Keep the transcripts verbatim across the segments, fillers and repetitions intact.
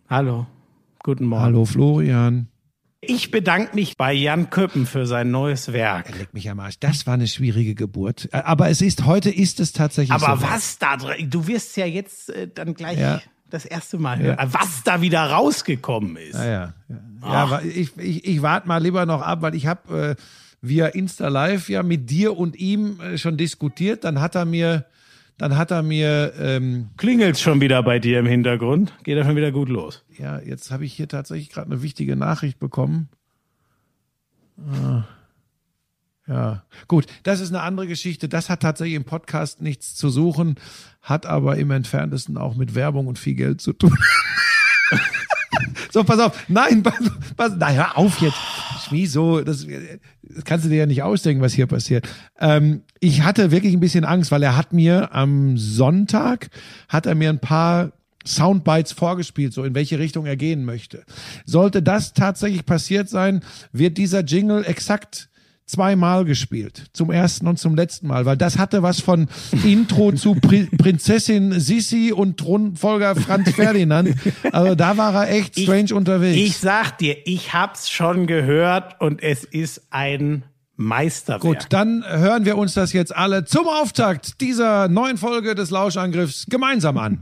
Hallo, guten Morgen. Hallo Florian. Ich bedanke mich bei Jan Köppen für sein neues Werk. Leck mich am Arsch. Das war eine schwierige Geburt. Aber es ist, heute ist es tatsächlich Aber so. was da drin, du wirst ja jetzt äh, dann gleich ja. das erste Mal hören, ja. was da wieder rausgekommen ist. Ja, ja. ja. ja ich, ich, ich warte mal lieber noch ab, weil ich habe äh, via Insta Live ja mit dir und ihm äh, schon diskutiert. Dann hat er mir, dann hat er mir... Ähm, Klingelt's schon wieder bei dir im Hintergrund? Geht das schon wieder gut los? Ja, jetzt habe ich hier tatsächlich gerade eine wichtige Nachricht bekommen. Ah. Ja, gut, das ist eine andere Geschichte. Das hat tatsächlich im Podcast nichts zu suchen, hat aber im Entferntesten auch mit Werbung und viel Geld zu tun. So, pass auf. Nein, pass, pass, na, hör auf jetzt. Wieso? Das, das kannst du dir ja nicht ausdenken, was hier passiert. Ähm, ich hatte wirklich ein bisschen Angst, weil er hat mir am Sonntag, hat er mir ein paar Soundbites vorgespielt, so in welche Richtung er gehen möchte. Sollte das tatsächlich passiert sein, wird dieser Jingle exakt zweimal gespielt. Zum ersten und zum letzten Mal, weil das hatte was von Intro zu Pri- Prinzessin Sissi und Thronfolger Franz Ferdinand. Also da war er echt strange ich, unterwegs. Ich sag dir, ich hab's schon gehört und es ist ein Meisterwerk. Gut, dann hören wir uns das jetzt alle zum Auftakt dieser neuen Folge des Lauschangriffs gemeinsam an.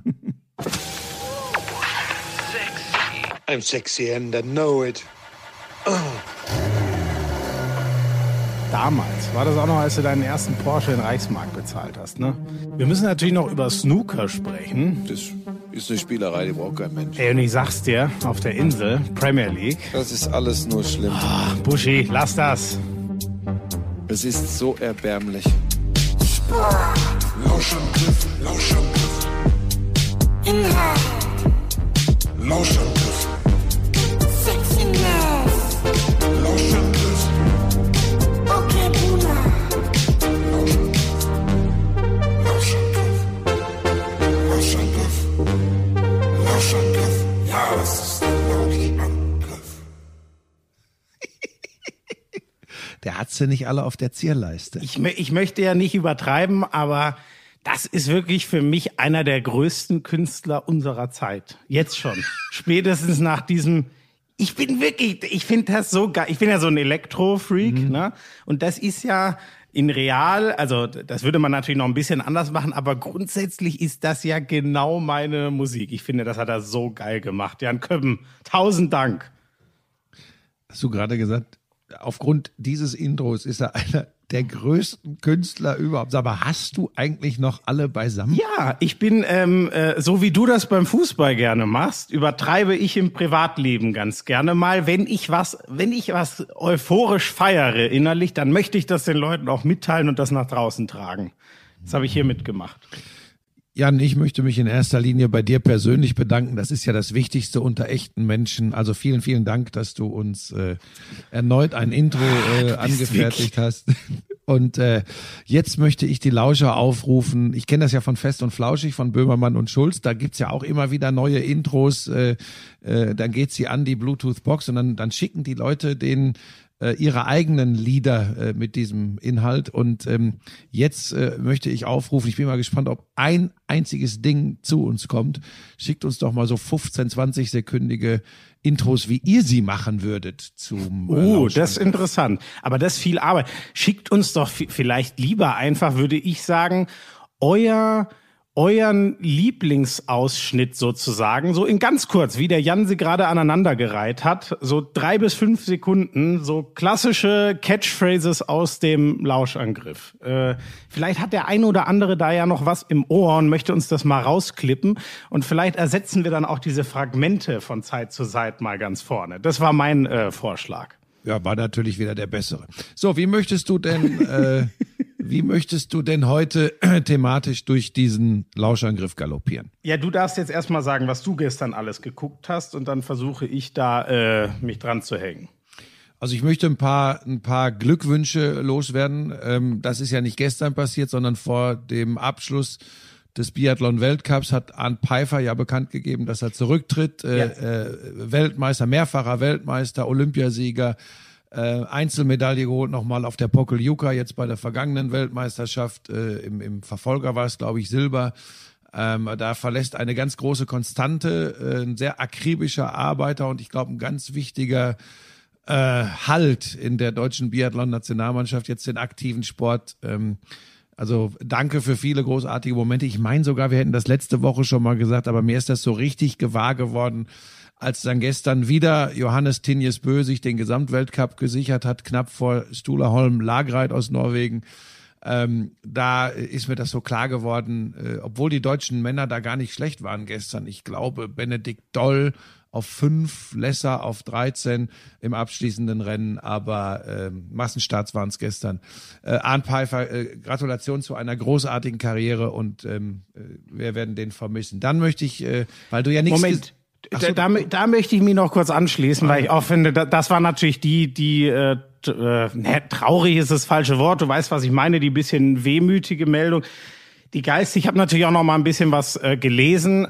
I'm sexy and I know it. Oh. Damals war das auch noch, als du deinen ersten Porsche in Reichsmark bezahlt hast, ne? Wir müssen natürlich noch über Snooker sprechen. Das ist eine Spielerei, die braucht kein Mensch. Ey, und ich sag's dir, auf der Insel, Premier League. Das ist alles nur schlimm. Oh, Buschi, lass das. Es ist so erbärmlich. Lauschangriff, Lauschangriff. Inhalt. Lauschangriff. Sexiness. Lauschangriff. Okay, Buna. Lauschangriff. Lauschangriff. Lauschangriff. Ja, das ist der Lauschangriff. Der hat sie nicht alle auf der Zierleiste. Ich, ich möchte ja nicht übertreiben, aber das ist wirklich für mich einer der größten Künstler unserer Zeit. Jetzt schon. Spätestens nach diesem, ich bin wirklich, ich finde das so geil. Ich bin ja so ein Elektro-Freak, mhm. ne? Und das ist ja in real, also das würde man natürlich noch ein bisschen anders machen, aber grundsätzlich ist das ja genau meine Musik. Ich finde, das hat er so geil gemacht. Jan Köppen, tausend Dank. Hast du gerade gesagt, aufgrund dieses Intros ist er einer der größten Künstler überhaupt. Aber hast du eigentlich noch alle beisammen? Ja, ich bin, ähm, äh, so wie du das beim Fußball gerne machst, übertreibe ich im Privatleben ganz gerne mal. Wenn ich was, wenn ich was euphorisch feiere innerlich, dann möchte ich das den Leuten auch mitteilen und das nach draußen tragen. Das habe ich hier mitgemacht. Jan, ich möchte mich in erster Linie bei dir persönlich bedanken. Das ist ja das Wichtigste unter echten Menschen. Also vielen, vielen Dank, dass du uns äh, erneut ein Intro äh, angefertigt hast. Und äh, jetzt möchte ich die Lauscher aufrufen. Ich kenne das ja von Fest und Flauschig, von Böhmermann und Schulz. Da gibt's ja auch immer wieder neue Intros. Äh, äh, dann geht sie an die Bluetooth-Box und dann, dann schicken die Leute den ihre eigenen Lieder äh, mit diesem Inhalt. Und ähm, jetzt äh, möchte ich aufrufen, ich bin mal gespannt, ob ein einziges Ding zu uns kommt. Schickt uns doch mal so fünfzehn, zwanzig sekündige Intros, wie ihr sie machen würdet zum äh, Oh, das ist interessant. Aber das ist viel Arbeit. Schickt uns doch f- vielleicht lieber einfach, würde ich sagen, euer euren Lieblingsausschnitt sozusagen, so in ganz kurz, wie der Jan sie gerade aneinandergereiht hat, so drei bis fünf Sekunden, so klassische Catchphrases aus dem Lauschangriff. Äh, vielleicht hat der eine oder andere da ja noch was im Ohr und möchte uns das mal rausklippen und vielleicht ersetzen wir dann auch diese Fragmente von Zeit zu Zeit mal ganz vorne. Das war mein äh, Vorschlag. Ja, war natürlich wieder der bessere. So, wie möchtest du denn, äh, wie möchtest du denn heute äh, thematisch durch diesen Lauschangriff galoppieren? Ja, du darfst jetzt erstmal sagen, was du gestern alles geguckt hast und dann versuche ich da äh, mich dran zu hängen. Also ich möchte ein paar, ein paar Glückwünsche loswerden. Ähm, das ist ja nicht gestern passiert, sondern vor dem Abschluss des Biathlon-Weltcups hat Arndt Pfeiffer ja bekannt gegeben, dass er zurücktritt. Äh, ja. äh, Weltmeister, mehrfacher Weltmeister, Olympiasieger, äh, Einzelmedaille geholt nochmal auf der Pokljuka, jetzt bei der vergangenen Weltmeisterschaft. Äh, im, Im Verfolger war es, glaube ich, Silber. Ähm, da verlässt eine ganz große Konstante, äh, ein sehr akribischer Arbeiter und ich glaube ein ganz wichtiger äh, Halt in der deutschen Biathlon-Nationalmannschaft, jetzt den aktiven Sport. Ähm, also danke für viele großartige Momente. Ich meine sogar, wir hätten das letzte Woche schon mal gesagt, aber mir ist das so richtig gewahr geworden, als dann gestern wieder Johannes Tinjes Bø sich den Gesamtweltcup gesichert hat, knapp vor Stula Holm Lagreit aus Norwegen. Ähm, da ist mir das so klar geworden, äh, obwohl die deutschen Männer da gar nicht schlecht waren gestern. Ich glaube, Benedikt Doll auf fünf, Lesser auf dreizehn im abschließenden Rennen, aber äh, Massenstarts waren es gestern. Äh, Arndt Pfeiffer, äh, Gratulation zu einer großartigen Karriere und ähm, äh, wir werden den vermissen. Dann möchte ich, äh, weil du ja nichts... Moment. Da, da, da möchte ich mich noch kurz anschließen, weil ich auch finde, das war natürlich die, die äh, äh, ne, traurig ist das falsche Wort, du weißt, was ich meine, die bisschen wehmütige Meldung. Die geilste, ich habe natürlich auch noch mal ein bisschen was äh, gelesen.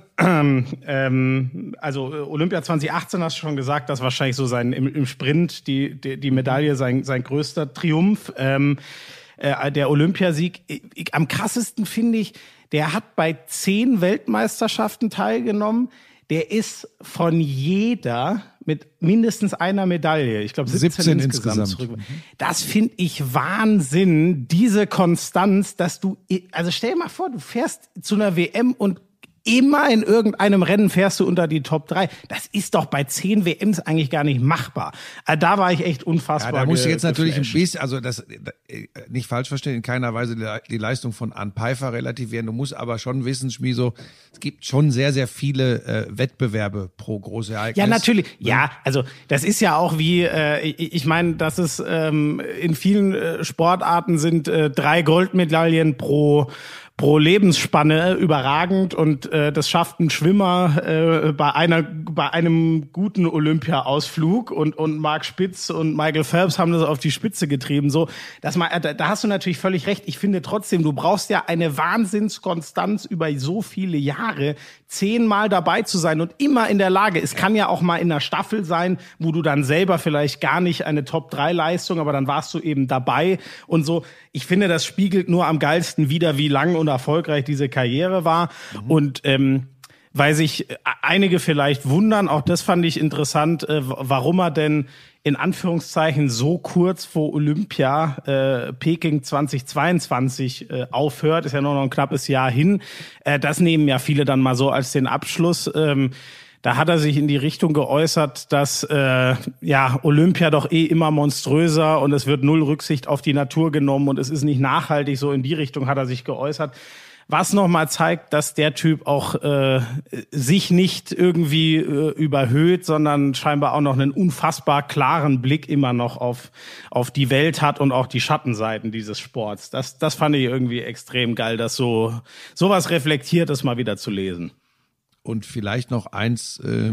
ähm, also Olympia zwanzig achtzehn hast du schon gesagt, dass wahrscheinlich so sein im, im Sprint die, die die Medaille sein sein größter Triumph. Ähm, äh, der Olympiasieg. Ich, ich, am krassesten finde ich, der hat bei zehn Weltmeisterschaften teilgenommen. Der ist von jeder mit mindestens einer Medaille, ich glaube siebzehn, siebzehn insgesamt, insgesamt zurück. Das finde ich Wahnsinn, diese Konstanz, dass du, also stell dir mal vor, du fährst zu einer W M und immer in irgendeinem Rennen fährst du unter die Top drei. Das ist doch bei zehn W Ms eigentlich gar nicht machbar. Da war ich echt unfassbar. Ja, da musst du jetzt natürlich ein bisschen, also das nicht falsch verstehen, in keiner Weise die Leistung von Arndt Pfeiffer relativieren. Du musst aber schon wissen, Schmieso, es gibt schon sehr, sehr viele äh, Wettbewerbe pro große Ereignis. Ja, natürlich. Ja, also das ist ja auch wie, äh, ich, ich meine, dass es ähm, in vielen äh, Sportarten sind äh, drei Goldmedaillen pro pro Lebensspanne überragend und äh, das schafft ein Schwimmer äh, bei einer bei einem guten Olympia-Ausflug und und Marc Spitz und Michael Phelps haben das auf die Spitze getrieben. So, dass man, da, da hast du natürlich völlig recht. Ich finde trotzdem, du brauchst ja eine Wahnsinnskonstanz über so viele Jahre, zehnmal dabei zu sein und immer in der Lage. Es kann ja auch mal in einer Staffel sein, wo du dann selber vielleicht gar nicht eine Top drei Leistung, aber dann warst du eben dabei und so. Ich finde, das spiegelt nur am geilsten wider, wie lang und erfolgreich diese Karriere war. Mhm. Und ähm, weil sich einige vielleicht wundern, auch das fand ich interessant, äh, warum er denn in Anführungszeichen so kurz vor Olympia äh, Peking zweitausendzweiundzwanzig äh, aufhört, ist ja nur noch ein knappes Jahr hin. Äh, das nehmen ja viele dann mal so als den Abschluss. Ähm, Da hat er sich in die Richtung geäußert, dass äh, ja Olympia doch eh immer monströser und es wird null Rücksicht auf die Natur genommen und es ist nicht nachhaltig. So in die Richtung hat er sich geäußert. Was nochmal zeigt, dass der Typ auch äh, sich nicht irgendwie äh, überhöht, sondern scheinbar auch noch einen unfassbar klaren Blick immer noch auf auf die Welt hat und auch die Schattenseiten dieses Sports. Das das fand ich irgendwie extrem geil, das so sowas Reflektiertes mal wieder zu lesen. Und vielleicht noch eins, äh,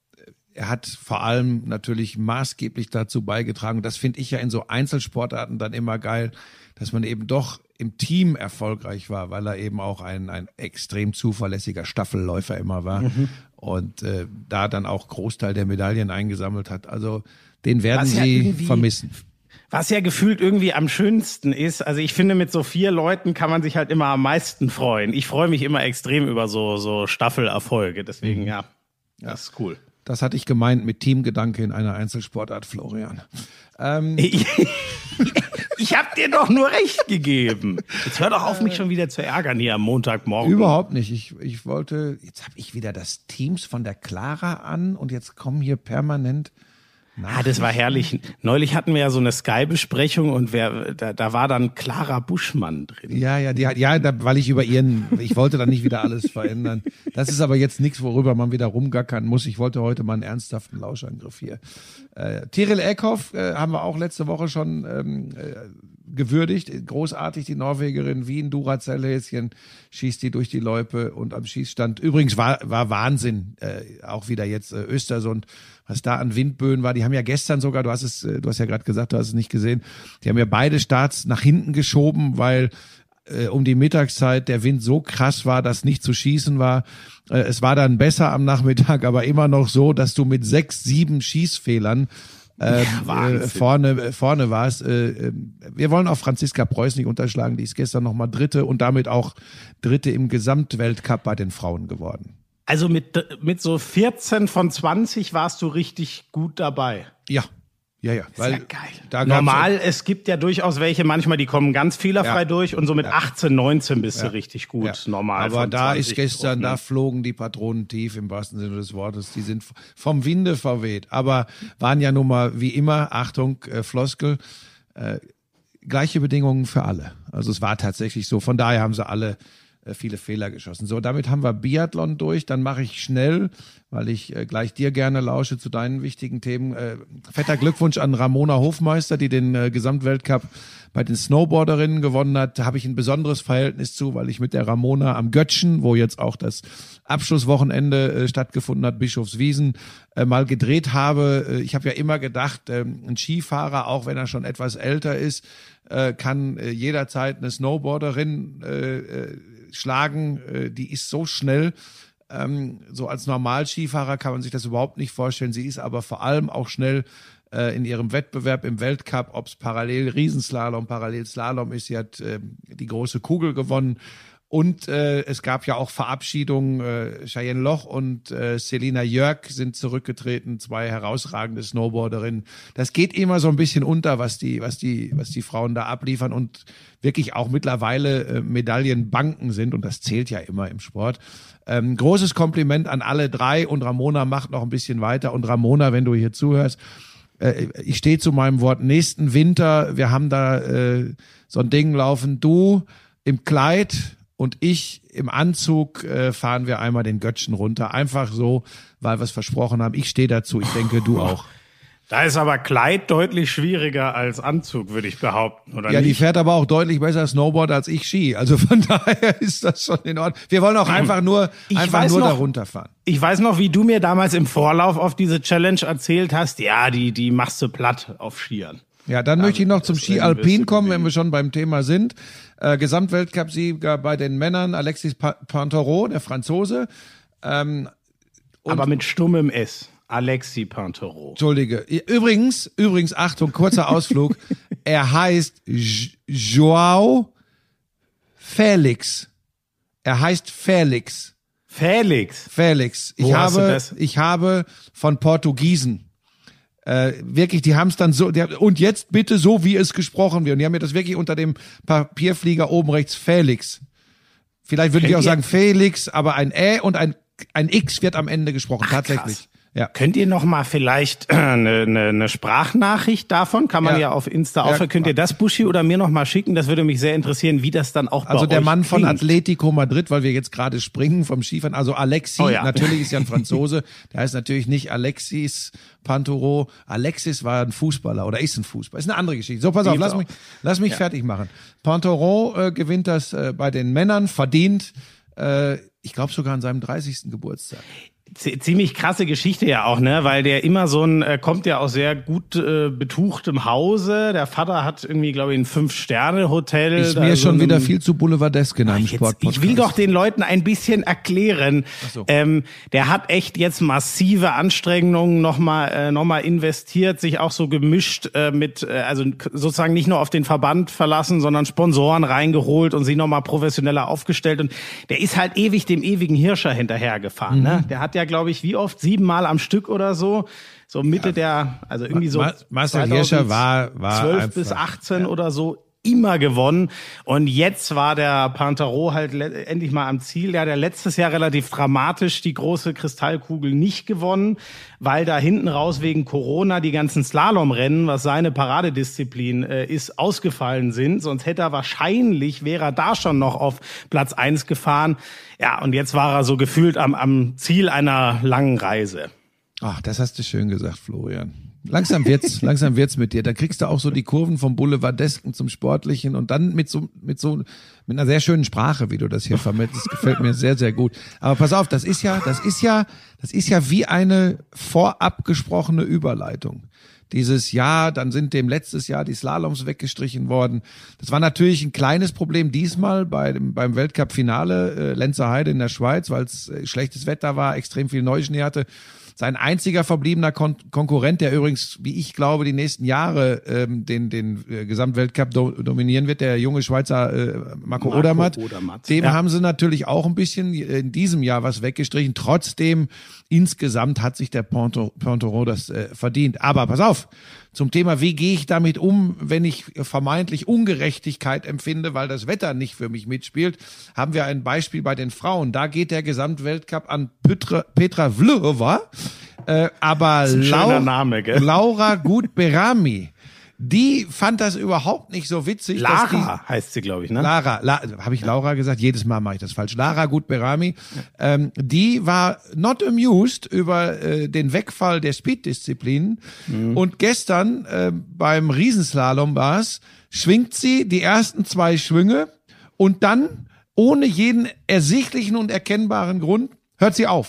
er hat vor allem natürlich maßgeblich dazu beigetragen, das finde ich ja in so Einzelsportarten dann immer geil, dass man eben doch im Team erfolgreich war, weil er eben auch ein, ein extrem zuverlässiger Staffelläufer immer war mhm. und äh, da dann auch Großteil der Medaillen eingesammelt hat. Also den werden Was sie ja vermissen. Was ja gefühlt irgendwie am schönsten ist, also ich finde, mit so vier Leuten kann man sich halt immer am meisten freuen. Ich freue mich immer extrem über so so Staffelerfolge, deswegen ja, ja, das ist cool. Das hatte ich gemeint mit Teamgedanke in einer Einzelsportart, Florian. Ähm, ich hab dir doch nur recht gegeben. Jetzt hör doch auf, mich schon wieder zu ärgern hier am Montagmorgen. Überhaupt nicht. Ich, ich wollte, jetzt habe ich wieder das Teams von der Clara an und jetzt kommen hier permanent Ah, das war herrlich. Neulich hatten wir ja so eine Sky-Besprechung und wer, da, da war dann Clara Buschmann drin. Ja, ja, die hat, ja, da, weil ich über ihren, ich wollte da nicht wieder alles verändern. Das ist aber jetzt nichts, worüber man wieder rumgackern muss. Ich wollte heute mal einen ernsthaften Lauschangriff hier. Äh, Tiril Eckhoff äh, haben wir auch letzte Woche schon ähm, äh, gewürdigt. Großartig, die Norwegerin, wie ein Duracell-Häschen, schießt die durch die Loipe und am Schießstand. Übrigens war, war Wahnsinn, äh, auch wieder jetzt äh, Östersund, was da an Windböen war. Die haben ja gestern sogar, du hast es, du hast ja gerade gesagt, du hast es nicht gesehen, die haben ja beide Starts nach hinten geschoben, weil äh, um die Mittagszeit der Wind so krass war, dass nicht zu schießen war. Äh, es war dann besser am Nachmittag, aber immer noch so, dass du mit sechs, sieben Schießfehlern Ähm, Ja, äh, vorne, vorne war es. Äh, wir wollen auch Franziska Preuß nicht unterschlagen. Die ist gestern nochmal Dritte und damit auch Dritte im Gesamtweltcup bei den Frauen geworden. Also mit, mit so vierzehn von zwanzig warst du richtig gut dabei. Ja, ja, ja. Ist Weil ja geil. da gab's- Normal, es gibt ja durchaus welche, manchmal die kommen ganz fehlerfrei Ja. durch und so mit achtzehn, neunzehn bist Ja. du richtig gut. Ja. Normal. Aber von da zwanzig ist gestern, da getroffen. flogen die Patronen tief im wahrsten Sinne des Wortes. Die sind vom Winde verweht. Aber waren ja nun mal wie immer, Achtung, äh, Floskel, äh, gleiche Bedingungen für alle. Also es war tatsächlich so. Von daher haben sie alle äh, viele Fehler geschossen. So, damit haben wir Biathlon durch. Dann mache ich schnell, weil ich äh, gleich dir gerne lausche zu deinen wichtigen Themen. Äh, fetter Glückwunsch an Ramona Hofmeister, die den äh, Gesamtweltcup bei den Snowboarderinnen gewonnen hat. Da habe ich ein besonderes Verhältnis zu, weil ich mit der Ramona am Götschen, wo jetzt auch das Abschlusswochenende äh, stattgefunden hat, Bischofswiesen, äh, mal gedreht habe. Äh, ich habe ja immer gedacht, ähm, ein Skifahrer, auch wenn er schon etwas älter ist, äh, kann äh, jederzeit eine Snowboarderin äh, äh, schlagen. Äh, die ist so schnell. Ähm, so als Normalskifahrer kann man sich das überhaupt nicht vorstellen. Sie ist aber vor allem auch schnell äh, in ihrem Wettbewerb im Weltcup, ob es parallel Riesenslalom, parallel Slalom ist. Sie hat äh, die große Kugel gewonnen. Und äh, es gab ja auch Verabschiedungen. Äh, Cheyenne Loch und äh, Selina Jörg sind zurückgetreten, zwei herausragende Snowboarderinnen. Das geht immer so ein bisschen unter, was die, was die, was die Frauen da abliefern und wirklich auch mittlerweile äh, Medaillenbanken sind. Und das zählt ja immer im Sport. Ähm, großes Kompliment an alle drei und Ramona macht noch ein bisschen weiter. Und Ramona, wenn du hier zuhörst, äh, ich stehe zu meinem Wort. Nächsten Winter, wir haben da äh, so ein Ding laufen. Du im Kleid und ich im Anzug äh, fahren wir einmal den Götschen runter. Einfach so, weil wir es versprochen haben. Ich stehe dazu. Ich denke, du auch. Da ist aber Kleid deutlich schwieriger als Anzug, würde ich behaupten, oder Ja, die nicht? fährt aber auch deutlich besser Snowboard als ich Ski. Also von daher ist das schon in Ordnung. Wir wollen auch einfach nur, Ich einfach weiß nur noch- da runterfahren. Ich weiß noch, wie du mir damals im Vorlauf auf diese Challenge erzählt hast, ja, die, die machst du platt auf Skiern. Ja, dann möchte ich noch zum das Ski Rennen wirst Alpin du kommen, wenn gewinnen. wir schon beim Thema sind. Äh, Gesamtweltcup-Sieger bei den Männern, Alexis Pa- Pantereau, der Franzose. Ähm, Aber mit stummem S. Alexis Pantereau. Entschuldige. Übrigens, übrigens, Achtung, kurzer Ausflug. Er heißt J- Joao Felix. Er heißt Felix. Felix. Felix. Ich Wo hast du habe, das? ich habe von Portugiesen äh, wirklich, die haben es dann so, der, und jetzt bitte so, wie es gesprochen wird. Und die haben mir das wirklich unter dem Papierflieger oben rechts Felix. Vielleicht würde ich Könnt auch ihr- sagen Felix, aber ein Ä und ein, ein X wird am Ende gesprochen, Ach, tatsächlich. krass. Ja. Könnt ihr noch mal vielleicht eine, eine, eine Sprachnachricht davon? Kann man ja, Ja. auf Insta Ja. aufhören. Könnt ihr das, Buschi, oder mir noch mal schicken? Das würde mich sehr interessieren, wie das dann auch bei Also der euch Mann von klingt. Atletico Madrid, weil wir jetzt gerade springen vom Skifahren, also Alexis, Oh ja. natürlich ist ja ein Franzose, der heißt natürlich nicht Alexis Pantereau. Alexis war ein Fußballer oder ist ein Fußballer. Ist eine andere Geschichte. So, pass auf, Gibt's lass auch. mich, lass mich fertig machen. Pantereau äh, gewinnt das äh, bei den Männern, verdient, äh, ich glaube sogar an seinem dreißigsten Geburtstag. Z- ziemlich krasse Geschichte ja auch, ne, weil der immer so ein, äh, kommt ja aus sehr gut äh, betuchtem Hause. Der Vater hat irgendwie, glaube ich, ein Fünf-Sterne-Hotel. Ist da mir so schon einem- wieder viel zu boulevardesk in einem Jetzt, Sportpodcast. ich will doch den Leuten ein bisschen erklären. Ach so. Ähm, der hat echt jetzt massive Anstrengungen nochmal äh, noch mal investiert, sich auch so gemischt äh, mit, äh, also k- sozusagen nicht nur auf den Verband verlassen, sondern Sponsoren reingeholt und sich nochmal professioneller aufgestellt. Und der ist halt ewig dem ewigen Hirscher hinterhergefahren. Mhm. Ne? Der hat ja, glaube ich, wie oft? Siebenmal am Stück oder so. So Mitte der, also irgendwie so Ma- Marcel Hirscher war- war zwölf einfach- bis achtzehn oder so immer gewonnen. Und jetzt war der Pantereau halt le- endlich mal am Ziel. Der hat ja letztes Jahr relativ dramatisch die große Kristallkugel nicht gewonnen, weil da hinten raus wegen Corona die ganzen Slalomrennen, was seine Paradedisziplin äh, ist, ausgefallen sind. Sonst hätte er wahrscheinlich, wäre er da schon noch auf Platz eins gefahren. Ja, und jetzt war er so gefühlt am, am Ziel einer langen Reise. Ach, das hast du schön gesagt, Florian. Langsam wird's, langsam wird's mit dir. Da kriegst du auch so die Kurven vom Boulevardesken zum Sportlichen und dann mit so, mit so, mit einer sehr schönen Sprache, wie du das hier vermittelst. Das gefällt mir sehr, sehr gut. Aber pass auf, das ist ja, das ist ja, das ist ja wie eine vorab gesprochene Überleitung. Dieses Jahr, dann sind dem letztes Jahr die Slaloms weggestrichen worden. Das war natürlich ein kleines Problem diesmal bei dem, beim Weltcup-Finale äh, Lenzerheide in der Schweiz, weil es äh, schlechtes Wetter war, extrem viel Neuschnee hatte. Sein einziger verbliebener Kon- Konkurrent, der übrigens, wie ich glaube, die nächsten Jahre ähm, den, den äh, Gesamtweltcup do- dominieren wird, der junge Schweizer äh, Marco, Marco Odermatt. Odermatt. Dem Ja. haben sie natürlich auch ein bisschen in diesem Jahr was weggestrichen. Trotzdem, insgesamt hat sich der Pointerot das äh, verdient. Aber pass auf, zum Thema, wie gehe ich damit um, wenn ich vermeintlich Ungerechtigkeit empfinde, weil das Wetter nicht für mich mitspielt, haben wir ein Beispiel bei den Frauen. Da geht der Gesamtweltcup an Petra, Petra Vlhova, äh, aber ist ein schöner Lau- Name, gell? Laura Gut-Berami, die fand das überhaupt nicht so witzig. dass die, Lara heißt sie, glaube ich, ne? Lara, La, habe ich Laura gesagt? Jedes Mal mache ich das falsch. Lara Gut-Berami, ähm, die war not amused über äh, den Wegfall der Speed-Disziplinen. Mhm. Und gestern äh, beim Riesenslalom war es, schwingt sie die ersten zwei Schwünge und dann, ohne jeden ersichtlichen und erkennbaren Grund, hört sie auf.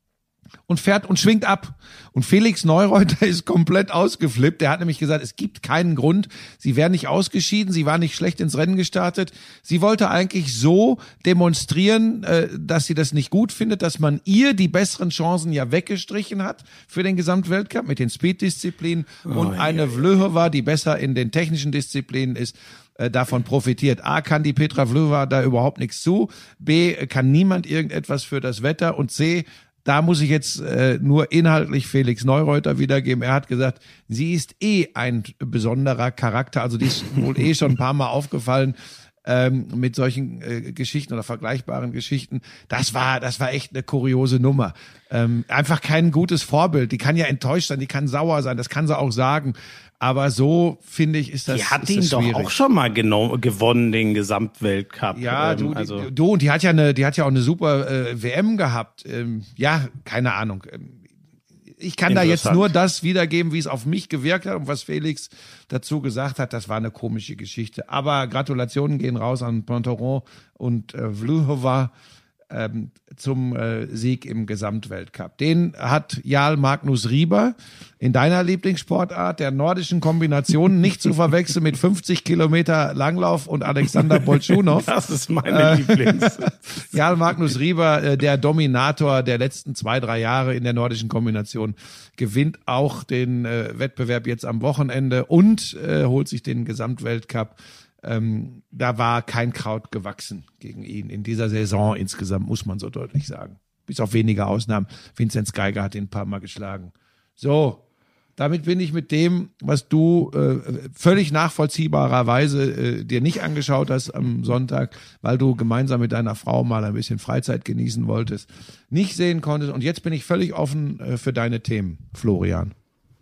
Und fährt und schwingt ab. Und Felix Neureuter ist komplett ausgeflippt. Der hat nämlich gesagt, es gibt keinen Grund. Sie wäre nicht ausgeschieden, sie war nicht schlecht ins Rennen gestartet. Sie wollte eigentlich so demonstrieren, äh, dass sie das nicht gut findet, dass man ihr die besseren Chancen ja weggestrichen hat für den Gesamtweltcup mit den Speed-Disziplinen. Und eine Vlhova, die besser in den technischen Disziplinen ist, äh, davon profitiert. A, kann die Petra Vlhova da überhaupt nichts zu. B, kann niemand irgendetwas für das Wetter. Und C, da muss ich jetzt äh, nur inhaltlich Felix Neureuter wiedergeben. Er hat gesagt, sie ist eh ein besonderer Charakter. Also die ist wohl eh schon ein paar Mal aufgefallen ähm, mit solchen äh, Geschichten oder vergleichbaren Geschichten. Das war, das war echt eine kuriose Nummer. Ähm, einfach kein gutes Vorbild. Die kann ja enttäuscht sein, die kann sauer sein, das kann sie auch sagen. Aber so, finde ich, ist das Die hat ist ihn das doch schwierig. auch schon mal genau, gewonnen, den Gesamtweltcup. Ja, Ähm, du, also die, du, und die hat ja eine, die hat ja auch eine super äh, W M gehabt. Ähm, ja, keine Ahnung. Ähm, Ich kann da jetzt Interessant. nur das wiedergeben, wie es auf mich gewirkt hat und was Felix dazu gesagt hat. Das war eine komische Geschichte. Aber Gratulationen gehen raus an Pointerot und äh, Vlhova ähm, zum äh, Sieg im Gesamtweltcup. Den hat Jarl Magnus Rieber in deiner Lieblingssportart, der nordischen Kombination, nicht zu verwechseln mit fünfzig Kilometer Langlauf und Alexander Bolschunow. das ist meine Lieblings. Jarl Magnus Rieber, äh, der Dominator der letzten zwei, drei Jahre in der nordischen Kombination, gewinnt auch den äh, Wettbewerb jetzt am Wochenende und äh, holt sich den Gesamtweltcup. Ähm, da war kein Kraut gewachsen gegen ihn in dieser Saison insgesamt, muss man so deutlich sagen. Bis auf wenige Ausnahmen. Vinzenz Geiger hat ihn ein paar Mal geschlagen. So, damit bin ich mit dem, was du äh, völlig nachvollziehbarerweise äh, dir nicht angeschaut hast am Sonntag, weil du gemeinsam mit deiner Frau mal ein bisschen Freizeit genießen wolltest, nicht sehen konntest. Und jetzt bin ich völlig offen äh, für deine Themen, Florian.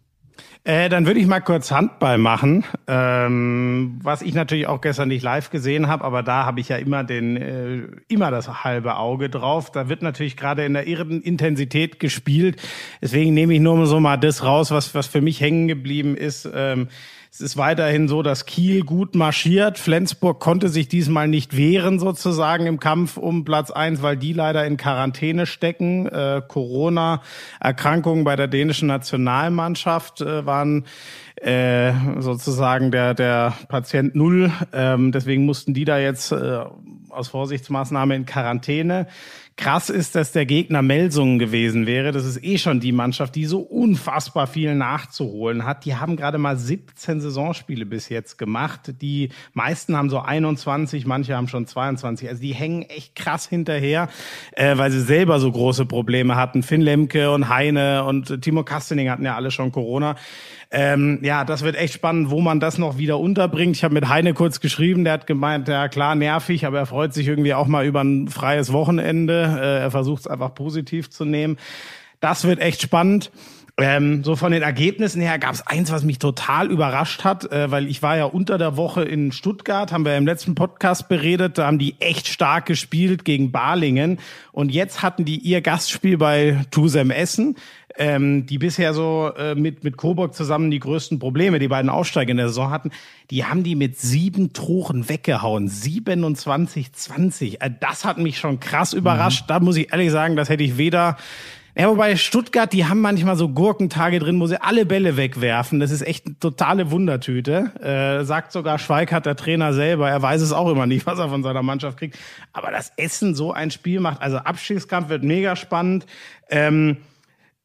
Äh, dann würde ich mal kurz Handball machen, ähm, was ich natürlich auch gestern nicht live gesehen habe, aber da habe ich ja immer den äh, immer das halbe Auge drauf. Da wird natürlich gerade in der irren Intensität gespielt. Deswegen nehme ich nur so mal das raus, was was für mich hängen geblieben ist. Ähm, Es ist weiterhin so, dass Kiel gut marschiert. Flensburg konnte sich diesmal nicht wehren sozusagen im Kampf um Platz eins, weil die leider in Quarantäne stecken. Äh, Corona-Erkrankungen bei der dänischen Nationalmannschaft äh, waren äh, sozusagen der der Patient Null. Ähm, deswegen mussten die da jetzt äh, aus Vorsichtsmaßnahme in Quarantäne. Krass ist, dass der Gegner Melsungen gewesen wäre. Das ist eh schon die Mannschaft, die so unfassbar viel nachzuholen hat. Die haben gerade mal siebzehn Saisonspiele bis jetzt gemacht. Die meisten haben so einundzwanzig, manche haben schon zweiundzwanzig. Also die hängen echt krass hinterher, äh, weil sie selber so große Probleme hatten. Finn Lemke und Heine und Timo Kastening hatten ja alle schon Corona. Ähm, ja, das wird echt spannend, wo man das noch wieder unterbringt. Ich habe mit Heine kurz geschrieben, der hat gemeint, ja klar, nervig, aber er freut sich irgendwie auch mal über ein freies Wochenende. Äh, er versucht es einfach positiv zu nehmen. Das wird echt spannend. Ähm, so von den Ergebnissen her gab es eins, was mich total überrascht hat, äh, weil ich war ja unter der Woche in Stuttgart, haben wir im letzten Podcast beredet, da haben die echt stark gespielt gegen Balingen und jetzt hatten die ihr Gastspiel bei Tusem Essen, ähm, die bisher so äh, mit mit Coburg zusammen die größten Probleme, die beiden Aufsteiger in der Saison hatten, die haben die mit sieben Toren weggehauen, siebenundzwanzig zwanzig. Äh, das hat mich schon krass überrascht, mhm. Da muss ich ehrlich sagen, das hätte ich weder... Ja, wobei Stuttgart, die haben manchmal so Gurkentage drin, wo sie alle Bälle wegwerfen. Das ist echt eine totale Wundertüte. Äh, sagt sogar Schweikart, der Trainer selber. Er weiß es auch immer nicht, was er von seiner Mannschaft kriegt. Aber das Essen so ein Spiel macht, also Abstiegskampf wird mega spannend. Ähm,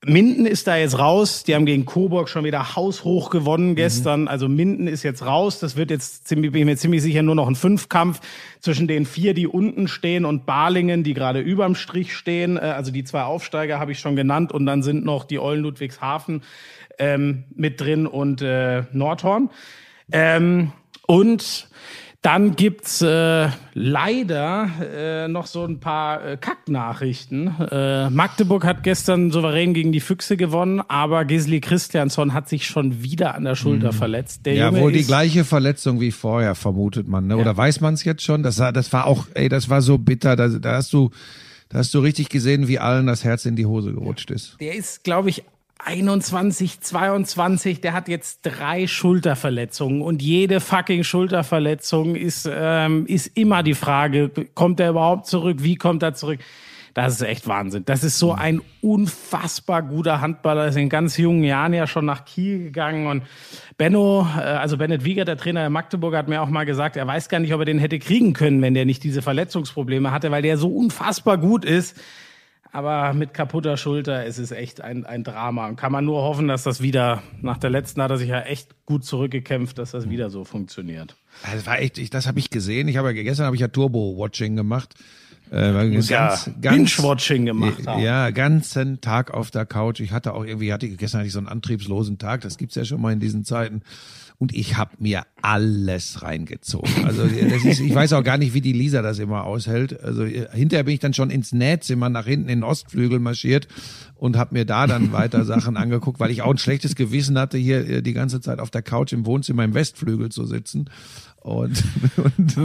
Minden ist da jetzt raus. Die haben gegen Coburg schon wieder haushoch gewonnen gestern. Mhm. Also Minden ist jetzt raus. Das wird jetzt ziemlich, bin ich mir ziemlich sicher, nur noch ein Fünfkampf zwischen den vier, die unten stehen, und Balingen, die gerade überm Strich stehen. Also die zwei Aufsteiger habe ich schon genannt. Und dann sind noch die Eulen Ludwigshafen ähm, mit drin und äh, Nordhorn. Ähm, und dann gibt's äh, leider äh, noch so ein paar äh, Kacknachrichten. Äh, Magdeburg hat gestern souverän gegen die Füchse gewonnen, aber Gisli Christiansson hat sich schon wieder an der Schulter mhm. verletzt. Der ja, Junge wohl die ist, gleiche Verletzung wie vorher, vermutet man. Ne? Ja. Oder weiß man es jetzt schon? Das war, das war auch, ey, das war so bitter. Da, da hast du, da hast du richtig gesehen, wie allen das Herz in die Hose gerutscht ist. Der ist, glaube ich, einundzwanzig, zweiundzwanzig, der hat jetzt drei Schulterverletzungen, und jede fucking Schulterverletzung ist, ähm, ist immer die Frage, kommt er überhaupt zurück, wie kommt er zurück? Das ist echt Wahnsinn. Das ist so ein unfassbar guter Handballer, ist in ganz jungen Jahren ja schon nach Kiel gegangen, und Benno, äh, also Bennett Wiegert, der Trainer der Magdeburger, hat mir auch mal gesagt, er weiß gar nicht, ob er den hätte kriegen können, wenn der nicht diese Verletzungsprobleme hatte, weil der so unfassbar gut ist. Aber mit kaputter Schulter ist es echt ein, ein Drama. Und kann man nur hoffen, dass das wieder, nach der letzten hat er sich ja echt gut zurückgekämpft, dass das wieder so funktioniert. Das war echt, ich, das habe ich gesehen. Ich habe ja, gestern habe ich ja Turbo-Watching gemacht. Äh, ganz, ja ganz, Binge-Watching gemacht haben. Ja, ganzen Tag auf der Couch. Ich hatte auch irgendwie, hatte, gestern hatte ich so einen antriebslosen Tag. Das gibt's ja schon mal in diesen Zeiten. Und ich habe mir alles reingezogen. Also das ist, ich weiß auch gar nicht, wie die Lisa das immer aushält. Also hinterher bin ich dann schon ins Nähzimmer nach hinten in den Ostflügel marschiert und habe mir da dann weiter Sachen angeguckt, weil ich auch ein schlechtes Gewissen hatte, hier die ganze Zeit auf der Couch im Wohnzimmer im Westflügel zu sitzen. Und, und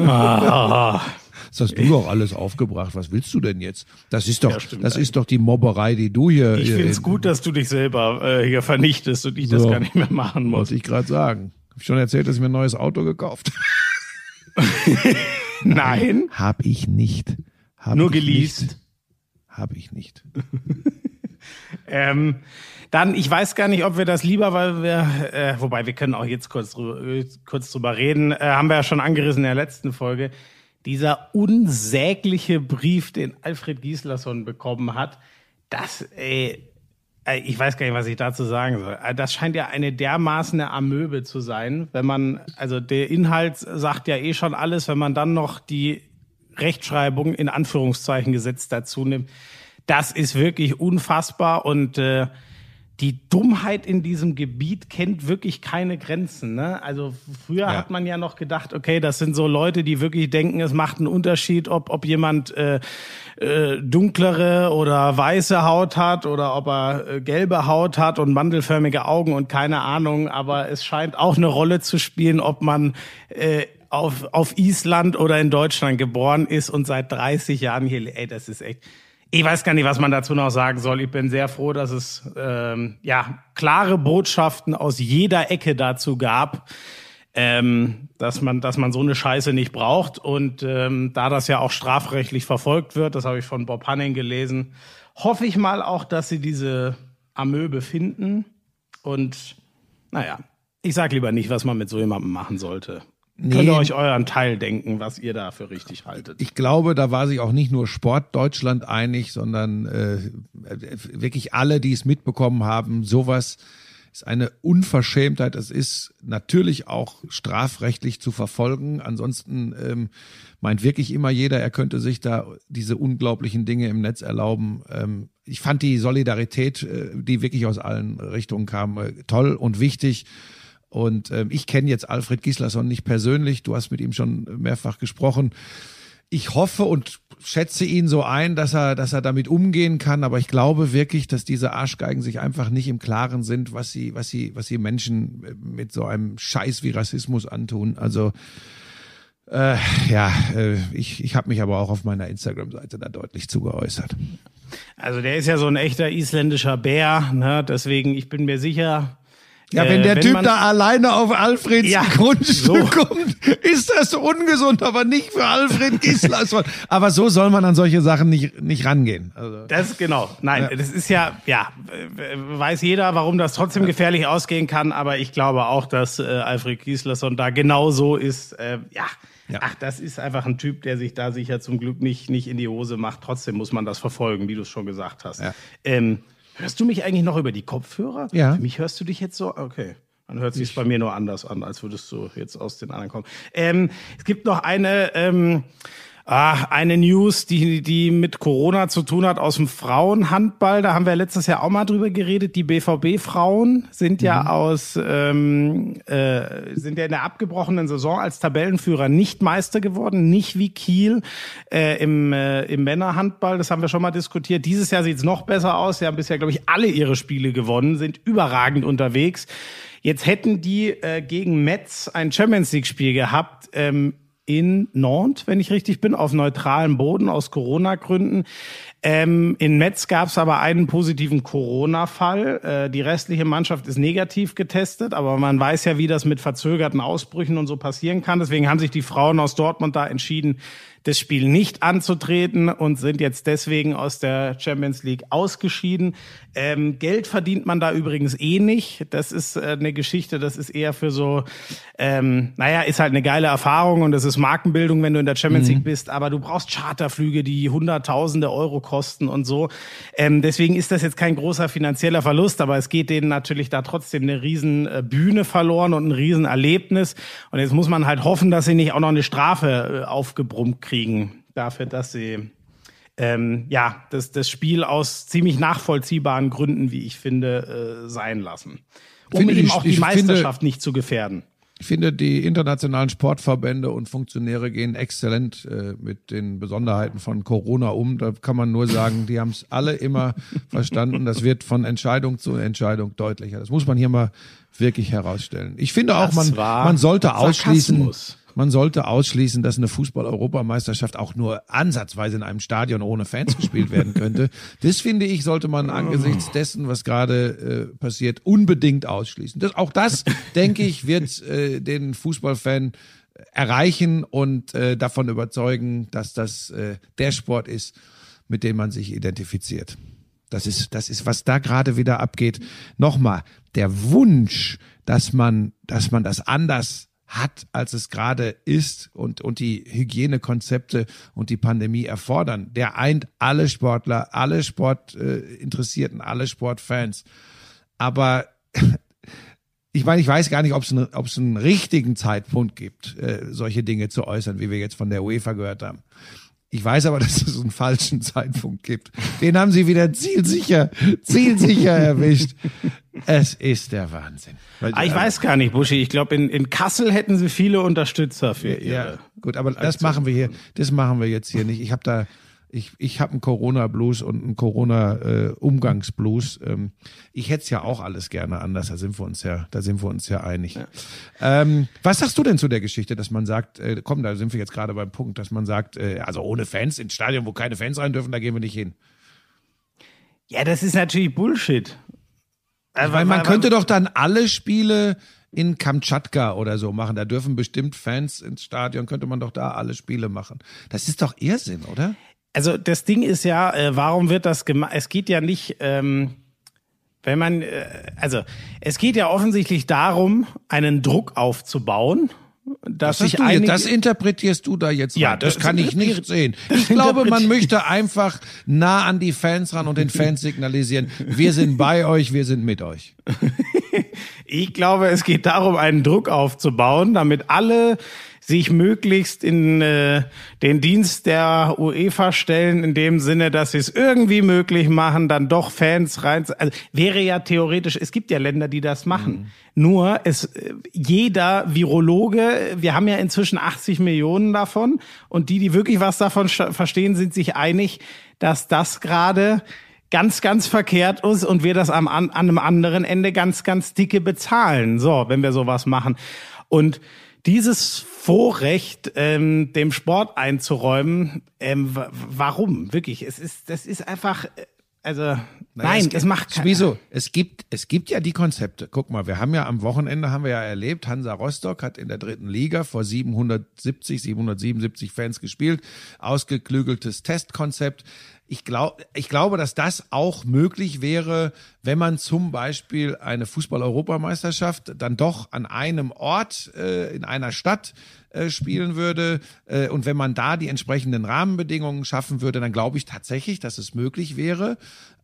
ah. das hast du doch alles aufgebracht. Was willst du denn jetzt? Das ist doch, ja, stimmt, das ist doch die Mobberei, die du hier. Ich finde es gut, dass du dich selber äh, hier vernichtest und ich so, das gar nicht mehr machen muss. Wollte ich gerade sagen. Hab ich schon erzählt, dass ich mir ein neues Auto gekauft habe? Nein. Hab ich nicht. Hab Nur ich geleast. Nicht. Hab ich nicht. ähm, dann, ich weiß gar nicht, ob wir das lieber, weil wir, äh, wobei wir können auch jetzt kurz drüber, kurz drüber reden, äh, haben wir ja schon angerissen in der letzten Folge. Dieser unsägliche Brief, den Alfred Gislason bekommen hat, das, ey, ich weiß gar nicht, was ich dazu sagen soll. Das scheint ja eine dermaßen Amöbe zu sein, wenn man, also der Inhalt sagt ja eh schon alles, wenn man dann noch die Rechtschreibung in Anführungszeichen gesetzt dazu nimmt. Das ist wirklich unfassbar, und äh, die Dummheit in diesem Gebiet kennt wirklich keine Grenzen, ne? Also früher ja. hat man ja noch gedacht, okay, das sind so Leute, die wirklich denken, es macht einen Unterschied, ob ob jemand äh, äh, dunklere oder weiße Haut hat oder ob er äh, gelbe Haut hat und mandelförmige Augen und keine Ahnung. Aber es scheint auch eine Rolle zu spielen, ob man äh, auf auf Island oder in Deutschland geboren ist und seit dreißig Jahren hier. Ey, das ist echt. Ich weiß gar nicht, was man dazu noch sagen soll. Ich bin sehr froh, dass es ähm, ja klare Botschaften aus jeder Ecke dazu gab, ähm, dass man, dass man so eine Scheiße nicht braucht. Und ähm, da das ja auch strafrechtlich verfolgt wird, das habe ich von Bob Hanning gelesen, hoffe ich mal auch, dass sie diese Amöbe finden. Und naja, ich sag lieber nicht, was man mit so jemandem machen sollte. Nee. Könnt ihr euch euren Teil denken, was ihr da für richtig haltet? Ich glaube, da war sich auch nicht nur Sport Deutschland einig, sondern äh, wirklich alle, die es mitbekommen haben. Sowas ist eine Unverschämtheit. Es ist natürlich auch strafrechtlich zu verfolgen. Ansonsten ähm, meint wirklich immer jeder, er könnte sich da diese unglaublichen Dinge im Netz erlauben. Ähm, ich fand die Solidarität, äh, die wirklich aus allen Richtungen kam, äh, toll und wichtig. Und ähm, ich kenne jetzt Alfred Gislason nicht persönlich, du hast mit ihm schon mehrfach gesprochen. Ich hoffe und schätze ihn so ein, dass er, dass er damit umgehen kann, aber ich glaube wirklich, dass diese Arschgeigen sich einfach nicht im Klaren sind, was sie, was sie, was sie Menschen mit so einem Scheiß wie Rassismus antun. Also äh, ja, äh, ich, ich habe mich aber auch auf meiner Instagram-Seite da deutlich zu geäußert. Also der ist ja so ein echter isländischer Bär, ne? Deswegen, ich bin mir sicher. Ja, wenn der äh, wenn Typ da alleine auf Alfreds ja, Grundstück so. kommt, ist das ungesund, aber nicht für Alfred Gislason. Aber so soll man an solche Sachen nicht nicht rangehen. Also. Das genau. Nein, ja. das ist ja, ja, weiß jeder, warum das trotzdem gefährlich ausgehen kann, aber ich glaube auch, dass äh, Alfred Gislason da genau so ist. Äh, ja. ja, ach, das ist einfach ein Typ, der sich da sicher zum Glück nicht nicht in die Hose macht. Trotzdem muss man das verfolgen, wie du es schon gesagt hast. Ja. Ähm, Hörst du mich eigentlich noch über die Kopfhörer? Ja. Für mich hörst du dich jetzt so? Okay. Dann hört sich bei mir nur anders an, als würdest du jetzt aus den anderen kommen. Ähm, es gibt noch eine, ähm, ah, eine News, die, die mit Corona zu tun hat aus dem Frauenhandball. Da haben wir letztes Jahr auch mal drüber geredet. Die B V B-Frauen sind ja Mhm. aus, ähm, äh, sind ja in der abgebrochenen Saison als Tabellenführer nicht Meister geworden, nicht wie Kiel äh, im, äh, im Männerhandball. Das haben wir schon mal diskutiert. Dieses Jahr sieht's noch besser aus. Sie haben bisher, glaube ich, alle ihre Spiele gewonnen, sind überragend unterwegs. Jetzt hätten die äh, gegen Metz ein Champions-League-Spiel gehabt, ähm, in Nantes, wenn ich richtig bin, auf neutralem Boden aus Corona-Gründen. Ähm, in Metz gab es aber einen positiven Corona-Fall. Äh, die restliche Mannschaft ist negativ getestet, aber man weiß ja, wie das mit verzögerten Ausbrüchen und so passieren kann. Deswegen haben sich die Frauen aus Dortmund da entschieden, das Spiel nicht anzutreten und sind jetzt deswegen aus der Champions League ausgeschieden. Ähm, Geld verdient man da übrigens eh nicht. Das ist äh, eine Geschichte, das ist eher für so, ähm, naja, ist halt eine geile Erfahrung und das ist Markenbildung, wenn du in der Champions League bist, aber du brauchst Charterflüge, die Hunderttausende Euro kosten und so. Ähm, deswegen ist das jetzt kein großer finanzieller Verlust, aber es geht denen natürlich da trotzdem eine riesen äh, Bühne verloren und ein riesen Erlebnis. Und jetzt muss man halt hoffen, dass sie nicht auch noch eine Strafe äh, aufgebrummt kriegen dafür, dass sie ähm, ja das, das Spiel aus ziemlich nachvollziehbaren Gründen, wie ich finde, äh, sein lassen. Um Finde eben ich- auch die ich Meisterschaft nicht zu gefährden. Ich finde, die internationalen Sportverbände und Funktionäre gehen exzellent äh, mit den Besonderheiten von Corona um. Da kann man nur sagen, die haben es alle immer verstanden. Das wird von Entscheidung zu Entscheidung deutlicher. Das muss man hier mal wirklich herausstellen. Ich finde auch, Das man, war man sollte ausschließen, Sarkasmus. man sollte ausschließen, dass eine Fußball-Europameisterschaft auch nur ansatzweise in einem Stadion ohne Fans gespielt werden könnte. Das finde ich, sollte man angesichts dessen, was gerade äh, passiert, unbedingt ausschließen. Das, auch das, denke ich, wird äh, den Fußballfan erreichen und äh, davon überzeugen, dass das äh, der Sport ist, mit dem man sich identifiziert. Das ist, das ist, was da gerade wieder abgeht. Nochmal, der Wunsch, dass man, dass man das anders hat, als es gerade ist und, und die Hygienekonzepte und die Pandemie erfordern, der eint alle Sportler, alle Sportinteressierten, alle Sportfans. Aber ich meine, ich weiß gar nicht, ob es einen, ob es einen richtigen Zeitpunkt gibt, äh, solche Dinge zu äußern, wie wir jetzt von der UEFA gehört haben. Ich weiß aber, dass es einen falschen Zeitpunkt gibt. Den haben sie wieder zielsicher, zielsicher erwischt. Es ist der Wahnsinn. Weil, Ah, ich weiß gar nicht, Buschi. Ich glaube, in, in Kassel hätten sie viele Unterstützer für ihre. Ja, gut, aber das machen wir hier, das machen wir jetzt hier nicht. Ich habe da, ich, ich habe einen Corona-Blues und einen Corona-Umgangs-Blues. Ähm, ich hätte es ja auch alles gerne anders. Da sind wir uns ja, da sind wir uns ja einig. Ja. Ähm, was sagst du denn zu der Geschichte, dass man sagt, äh, komm, da sind wir jetzt gerade beim Punkt, dass man sagt, äh, also ohne Fans ins Stadion, wo keine Fans rein dürfen, da gehen wir nicht hin. Ja, das ist natürlich Bullshit. Also, weil man könnte doch dann alle Spiele in Kamtschatka oder so machen. Da dürfen bestimmt Fans ins Stadion, könnte man doch da alle Spiele machen. Das ist doch Irrsinn, oder? Also das Ding ist ja, äh, warum wird das gemacht? Es geht ja nicht, ähm, wenn man, äh, also es geht ja offensichtlich darum, einen Druck aufzubauen. Dass Das, sich du jetzt, einige, das interpretierst du da jetzt Ja, rein. Das, das- kann ich nicht sehen. Ich glaube, man möchte einfach nah an die Fans ran und den Fans signalisieren, wir sind bei euch, wir sind mit euch. Ich glaube, es geht darum, einen Druck aufzubauen, damit alle sich möglichst in äh, den Dienst der UEFA stellen, in dem Sinne, dass sie es irgendwie möglich machen, dann doch Fans rein. Also wäre ja theoretisch, es gibt ja Länder, die das machen. Mhm. Nur es äh, jeder Virologe, wir haben ja inzwischen achtzig Millionen davon, und die, die wirklich was davon sch- verstehen, sind sich einig, dass das gerade ganz, ganz verkehrt ist und wir das am, an, an einem anderen Ende ganz, ganz dicke bezahlen. So, wenn wir sowas machen. Und dieses Vorrecht, ähm, dem Sport einzuräumen, ähm, w- warum? Wirklich, es ist, das ist einfach, äh, also, Naja, nein, es, es, gibt, macht kein, Wieso? Es gibt, es gibt ja die Konzepte. Guck mal, wir haben ja am Wochenende haben wir ja erlebt, Hansa Rostock hat in der dritten Liga vor siebenhundertsiebzig, siebenhundertsiebenundsiebzig Fans gespielt. Ausgeklügeltes Testkonzept. Ich glaube, ich glaube, dass das auch möglich wäre, wenn man zum Beispiel eine Fußball-Europameisterschaft dann doch an einem Ort äh, in einer Stadt äh, spielen würde. Äh, und wenn man da die entsprechenden Rahmenbedingungen schaffen würde, dann glaube ich tatsächlich, dass es möglich wäre.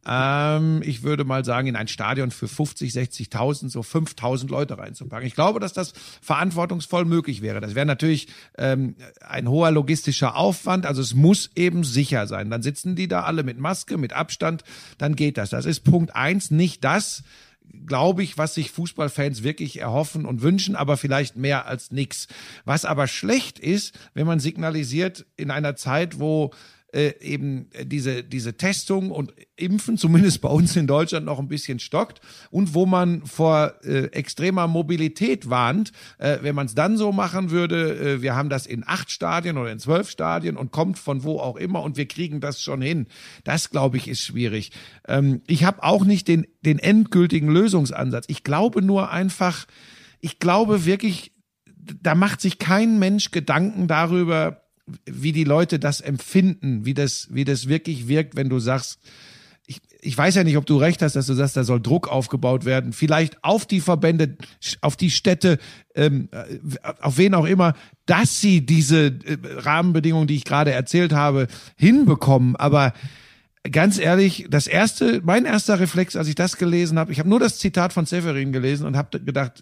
Ähm, ich würde mal sagen, in ein Stadion für fünfzig, sechzigtausend, so fünftausend Leute reinzupacken. Ich glaube, dass das verantwortungsvoll möglich wäre. Das wäre natürlich ähm, ein hoher logistischer Aufwand. Also es muss eben sicher sein. Dann sitzen die da alle mit Maske, mit Abstand. Dann geht das. Das ist Punkt eins. Nicht das, glaube ich, was sich Fußballfans wirklich erhoffen und wünschen, aber vielleicht mehr als nix. Was aber schlecht ist, wenn man signalisiert in einer Zeit, wo äh, eben diese diese Testung und Impfen, zumindest bei uns in Deutschland, noch ein bisschen stockt und wo man vor äh, extremer Mobilität warnt, äh, wenn man es dann so machen würde, äh, wir haben das in acht Stadien oder in zwölf Stadien und kommt von wo auch immer und wir kriegen das schon hin. Das, glaube ich, ist schwierig. Ähm, ich habe auch nicht den den endgültigen Lösungsansatz. Ich glaube nur einfach, ich glaube wirklich, da macht sich kein Mensch Gedanken darüber, wie die Leute das empfinden, wie das, wie das wirklich wirkt, wenn du sagst, ich, ich weiß ja nicht, ob du recht hast, dass du sagst, da soll Druck aufgebaut werden, vielleicht auf die Verbände, auf die Städte, ähm, auf wen auch immer, dass sie diese äh, Rahmenbedingungen, die ich gerade erzählt habe, hinbekommen, aber ganz ehrlich, das erste, mein erster Reflex, als ich das gelesen habe, ich habe nur das Zitat von Severin gelesen und habe gedacht,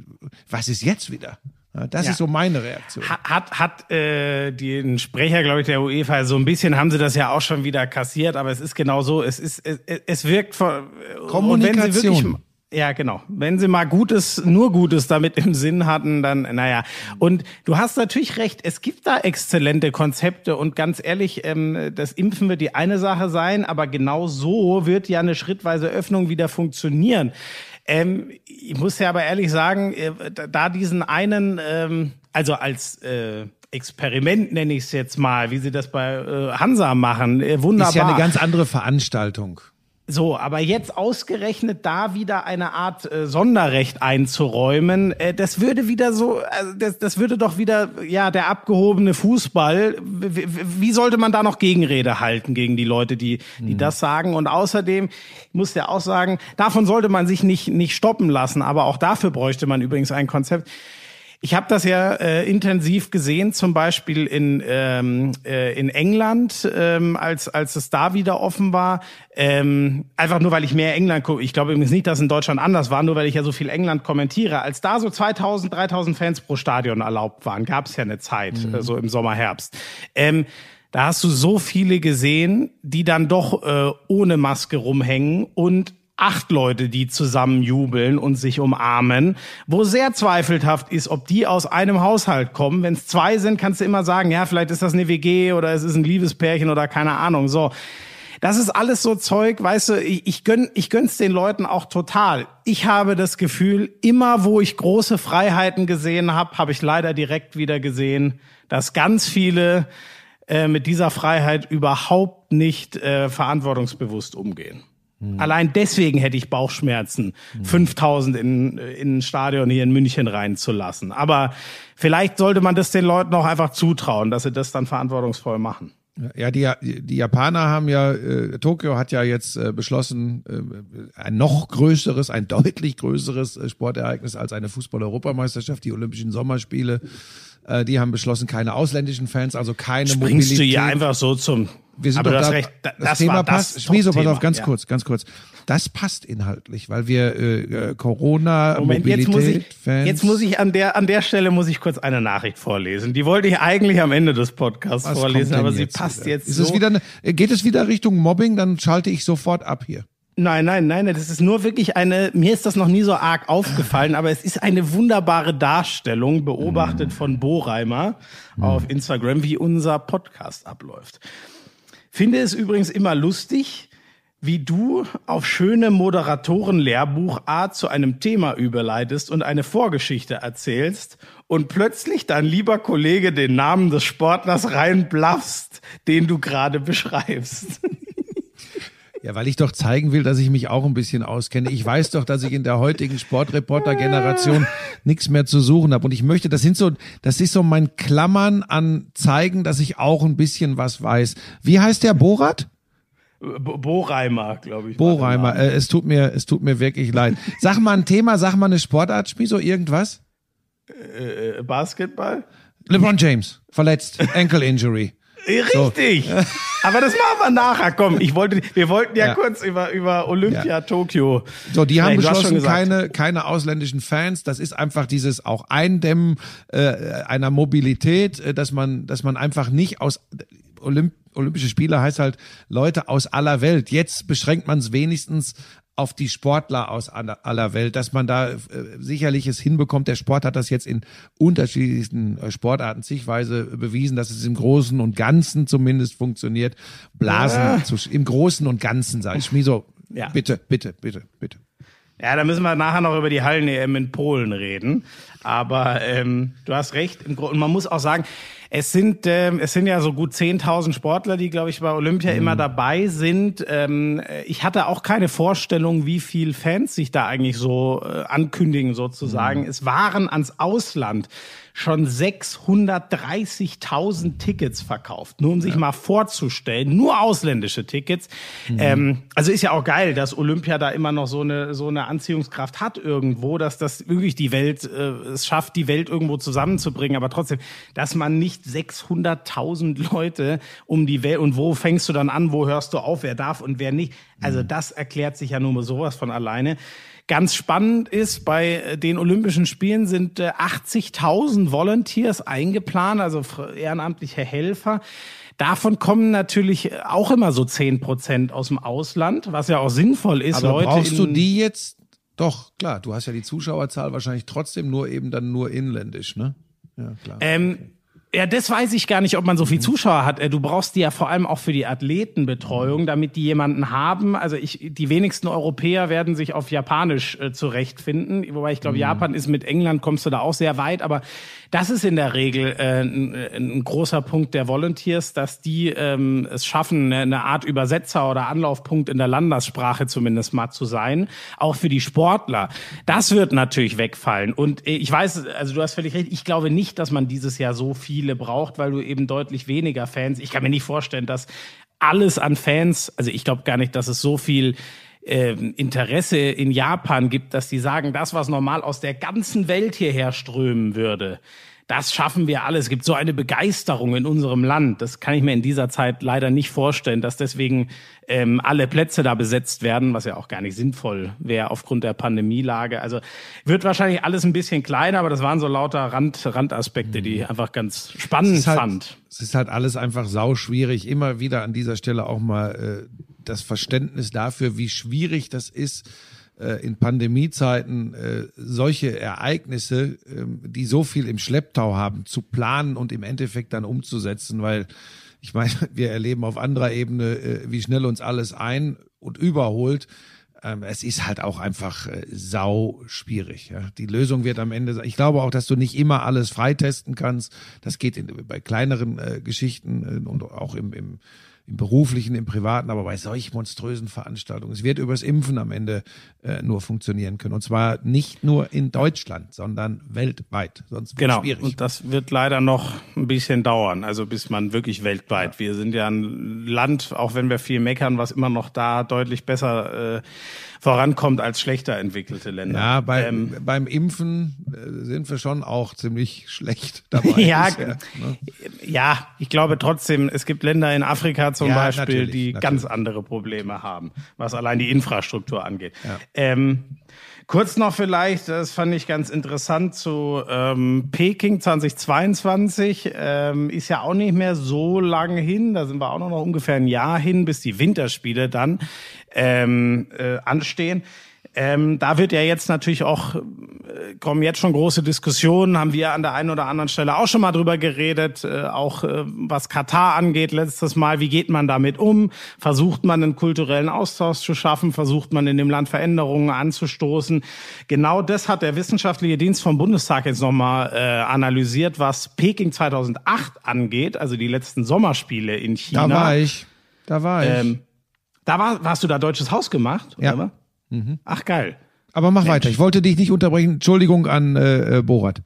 was ist jetzt wieder? Das ja. ist so meine Reaktion. Hat hat äh, den Sprecher, glaube ich, der UEFA, so ein bisschen haben sie das ja auch schon wieder kassiert, aber es ist genau so, es ist es, es wirkt von Kommunikation. Wirklich, ja, genau. Wenn sie mal Gutes, nur Gutes damit im Sinn hatten, dann, naja. Und du hast natürlich recht, es gibt da exzellente Konzepte und ganz ehrlich, ähm, das Impfen wird die eine Sache sein, aber genau so wird ja eine schrittweise Öffnung wieder funktionieren. Ähm, ich muss ja aber ehrlich sagen, äh, da diesen einen, ähm, also als äh, Experiment nenne ich es jetzt mal, wie sie das bei äh, Hansa machen, äh, wunderbar. Ist ja eine ganz andere Veranstaltung. So, aber jetzt ausgerechnet da wieder eine Art äh, Sonderrecht einzuräumen, äh, das würde wieder so, also das, das würde doch wieder, ja, der abgehobene Fußball, wie, wie sollte man da noch Gegenrede halten gegen die Leute, die die mhm. das sagen? Und außerdem muss ja auch sagen, davon sollte man sich nicht nicht stoppen lassen, aber auch dafür bräuchte man übrigens ein Konzept. Ich habe das ja äh, intensiv gesehen, zum Beispiel in ähm, äh, in England, ähm, als als es da wieder offen war. Ähm, einfach nur, weil ich mehr England gucke. Ich glaube übrigens nicht, dass es in Deutschland anders war, nur weil ich ja so viel England kommentiere. Als da so zweitausend, dreitausend Fans pro Stadion erlaubt waren, gab es ja eine Zeit, mhm. äh, so im Sommer, Herbst. Ähm, da hast du so viele gesehen, die dann doch äh, ohne Maske rumhängen und acht Leute, die zusammen jubeln und sich umarmen, wo sehr zweifelhaft ist, ob die aus einem Haushalt kommen. Wenn es zwei sind, kannst du immer sagen, ja, vielleicht ist das eine W G oder es ist ein Liebespärchen oder keine Ahnung. So, das ist alles so Zeug, weißt du, ich, ich gönn, ich gönn's den Leuten auch total. Ich habe das Gefühl, immer wo ich große Freiheiten gesehen habe, habe ich leider direkt wieder gesehen, dass ganz viele äh, mit dieser Freiheit überhaupt nicht äh, verantwortungsbewusst umgehen. Hm. Allein deswegen hätte ich Bauchschmerzen, hm. fünftausend in, in ein Stadion hier in München reinzulassen. Aber vielleicht sollte man das den Leuten auch einfach zutrauen, dass sie das dann verantwortungsvoll machen. Ja, die, die Japaner haben ja, äh, Tokio hat ja jetzt äh, beschlossen, äh, ein noch größeres, ein deutlich größeres äh, Sportereignis als eine Fußball-Europameisterschaft, die Olympischen Sommerspiele. Äh, die haben beschlossen, keine ausländischen Fans, also keine Springst Mobilität. Springst du hier einfach so zum... Wir sind aber doch das, da, recht, das, das Thema war passt. Das Schmieso, pass auf, ganz ja. kurz, ganz kurz. Das passt inhaltlich, weil wir äh, Corona, Moment, Mobilität, jetzt muss ich, Fans. Jetzt muss ich an der an der Stelle muss ich kurz eine Nachricht vorlesen. Die wollte ich eigentlich am Ende des Podcasts Was vorlesen, aber sie jetzt passt wieder? jetzt Ist so. Es wieder eine, geht es wieder Richtung Mobbing? Dann schalte ich sofort ab hier. Nein, nein, nein, das ist nur wirklich eine, mir ist das noch nie so arg aufgefallen, aber es ist eine wunderbare Darstellung, beobachtet von Bo Reimer auf Instagram, wie unser Podcast abläuft. Finde es übrigens immer lustig, wie du auf schöne Moderatoren-Lehrbuchart zu einem Thema überleitest und eine Vorgeschichte erzählst und plötzlich dein lieber Kollege den Namen des Sportlers reinblaffst, den du gerade beschreibst. Ja, weil ich doch zeigen will, dass ich mich auch ein bisschen auskenne. Ich weiß doch, dass ich in der heutigen Sportreporter-Generation nichts mehr zu suchen habe. Und ich möchte, das sind so, das ist so mein Klammern an zeigen, dass ich auch ein bisschen was weiß. Wie heißt der, Borat? Bo, Bo Reimer, glaube ich. Bo Reimer, äh, es tut mir, es tut mir wirklich leid. Sag mal ein Thema, sag mal eine Sportart, Spiel so irgendwas? Äh, Basketball? LeBron James, verletzt, Ankle Injury. Richtig. So. Aber das machen wir nachher. Komm, ich wollte, wir wollten ja, Ja. kurz über, über Olympia Ja. Tokio. So, die haben Nein, du hast schon beschlossen, gesagt. keine, keine ausländischen Fans. Das ist einfach dieses auch Eindämmen äh, einer Mobilität, äh, dass man, dass man einfach nicht aus Olymp Olympische Spiele heißt halt Leute aus aller Welt. Jetzt beschränkt man es wenigstens auf die Sportler aus aller aller Welt, dass man da äh, sicherlich es hinbekommt. Der Sport hat das jetzt in unterschiedlichsten äh, Sportarten zigweise bewiesen, dass es im Großen und Ganzen zumindest funktioniert. Blasen Ja. zu, im Großen und Ganzen, sag ich. Schmieso, Ja. bitte, bitte, bitte, bitte. Ja, da müssen wir nachher noch über die Hallen-E M in Polen reden. Aber ähm, du hast recht. Im Gro- Und man muss auch sagen, es sind ähm, es sind ja so gut zehntausend Sportler, die, glaube ich, bei Olympia Mhm. immer dabei sind. Ähm, ich hatte auch keine Vorstellung, wie viel Fans sich da eigentlich so äh, ankündigen, sozusagen. Mhm. Es waren ans Ausland schon sechshundertdreißigtausend Tickets verkauft, nur um sich mal vorzustellen, nur ausländische Tickets. Mhm. Ähm, also ist ja auch geil, dass Olympia da immer noch so eine so eine Anziehungskraft hat irgendwo, dass das wirklich die Welt äh, es schafft, die Welt irgendwo zusammenzubringen. Aber trotzdem, dass man nicht sechshunderttausend Leute um die Welt, und wo fängst du dann an, wo hörst du auf, wer darf und wer nicht. Also das erklärt sich ja nur sowas von alleine. Ganz spannend ist, bei den Olympischen Spielen sind äh, achtzigtausend Volunteers eingeplant, also ehrenamtliche Helfer. Davon kommen natürlich auch immer so zehn Prozent aus dem Ausland, was ja auch sinnvoll ist. Aber Leute brauchst du in, die jetzt? Doch, klar, du hast ja die Zuschauerzahl wahrscheinlich trotzdem nur eben dann nur inländisch, ne? Ja, klar. Ähm, ja, das weiß ich gar nicht, ob man so viel Zuschauer hat. Äh, Du brauchst die ja vor allem auch für die Athletenbetreuung, damit die jemanden haben. Also ich, die wenigsten Europäer werden sich auf Japanisch äh, zurechtfinden. Wobei ich glaube, Japan ist mit England, kommst du da auch sehr weit. Aber das ist in der Regel äh, ein, ein großer Punkt der Volunteers, dass die ähm, es schaffen, eine Art Übersetzer oder Anlaufpunkt in der Landessprache zumindest mal zu sein. Auch für die Sportler. Das wird natürlich wegfallen. Und äh, ich weiß, also du hast völlig recht, ich glaube nicht, dass man dieses Jahr so viele braucht, weil du eben deutlich weniger Fans, ich kann mir nicht vorstellen, dass alles an Fans, also ich glaube gar nicht, dass es so viel ähm, Interesse in Japan gibt, dass die sagen, das, was normal aus der ganzen Welt hierher strömen würde, das schaffen wir alles. Es gibt so eine Begeisterung in unserem Land. Das kann ich mir in dieser Zeit leider nicht vorstellen, dass deswegen ähm, alle Plätze da besetzt werden, was ja auch gar nicht sinnvoll wäre aufgrund der Pandemielage. Also wird wahrscheinlich alles ein bisschen kleiner, aber das waren so lauter Rand, Randaspekte, die ich einfach ganz spannend es ist halt, fand. Es ist halt alles einfach sauschwierig. Immer wieder an dieser Stelle auch mal äh, das Verständnis dafür, wie schwierig das ist, äh, in Pandemiezeiten äh, solche Ereignisse, äh, die so viel im Schlepptau haben, zu planen und im Endeffekt dann umzusetzen, weil ich meine, wir erleben auf anderer Ebene, äh, wie schnell uns alles ein- und überholt. Ähm, es ist halt auch einfach äh, sau schwierig. Ja. Die Lösung wird am Ende, ich glaube auch, dass du nicht immer alles freitesten kannst. Das geht in, bei kleineren äh, Geschichten äh, und auch im, im im Beruflichen, im Privaten, aber bei solch monströsen Veranstaltungen. Es wird übers Impfen am Ende äh, nur funktionieren können. Und zwar nicht nur in Deutschland, sondern weltweit. Sonst wird es Genau, schwierig. und das wird leider noch ein bisschen dauern, also bis man wirklich weltweit. Wir sind ja ein Land, auch wenn wir viel meckern, was immer noch da deutlich besser äh, vorankommt als schlechter entwickelte Länder. Ja, bei, Ähm, beim Impfen äh, sind wir schon auch ziemlich schlecht dabei. Ja, bisher, ne? ja, ich glaube trotzdem, es gibt Länder in Afrika zum Ja, Beispiel, natürlich, die natürlich. ganz andere Probleme haben, was allein die Infrastruktur angeht. Ja. Ähm, kurz noch vielleicht, das fand ich ganz interessant, zu ähm, Peking zweitausendzweiundzwanzig ähm, ist ja auch nicht mehr so lange hin, da sind wir auch noch ungefähr ein Jahr hin, bis die Winterspiele dann ähm, äh, anstehen. Ähm, da wird ja jetzt natürlich auch, äh, kommen jetzt schon große Diskussionen, haben wir an der einen oder anderen Stelle auch schon mal drüber geredet, äh, auch äh, was Katar angeht letztes Mal, wie geht man damit um? Versucht man einen kulturellen Austausch zu schaffen? Versucht man in dem Land Veränderungen anzustoßen? Genau das hat der Wissenschaftliche Dienst vom Bundestag jetzt nochmal äh, analysiert, was Peking zweitausendacht angeht, also die letzten Sommerspiele in China. Da war ich. Da war ich. Ähm, da war, warst du da Deutsches Haus gemacht? Ja. Oder? Ach, geil. Aber mach weiter. Ich wollte dich nicht unterbrechen. Entschuldigung an äh, äh, Borat.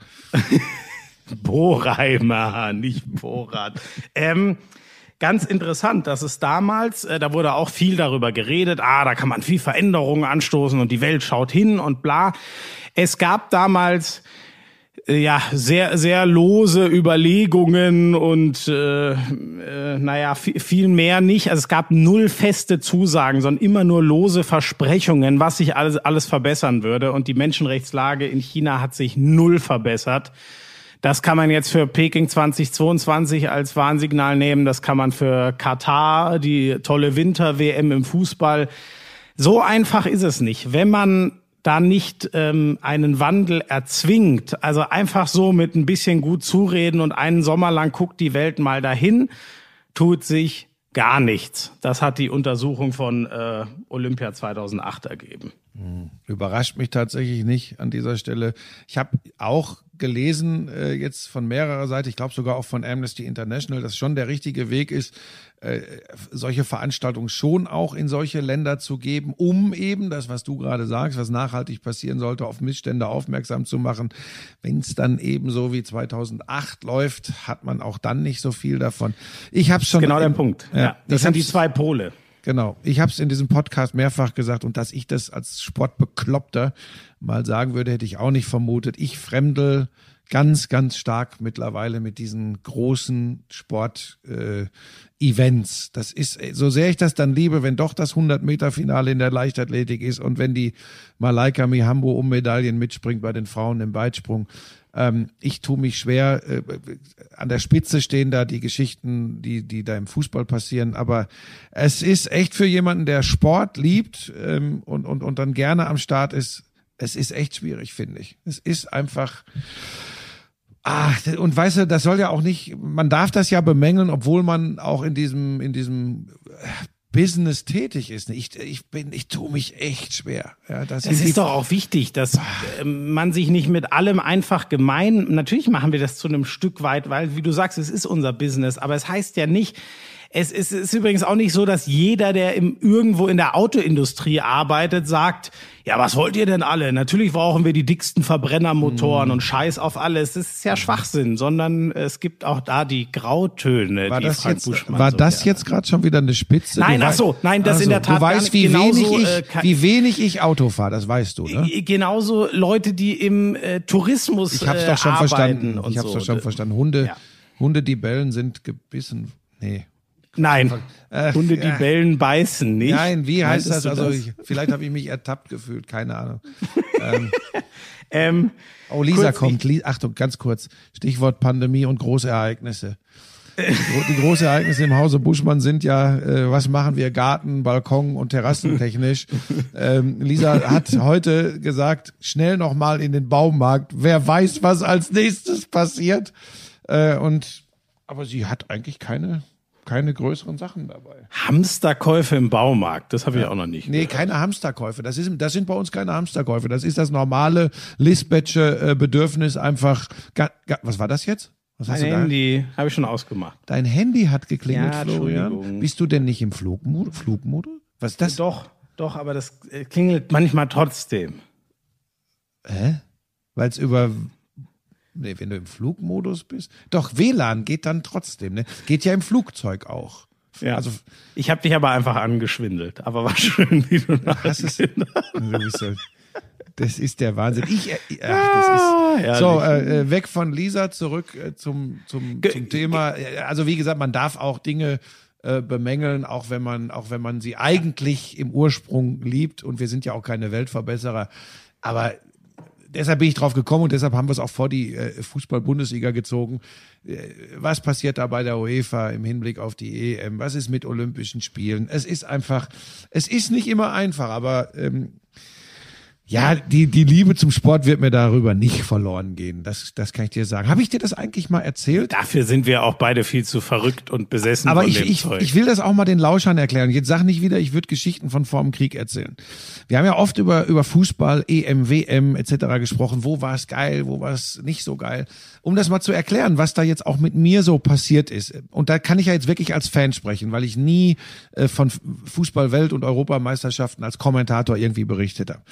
Bohreimer, nicht Borat. ähm, ganz interessant, dass es damals, äh, da wurde auch viel darüber geredet, ah, da kann man viel Veränderungen anstoßen und die Welt schaut hin und bla. Es gab damals ja, sehr, sehr lose Überlegungen und äh, äh, naja, viel, viel mehr nicht. Also es gab null feste Zusagen, sondern immer nur lose Versprechungen, was sich alles, alles verbessern würde. Und die Menschenrechtslage in China hat sich null verbessert. Das kann man jetzt für Peking zwanzig zweiundzwanzig als Warnsignal nehmen. Das kann man für Katar, die tolle Winter-W M im Fußball. So einfach ist es nicht. Wenn man da nicht ähm, einen Wandel erzwingt, also einfach so mit ein bisschen gut zureden und einen Sommer lang guckt die Welt mal dahin, tut sich gar nichts. Das hat die Untersuchung von äh, Olympia zweitausendacht ergeben. Überrascht mich tatsächlich nicht an dieser Stelle. Ich habe auch gelesen, äh, jetzt von mehrerer Seite, ich glaube sogar auch von Amnesty International, dass schon der richtige Weg ist, äh, solche Veranstaltungen schon auch in solche Länder zu geben, um eben das, was du gerade sagst, was nachhaltig passieren sollte, auf Missstände aufmerksam zu machen. Wenn es dann eben so wie zweitausendacht läuft, hat man auch dann nicht so viel davon. Ich habe schon genau der Punkt. Ja, ja, das sind die zwei Pole. Genau. Ich habe es in diesem Podcast mehrfach gesagt und dass ich das als Sportbekloppter mal sagen würde, hätte ich auch nicht vermutet. Ich fremdel ganz, ganz stark mittlerweile mit diesen großen Sport-Events. Äh, das ist, so sehr ich das dann liebe, wenn doch das hundert-Meter-Finale in der Leichtathletik ist und wenn die Malaika Mihambo um Medaillen mitspringt bei den Frauen im Weitsprung. Ähm, ich tue mich schwer, äh, an der Spitze stehen da die Geschichten, die die da im Fußball passieren, aber es ist echt für jemanden, der Sport liebt ähm, und, und, und dann gerne am Start ist, es ist echt schwierig, finde ich. Es ist einfach, ah, und weißt du, das soll ja auch nicht, man darf das ja bemängeln, obwohl man auch in diesem, in diesem Business tätig ist. Ich, ich bin, ich tue mich echt schwer. Ja, das es ist doch auch wichtig, dass äh, man sich nicht mit allem einfach gemein, natürlich machen wir das zu einem Stück weit, weil, wie du sagst, es ist unser Business, aber es heißt ja nicht, es ist, es ist übrigens auch nicht so, dass jeder, der im, irgendwo in der Autoindustrie arbeitet, sagt, ja, was wollt ihr denn alle? Natürlich brauchen wir die dicksten Verbrennermotoren mm. und Scheiß auf alles. Das ist ja Schwachsinn, sondern es gibt auch da die Grautöne, war die das Frank jetzt, Buschmann War so das gerne. jetzt gerade schon wieder eine Spitze? Nein, du ach so, nein, das also, in der Tat du weißt, wie gar nicht. wenig Genauso, ich, äh, wie wenig ich Auto fahre, das weißt du, ne? Genauso Leute, die im äh, Tourismus Ich hab's äh, doch schon arbeiten verstanden. und Ich hab's so. doch schon verstanden. Hunde, Ja. Hunde, die bellen, sind gebissen. Nee. Nein, Äh, Hunde, die ja. bellen, beißen nicht. Nein, wie heißt Meintest das? du Also ich, vielleicht habe ich mich ertappt gefühlt, keine Ahnung. ähm, ähm, oh, Lisa kurz, kommt. Li- Achtung, ganz kurz. Stichwort Pandemie und Großereignisse. Die, gro- die Großereignisse im Hause Buschmann sind ja, äh, was machen wir Garten, Balkon und Terrassentechnisch. ähm, Lisa hat heute gesagt, schnell noch mal in den Baumarkt. Wer weiß, was als nächstes passiert. Äh, und aber sie hat eigentlich keine keine größeren Sachen dabei. Hamsterkäufe im Baumarkt, das habe ich auch noch nicht. Nee, keine Hamsterkäufe. Das ist, das sind bei uns keine Hamsterkäufe. Das ist das normale Lisbethsche äh, Bedürfnis einfach. Ga, ga, was war das jetzt? Was hast Mein du da? Handy habe ich schon ausgemacht. Dein Handy hat geklingelt, Ja, Florian. Entschuldigung. Bist du denn nicht im Flugmodus? Flugmodus? Was ist das? Doch, doch, aber das äh, klingelt manchmal trotzdem. Hä? Weil es über Nee, wenn du im Flugmodus bist. Doch, W L A N geht dann trotzdem, ne? Geht ja im Flugzeug auch. Ja. Also Ich habe dich aber einfach angeschwindelt. Aber war schön, wie du das ist, nachgedacht hast. du bist so, das ist der Wahnsinn. Ich, äh, ach, das ist, so, äh, weg von Lisa, zurück äh, zum, zum, Ge- zum Thema. Also wie gesagt, man darf auch Dinge äh, bemängeln, auch wenn man, auch wenn man sie eigentlich im Ursprung liebt. Und wir sind ja auch keine Weltverbesserer. Aber deshalb bin ich drauf gekommen und deshalb haben wir es auch vor die äh, Fußball-Bundesliga gezogen. Äh, was passiert da bei der UEFA im Hinblick auf die E M? Was ist mit Olympischen Spielen? Es ist einfach, es ist nicht immer einfach, aber ähm, ja, die, die Liebe zum Sport wird mir darüber nicht verloren gehen. Das, das kann ich dir sagen. Habe ich dir das eigentlich mal erzählt? Dafür sind wir auch beide viel zu verrückt und besessen Aber von ich, dem ich, Zeug. ich will das auch mal den Lauschern erklären. Jetzt sag nicht wieder, ich würde Geschichten von vor dem Krieg erzählen. Wir haben ja oft über, über Fußball, E M, W M et cetera gesprochen. Wo war es geil, wo war es nicht so geil? Um das mal zu erklären, was da jetzt auch mit mir so passiert ist. Und da kann ich ja jetzt wirklich als Fan sprechen, weil ich nie äh, von Fußball-Welt- und Europameisterschaften als Kommentator irgendwie berichtet habe. Ich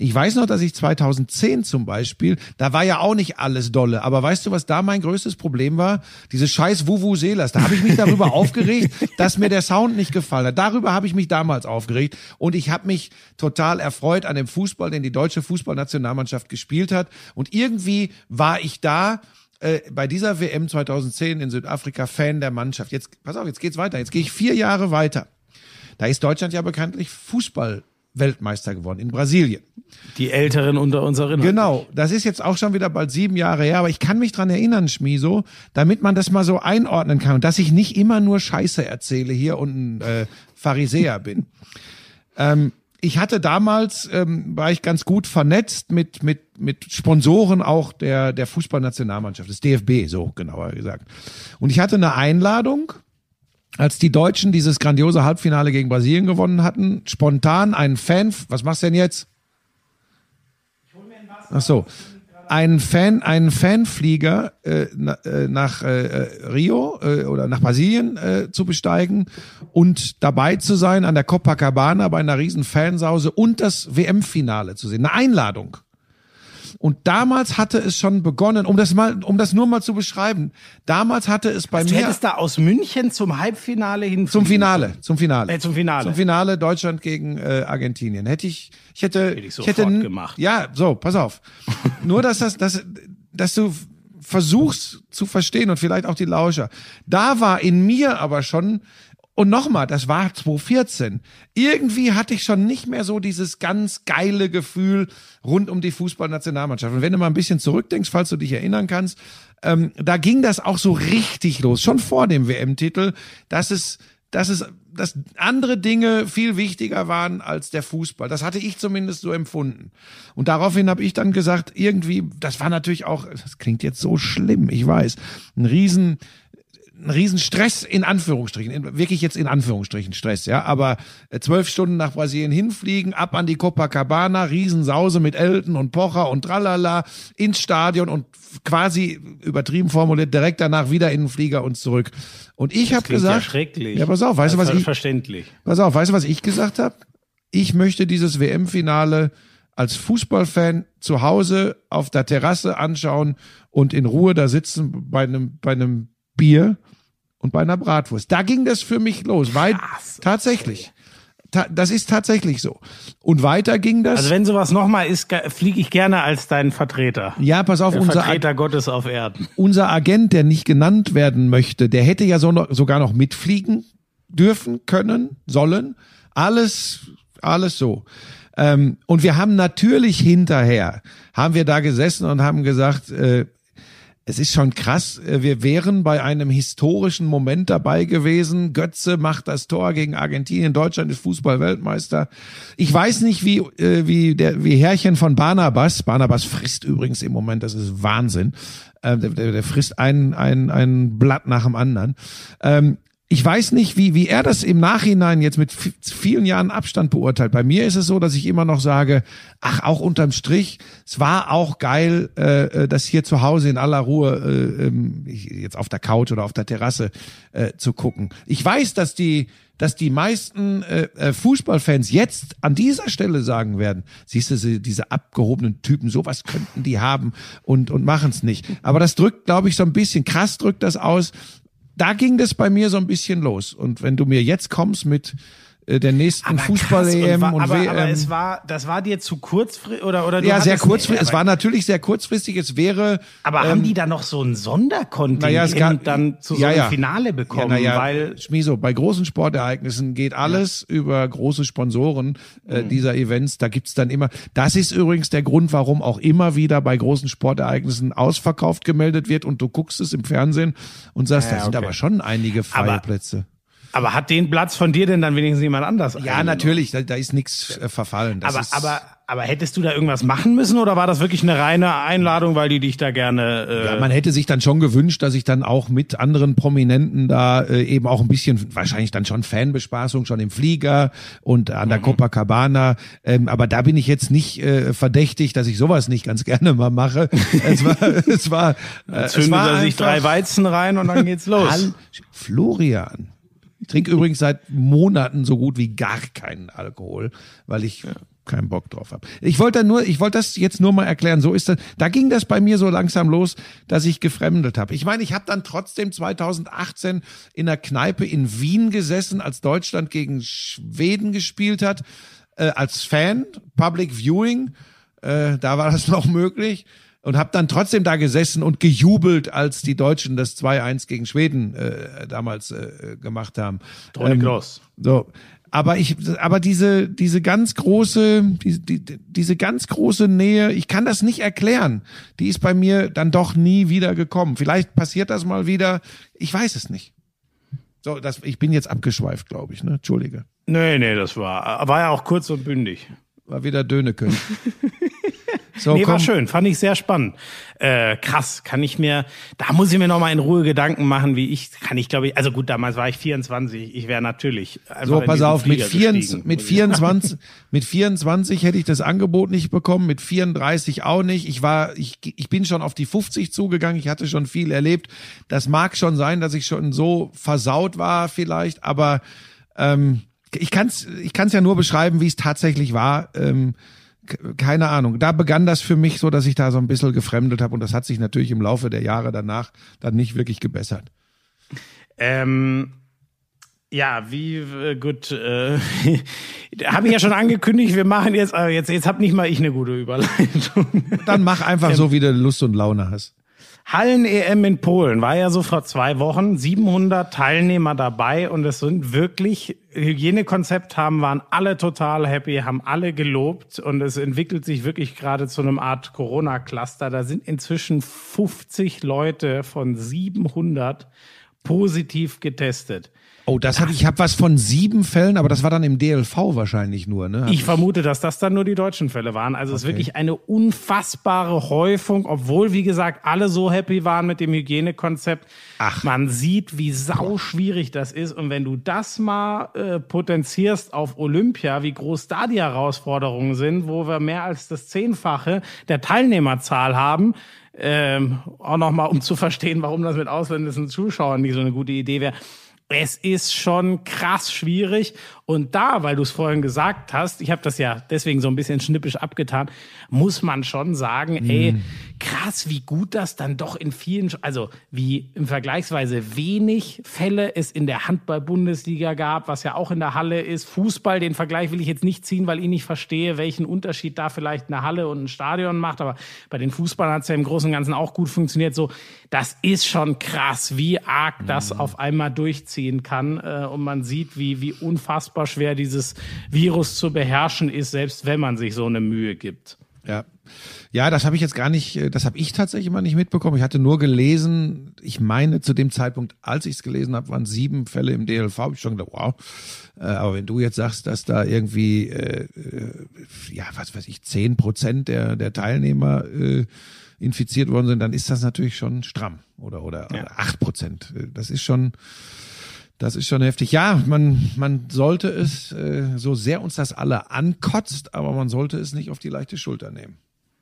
ich weiß noch, dass ich zweitausendzehn zum Beispiel, da war ja auch nicht alles dolle, aber weißt du, was da mein größtes Problem war? Diese scheiß Vuvuzelas, da habe ich mich darüber aufgeregt, dass mir der Sound nicht gefallen hat. Darüber habe ich mich damals aufgeregt und ich habe mich total erfreut an dem Fußball, den die deutsche Fußballnationalmannschaft gespielt hat und irgendwie war ich da äh, bei dieser W M zweitausendzehn in Südafrika Fan der Mannschaft. Jetzt, pass auf, jetzt geht's weiter, jetzt gehe ich vier Jahre weiter. Da ist Deutschland ja bekanntlich Fußball-Weltmeister geworden in Brasilien. Die Älteren unter uns erinnern. Genau, das ist jetzt auch schon wieder bald sieben Jahre her, aber ich kann mich dran erinnern, Schmieso, damit man das mal so einordnen kann und dass ich nicht immer nur Scheiße erzähle hier und ein äh, Pharisäer bin. Ähm, ich hatte damals, ähm, war ich ganz gut vernetzt mit mit mit Sponsoren auch der der Fußballnationalmannschaft, des D F B, so genauer gesagt. Und ich hatte eine Einladung, als die Deutschen dieses grandiose Halbfinale gegen Brasilien gewonnen hatten, spontan einen Fan, was machst du denn jetzt? Ach so, einen Fan, einen Fanflieger äh, na, äh, nach äh, Rio äh, oder nach Brasilien äh, zu besteigen und dabei zu sein an der Copacabana bei einer riesen Fansause und das W M-Finale zu sehen. Eine Einladung. Und damals hatte es schon begonnen, um das mal, um das nur mal zu beschreiben. Damals hatte es bei Du mir hättest da aus München zum Halbfinale hin. zum Finale, zum Finale, Äh, zum Finale. zum Finale Deutschland gegen äh, Argentinien. Hätte ich, ich hätte, Hätte ich ich sofort hätte gemacht. Ja, so, pass auf. Nur dass das, dass, dass du versuchst zu verstehen und vielleicht auch die Lauscher. Da war in mir aber schon und nochmal, das war zweitausendvierzehn. Irgendwie hatte ich schon nicht mehr so dieses ganz geile Gefühl rund um die Fußballnationalmannschaft. Und wenn du mal ein bisschen zurückdenkst, falls du dich erinnern kannst, ähm, da ging das auch so richtig los, schon vor dem W M-Titel, dass es, dass es, dass andere Dinge viel wichtiger waren als der Fußball. Das hatte ich zumindest so empfunden. Und daraufhin habe ich dann gesagt, irgendwie, das war natürlich auch, das klingt jetzt so schlimm, ich weiß, ein riesen ein Riesenstress in Anführungsstrichen, in, wirklich jetzt in Anführungsstrichen Stress, ja, aber äh, zwölf Stunden nach Brasilien hinfliegen, ab an die Copacabana, Riesensause mit Elton und Pocher und tralala, ins Stadion und quasi übertrieben formuliert direkt danach wieder in den Flieger und zurück. Und ich habe gesagt, ja, schrecklich. Ja, pass auf, weißt du, was ich, verständlich. pass auf, weißt du, was ich gesagt habe? Ich möchte dieses W M-Finale als Fußballfan zu Hause auf der Terrasse anschauen und in Ruhe da sitzen bei einem, bei einem Bier und bei einer Bratwurst. Da ging das für mich los. Weit, tatsächlich. Ta- das ist tatsächlich so. Und weiter ging das. Also wenn sowas nochmal ist, fliege ich gerne als dein Vertreter. Ja, pass auf, Der unser, Vertreter Gottes auf Erden. unser Agent, der nicht genannt werden möchte, der hätte ja so noch, sogar noch mitfliegen dürfen, können, sollen. Alles, alles so. Ähm, und wir haben natürlich hinterher, haben wir da gesessen und haben gesagt, äh, es ist schon krass, wir wären bei einem historischen Moment dabei gewesen. Götze macht das Tor gegen Argentinien, Deutschland ist Fußball-Weltmeister. Ich weiß nicht, wie wie der wie Herrchen von Barnabas, Barnabas frisst übrigens im Moment, das ist Wahnsinn. Der, der, der frisst ein ein ein Blatt nach dem anderen. Ich weiß nicht, wie wie er das im Nachhinein jetzt mit vielen Jahren Abstand beurteilt. Bei mir ist es so, dass ich immer noch sage, ach, auch unterm Strich, es war auch geil, äh, das hier zu Hause in aller Ruhe, äh, jetzt auf der Couch oder auf der Terrasse äh, zu gucken. Ich weiß, dass die dass die meisten äh, Fußballfans jetzt an dieser Stelle sagen werden, siehst du, diese abgehobenen Typen, sowas könnten die haben und und machen es nicht. Aber das drückt, glaube ich, so ein bisschen, krass drückt das aus. Da ging das bei mir so ein bisschen los. Und wenn du mir jetzt kommst mit äh, der nächsten Fußball-E M und, und, und W M. Aber es war, das war dir zu kurzfristig oder oder du ja, sehr hattest- kurzfristig. aber- Es war natürlich sehr kurzfristig. Es wäre. Aber ähm, haben die da noch so ein Sonderkontingent naja, es gab- dann zu so ja, einem ja. Finale bekommen? Ja, na ja, weil Schmieso, bei großen Sportereignissen geht alles ja. über große Sponsoren äh, mhm. dieser Events. Da gibt's dann immer, das ist übrigens der Grund, warum auch immer wieder bei großen Sportereignissen ausverkauft gemeldet wird und du guckst es im Fernsehen und sagst, Ja, da sind okay. aber schon einige freie Aber- Plätze. aber hat den Platz von dir denn dann wenigstens jemand anders? Ja, eingenommen? natürlich, da, da ist nichts äh, verfallen. Das Aber, ist, aber, aber hättest du da irgendwas machen müssen oder war das wirklich eine reine Einladung, weil die dich da gerne... Äh, ja, man hätte sich dann schon gewünscht, dass ich dann auch mit anderen Prominenten da äh, eben auch ein bisschen, wahrscheinlich dann schon Fanbespaßung, schon im Flieger und an der Mhm. Copacabana. Ähm, aber da bin ich jetzt nicht äh, verdächtig, dass ich sowas nicht ganz gerne mal mache. es war, es war, äh, es zündet war er sich drei Weizen rein und dann geht's los. Hall- Florian. Ich trinke übrigens seit Monaten so gut wie gar keinen Alkohol, weil ich keinen Bock drauf habe. Ich wollte nur, ich wollte das jetzt nur mal erklären. So ist das. Da ging das bei mir so langsam los, dass ich gefremdet habe. Ich meine, ich habe dann trotzdem zweitausendachtzehn in einer Kneipe in Wien gesessen, als Deutschland gegen Schweden gespielt hat, äh, als Fan, Public Viewing. Äh, da war das noch möglich. Und habe dann trotzdem da gesessen und gejubelt, als die Deutschen das zwei eins gegen Schweden äh, damals äh, gemacht haben. Toni Ähm, Kroos. so. Aber ich, aber diese, diese ganz große, die, die, diese ganz große Nähe, ich kann das nicht erklären. Die ist bei mir dann doch nie wieder gekommen. Vielleicht passiert das mal wieder. Ich weiß es nicht. So, das, ich bin jetzt abgeschweift, glaube ich, ne? Entschuldige. Nee, nee, das war, war ja auch kurz und bündig. War wieder Döneken. So, nee, komm. war schön, fand ich sehr spannend. Äh, krass, kann ich mir, da muss ich mir nochmal in Ruhe Gedanken machen, wie ich, kann ich glaube ich, also gut, damals war ich vierundzwanzig, ich wäre natürlich einfach So, in pass diesen auf, mit, Flieger vierundzwanzig, gestiegen, mit, muss ich vierundzwanzig, mit vierundzwanzig hätte ich das Angebot nicht bekommen, mit vierunddreißig auch nicht. Ich war, ich, ich bin schon auf die fünfzig zugegangen, ich hatte schon viel erlebt. Das mag schon sein, dass ich schon so versaut war vielleicht, aber ähm, ich kann es ich kann's ja nur beschreiben, wie es tatsächlich war. Ähm, keine Ahnung. Da begann das für mich so, dass ich da so ein bisschen gefremdet habe und das hat sich natürlich im Laufe der Jahre danach dann nicht wirklich gebessert. Ähm, ja, wie äh, gut, äh, habe ich ja schon angekündigt, wir machen jetzt, aber jetzt, jetzt hab nicht mal ich eine gute Überleitung. Dann mach einfach so, wie du Lust und Laune hast. Hallen-E M in Polen war ja so vor zwei Wochen, siebenhundert Teilnehmer dabei und es sind wirklich, Hygienekonzept haben, waren alle total happy, haben alle gelobt und es entwickelt sich wirklich gerade zu einem Art Corona-Cluster. Da sind inzwischen fünfzig Leute von siebenhundert positiv getestet. Oh, das hatte ich, habe was von sieben Fällen, aber das war dann im D L V wahrscheinlich nur, ne? Ich vermute, dass das dann nur die deutschen Fälle waren. Also es ist Okay. wirklich eine unfassbare Häufung, obwohl, wie gesagt, alle so happy waren mit dem Hygienekonzept. Ach. Man sieht, wie sau schwierig das ist. Und wenn du das mal äh, potenzierst auf Olympia, wie groß da die Herausforderungen sind, wo wir mehr als das Zehnfache der Teilnehmerzahl haben, ähm, auch nochmal, um zu verstehen, warum das mit ausländischen Zuschauern nicht so eine gute Idee wäre. Es ist schon krass schwierig. Und da, weil du es vorhin gesagt hast, ich habe das ja deswegen so ein bisschen schnippisch abgetan, muss man schon sagen, ey, krass, wie gut das dann doch in vielen, also wie im vergleichsweise wenig Fälle es in der Handball-Bundesliga gab, was ja auch in der Halle ist. Fußball, den Vergleich will ich jetzt nicht ziehen, weil ich nicht verstehe, welchen Unterschied da vielleicht eine Halle und ein Stadion macht. Aber bei den Fußballern hat es ja im Großen und Ganzen auch gut funktioniert. So, das ist schon krass, wie arg das auf einmal durchziehen kann. Äh, und man sieht, wie, wie unfassbar schwer dieses Virus zu beherrschen ist, selbst wenn man sich so eine Mühe gibt. Ja, ja, das habe ich jetzt gar nicht, das habe ich tatsächlich mal nicht mitbekommen. Ich hatte nur gelesen, ich meine zu dem Zeitpunkt, als ich es gelesen habe, waren sieben Fälle im D L V. Hab ich schon gedacht, wow. Äh, aber wenn du jetzt sagst, dass da irgendwie, äh, äh, ja, was weiß ich, zehn Prozent der, der Teilnehmer äh, infiziert worden sind, dann ist das natürlich schon stramm. Oder, oder, Ja. oder acht Prozent. Das ist schon... Das ist schon heftig. Ja, man, man sollte es, äh, so sehr uns das alle ankotzt, aber man sollte es nicht auf die leichte Schulter nehmen.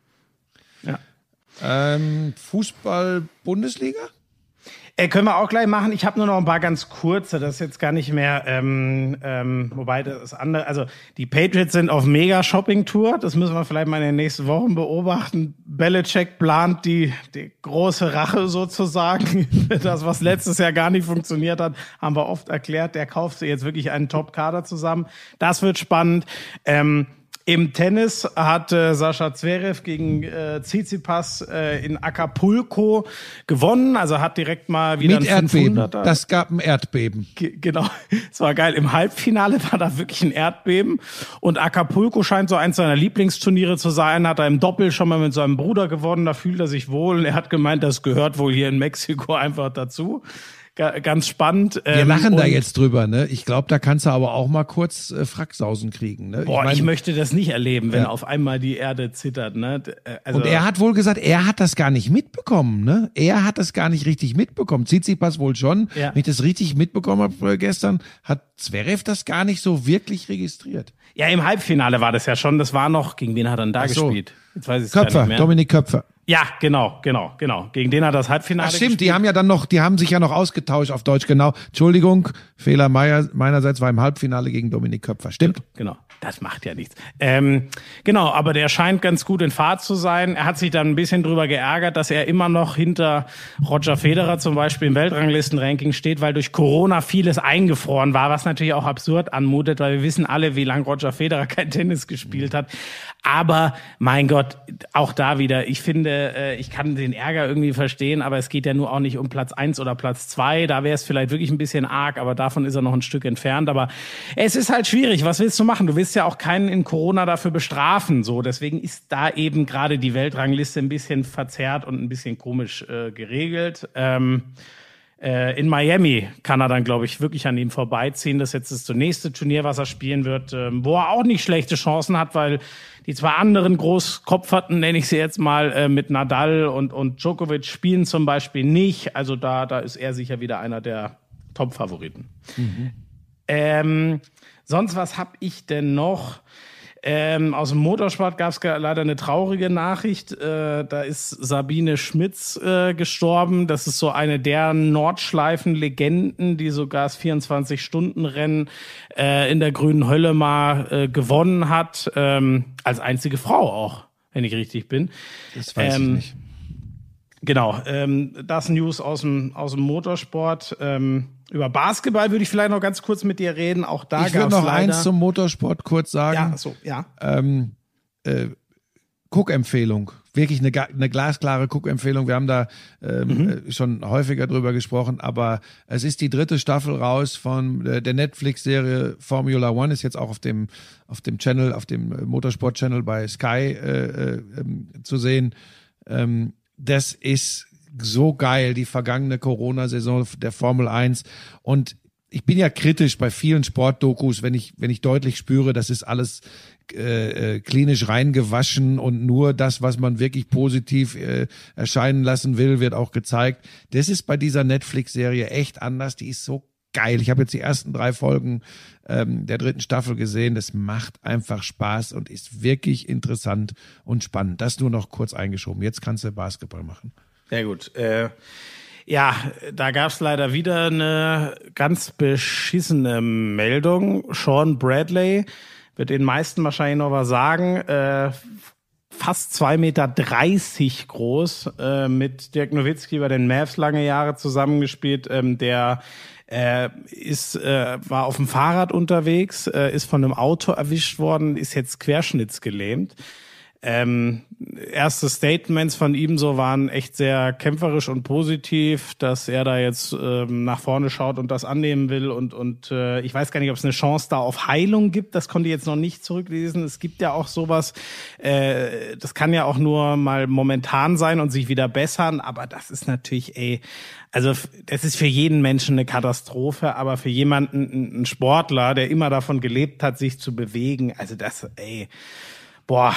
Ja. Ähm, Fußball-Bundesliga? Äh, können wir auch gleich machen. Ich habe nur noch ein paar ganz kurze. Das ist jetzt gar nicht mehr, ähm, ähm, wobei das andere, also die Patriots sind auf Mega-Shopping-Tour. Das müssen wir vielleicht mal in den nächsten Wochen beobachten. Belichick plant die, die große Rache sozusagen. Das, was letztes Jahr gar nicht funktioniert hat, haben wir oft erklärt. Der kauft sich jetzt wirklich einen Top-Kader zusammen. Das wird spannend. Ähm, Im Tennis hat äh, Sascha Zverev gegen äh, Tsitsipas äh, in Acapulco gewonnen. Also hat direkt mal wieder Mit ein Erdbeben. fünfhunderter. Das gab ein Erdbeben. Ge- Genau, es war geil. Im Halbfinale war da wirklich ein Erdbeben. Und Acapulco scheint so eins seiner Lieblingsturniere zu sein. Hat er im Doppel schon mal mit seinem Bruder gewonnen. Da fühlt er sich wohl. Und er hat gemeint, das gehört wohl hier in Mexiko einfach dazu. Ga- Ganz spannend. Wir Ähm, lachen da und- jetzt drüber, ne? Ich glaube, da kannst du aber auch mal kurz äh, Fracksausen kriegen, ne? Boah, ich, mein, möchte das nicht erleben, wenn Ja. auf einmal die Erde zittert. Ne? D- äh, Also, Und er hat wohl gesagt, er hat das gar nicht mitbekommen, ne? Er hat das gar nicht richtig mitbekommen. Tsitsipas wohl schon. Ja. Wenn ich das richtig mitbekommen habe äh, gestern, hat Zverev das gar nicht so wirklich registriert. ja, im Halbfinale war das ja schon. Das war noch, gegen wen hat er denn da Ach so. gespielt? Jetzt weiß ich es gar Köpfer, nicht mehr. Dominik Köpfer. Ja, genau, genau, genau. Gegen den hat das Halbfinale Ach stimmt, gespielt. die haben ja dann noch, die haben sich ja noch ausgetauscht auf Deutsch, genau. Entschuldigung, Fehler meier- meinerseits war im Halbfinale gegen Dominik Köpfer. Stimmt? Genau. das macht ja nichts. Ähm, genau, aber der scheint ganz gut in Fahrt zu sein. Er hat sich dann ein bisschen drüber geärgert, dass er immer noch hinter Roger Federer zum Beispiel im Weltranglistenranking steht, weil durch Corona vieles eingefroren war, was natürlich auch absurd anmutet, weil wir wissen alle, wie lange Roger Federer kein Tennis gespielt hat. Aber mein Gott, auch da wieder, ich finde, ich kann den Ärger irgendwie verstehen, aber es geht ja nur auch nicht um Platz eins oder Platz zwei. Da wäre es vielleicht wirklich ein bisschen arg, aber davon ist er noch ein Stück entfernt. Aber es ist halt schwierig. Was willst du machen? Du willst ja auch keinen in Corona dafür bestrafen. So, deswegen ist da eben gerade die Weltrangliste ein bisschen verzerrt und ein bisschen komisch äh, geregelt. Ähm, äh, in Miami kann er dann, glaube ich, wirklich an ihm vorbeiziehen. Das ist jetzt das nächste Turnier, was er spielen wird, äh, wo er auch nicht schlechte Chancen hat, weil die zwei anderen Großkopferten, nenne ich sie jetzt mal, äh, mit Nadal und, und Djokovic spielen zum Beispiel nicht. Also da, da ist er sicher wieder einer der Top-Favoriten. Mhm. Ähm, sonst, was habe ich denn noch? Ähm, aus dem Motorsport gab es leider eine traurige Nachricht. Äh, da ist Sabine Schmitz äh, gestorben. Das ist so eine der Nordschleifen-Legenden, die sogar das vierundzwanzig-Stunden-Rennen äh, in der grünen Hölle mal äh, gewonnen hat. Ähm, als einzige Frau auch, wenn ich richtig bin. Das weiß ähm, ich nicht. Genau, ähm, das News aus dem, aus dem Motorsport. Ähm, über Basketball würde ich vielleicht noch ganz kurz mit dir reden. Auch da gab es leider... Ich würde noch eins zum Motorsport kurz sagen. Ja, so, ja. Ähm, äh, Cook-Empfehlung. Wirklich eine, eine glasklare Cook-Empfehlung. Wir haben da ähm, mhm. schon häufiger drüber gesprochen, aber es ist die dritte Staffel raus von äh, der Netflix-Serie Formula One, ist jetzt auch auf dem auf dem Channel, auf dem Motorsport-Channel bei Sky äh, äh, zu sehen. Ähm, das ist so geil, die vergangene Corona-Saison der Formel eins. Und ich bin ja kritisch bei vielen Sportdokus, wenn ich wenn ich deutlich spüre, das ist alles äh, klinisch reingewaschen und nur das, was man wirklich positiv äh, erscheinen lassen will, wird auch gezeigt. Das ist bei dieser Netflix-Serie echt anders. Die ist so geil. Ich habe jetzt die ersten drei Folgen ähm, der dritten Staffel gesehen. Das macht einfach Spaß und ist wirklich interessant und spannend. Das nur noch kurz eingeschoben. Jetzt kannst du Basketball machen. Sehr gut. Äh, ja, da gab's leider wieder eine ganz beschissene Meldung. Sean Bradley wird den meisten wahrscheinlich noch was sagen. Äh, fast zwei Meter dreißig groß, äh, mit Dirk Nowitzki bei den Mavs lange Jahre zusammengespielt. Ähm, der äh, ist äh, war auf dem Fahrrad unterwegs, äh, ist von einem Auto erwischt worden, ist jetzt querschnittsgelähmt. Ähm, erste Statements von ihm so waren echt sehr kämpferisch und positiv, dass er da jetzt ähm, nach vorne schaut und das annehmen will und und äh, ich weiß gar nicht, ob es eine Chance da auf Heilung gibt, das konnte ich jetzt noch nicht zurücklesen. Es gibt ja auch sowas, äh, das kann ja auch nur mal momentan sein und sich wieder bessern, aber das ist natürlich, ey, also das ist für jeden Menschen eine Katastrophe, aber für jemanden, ein Sportler, der immer davon gelebt hat, sich zu bewegen, also das, ey, boah,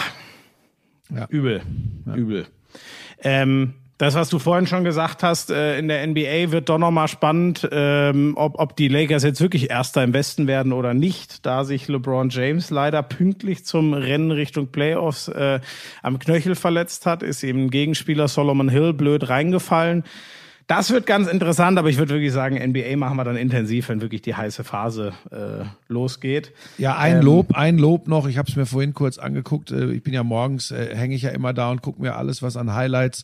Ja. Übel, ja. übel. Ähm, das, was du vorhin schon gesagt hast, äh, in der N B A wird doch nochmal spannend, ähm, ob, ob die Lakers jetzt wirklich Erster im Westen werden oder nicht, da sich LeBron James leider pünktlich zum Rennen Richtung Playoffs äh, am Knöchel verletzt hat, ist eben Gegenspieler Solomon Hill blöd reingefallen. Das wird ganz interessant, aber ich würde wirklich sagen, N B A machen wir dann intensiv, wenn wirklich die heiße Phase äh, losgeht. Ja, ein ähm, Lob, ein Lob noch. Ich habe es mir vorhin kurz angeguckt. Ich bin ja morgens, äh, hänge ich ja immer da und gucke mir alles, was an Highlights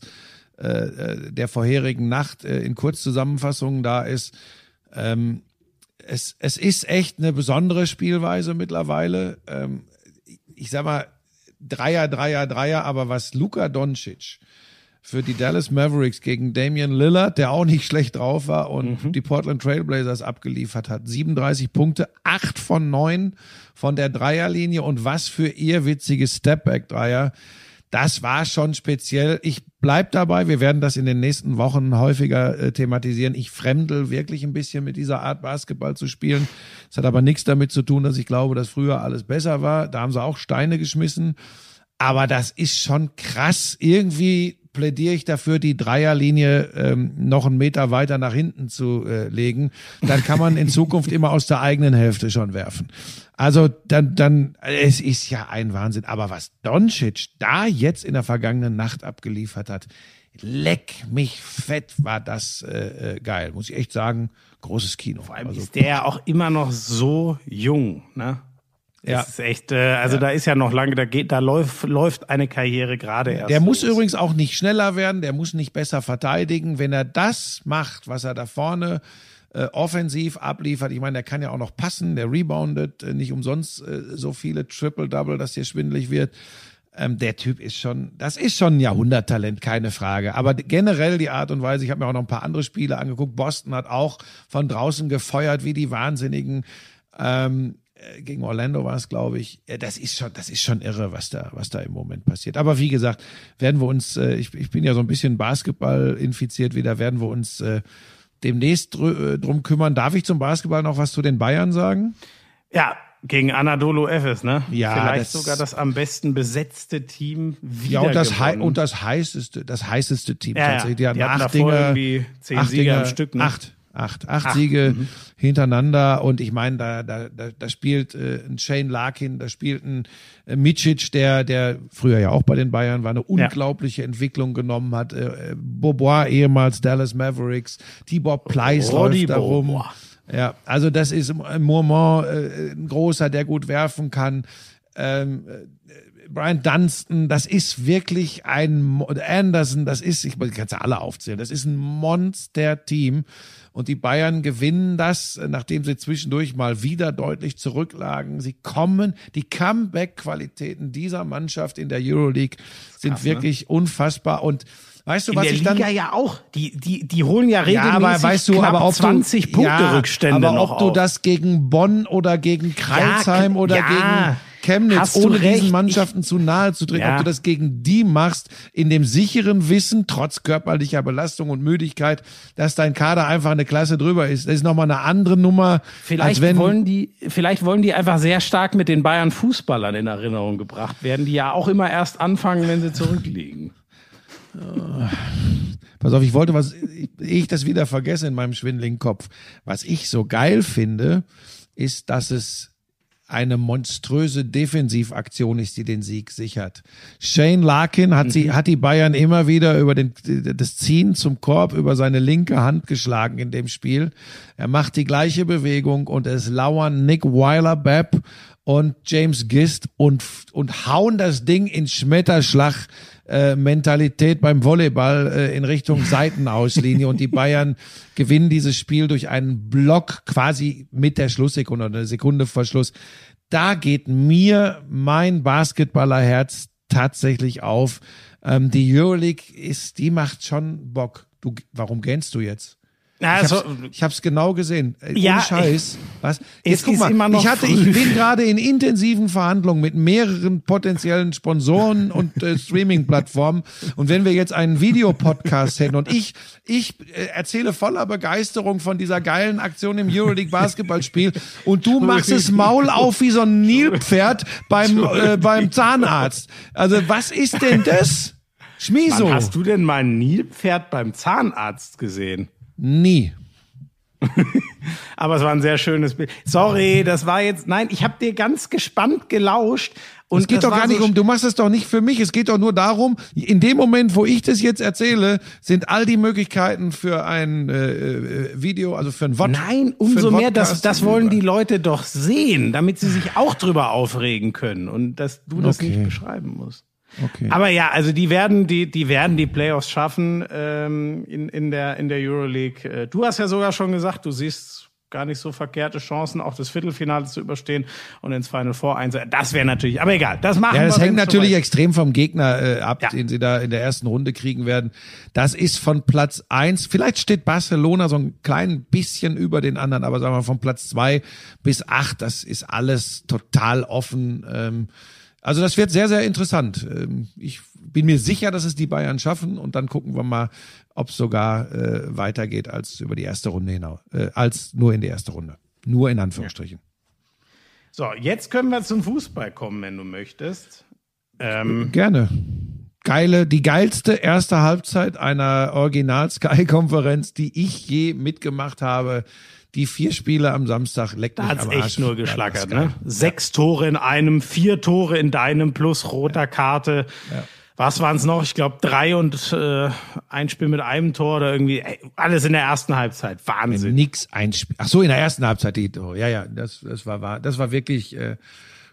äh, der vorherigen Nacht äh, in Kurzzusammenfassungen da ist. Ähm, es, es ist echt eine besondere Spielweise mittlerweile. Ähm, ich sag mal, Dreier, Dreier, Dreier, aber was Luka Doncic für die Dallas Mavericks gegen Damian Lillard, der auch nicht schlecht drauf war und mhm. die Portland Trailblazers abgeliefert hat. siebenunddreißig Punkte, acht von neun von der Dreierlinie und was für irrwitzige Stepback-Dreier. Das war schon speziell. Ich bleib dabei, wir werden das in den nächsten Wochen häufiger äh, thematisieren. Ich fremdel wirklich ein bisschen mit dieser Art Basketball zu spielen. Das hat aber nichts damit zu tun, dass ich glaube, dass früher alles besser war. Da haben sie auch Steine geschmissen. Aber das ist schon krass. Irgendwie plädiere ich dafür, die Dreierlinie ähm, noch einen Meter weiter nach hinten zu äh, legen. Dann kann man in Zukunft immer aus der eigenen Hälfte schon werfen. Also dann, dann, es ist ja ein Wahnsinn. Aber was Doncic da jetzt in der vergangenen Nacht abgeliefert hat, leck mich fett, war das äh, äh, geil. Muss ich echt sagen, großes Kino. Vor allem also, ist der ja auch immer noch so jung, ne? Ja. Das ist echt, äh, also ja. da ist ja noch lange, da geht, da läuft, läuft eine Karriere gerade erst. Der muss los. übrigens auch nicht schneller werden, der muss nicht besser verteidigen. Wenn er das macht, was er da vorne äh, offensiv abliefert, ich meine, der kann ja auch noch passen, der reboundet, äh, nicht umsonst äh, so viele Triple-Double, dass hier schwindelig wird. Ähm, der Typ ist schon, das ist schon ein Jahrhunderttalent, keine Frage. Aber generell die Art und Weise, ich habe mir auch noch ein paar andere Spiele angeguckt. Boston hat auch von draußen gefeuert wie die Wahnsinnigen. Ähm, Gegen Orlando war es, glaube ich. Das ist schon, das ist schon irre, was da, was da im Moment passiert. Aber wie gesagt, werden wir uns, ich, ich bin ja so ein bisschen Basketball infiziert wieder, werden wir uns äh, demnächst dr- drum kümmern. Darf ich zum Basketball noch was zu den Bayern sagen? Ja, gegen Anadolu Efes, ne? Ja, vielleicht das, sogar das am besten besetzte Team wieder ja, und das, gewonnen. hei- und das heißeste, das heißeste Team ja, tatsächlich. Die hatten die hatten acht davor Dinger, irgendwie zehn acht Siege Dinger, am Stück, ne? Acht. Acht, acht, Acht. Siege Mhm. hintereinander und ich meine, da, da, da, da spielt äh, ein Shane Larkin, da spielt ein äh, Micic, der, der früher ja auch bei den Bayern war, eine unglaubliche ja. Entwicklung genommen hat. Äh, Bobois, ehemals Dallas Mavericks, Tibor Pleiss Rodi läuft da rum. Bobois. Ja, also das ist ein Mourmont, äh, ein großer, der gut werfen kann. Ähm, Brian Dunstan, das ist wirklich ein Mo- Anderson, das ist, ich kann es ja alle aufzählen, das ist ein Monster-Team. Und die Bayern gewinnen das, nachdem sie zwischendurch mal wieder deutlich zurücklagen. Sie kommen, die Comeback-Qualitäten dieser Mannschaft in der Euroleague sind krass, wirklich ne? unfassbar. Und weißt du, in was der ich dann... Liga ja auch. Die, die, die holen ja regelmäßig ja, aber weißt du, knapp aber ob zwanzig du, Punkte ja, Rückstände aber noch ob du auf. das gegen Bonn oder gegen Kreilsheim Ja, oder ja, gegen Chemnitz, hast du ohne recht. diesen Mannschaften zu nahe zu treten, Ja. ob du das gegen die machst, in dem sicheren Wissen, trotz körperlicher Belastung und Müdigkeit, dass dein Kader einfach eine Klasse drüber ist. Das ist nochmal eine andere Nummer, Vielleicht als wenn... wollen die, vielleicht wollen die einfach sehr stark mit den Bayern Fußballern in Erinnerung gebracht werden, die ja auch immer erst anfangen, wenn sie zurückliegen. Pass auf, ich wollte was, ich das wieder vergesse in meinem schwindeligen Kopf. Was ich so geil finde, ist, dass es eine monströse Defensivaktion ist, die den Sieg sichert. Shane Larkin hat sie, hat die Bayern immer wieder über den, das Ziehen zum Korb über seine linke Hand geschlagen in dem Spiel. Er macht die gleiche Bewegung und es lauern Nick Weiler-Bepp und James Gist und, und hauen das Ding in Schmetterschlag äh, Mentalität beim Volleyball äh, in Richtung Seitenauslinie und die Bayern gewinnen dieses Spiel durch einen Block quasi mit der Schlusssekunde oder eine Sekunde vor Schluss. Da geht mir mein Basketballerherz tatsächlich auf. Ähm, die Euroleague ist, die macht schon Bock. Du, warum gähnst du jetzt? Ja, Ich also, hab's, ich hab's genau gesehen. Äh, Ja, Ohne Scheiß. Was? es Jetzt guck ist mal, immer noch ich hatte, früh. ich bin gerade in intensiven Verhandlungen mit mehreren potenziellen Sponsoren und äh, Streaming-Plattformen. Und wenn wir jetzt einen Videopodcast hätten und ich, ich äh, erzähle voller Begeisterung von dieser geilen Aktion im Euroleague Basketballspiel und du machst das Maul auf wie so ein Nilpferd beim, äh, beim Zahnarzt. Also was ist denn das? Schmieso. wann hast du denn mal ein Nilpferd beim Zahnarzt gesehen? Nie. Aber es war ein sehr schönes Bild. Sorry, das war jetzt, nein, ich habe dir ganz gespannt gelauscht. Und Es geht das doch war gar nicht so um, du machst das doch nicht für mich, es geht doch nur darum, in dem Moment, wo ich das jetzt erzähle, sind all die Möglichkeiten für ein äh, äh, Video, also für ein Wort. Nein, für umso einen mehr, das, Podcast das wollen die über. Leute doch sehen, damit sie sich auch drüber aufregen können und dass du das Okay. nicht beschreiben musst. Okay. Aber ja, also die werden die, die werden die Playoffs schaffen ähm, in, in der in der Euroleague. Äh, Du hast ja sogar schon gesagt, du siehst gar nicht so verkehrte Chancen, auch das Viertelfinale zu überstehen und ins Final Four einzusetzen. Das wäre natürlich, aber egal, das machen Ja, das wir. hängt wenn's natürlich soweit- extrem vom Gegner äh, ab, Ja. den sie da in der ersten Runde kriegen werden. Das ist von Platz eins. Vielleicht steht Barcelona so ein klein bisschen über den anderen, aber sagen wir von Platz zwei bis acht, das ist alles total offen. Ähm, Also das wird sehr, sehr interessant. Ähm, Ich bin mir sicher, dass es die Bayern schaffen und dann gucken wir mal, ob es sogar äh, weitergeht als über die erste Runde hinaus, äh, als nur in die erste Runde. Nur in Anführungsstrichen. So, jetzt können wir zum Fußball kommen, wenn du möchtest. Ähm, Gerne. Geile, die geilste erste Halbzeit einer Original-Sky-Konferenz, die ich je mitgemacht habe. Die vier Spiele am Samstag leckt Da mich hat's am echt Arsch. nur Ja, geschlackert, das ist geil. ne? Sechs Tore in einem, vier Tore in deinem plus roter Karte. Ja. Was waren es noch? Ich glaube drei und äh, ein Spiel mit einem Tor oder irgendwie. Ey, alles in der ersten Halbzeit. Wahnsinn. Nix einspielen. Ach so, in der ersten Halbzeit die Tore. Ja, ja, das, das war, war, das war wirklich äh,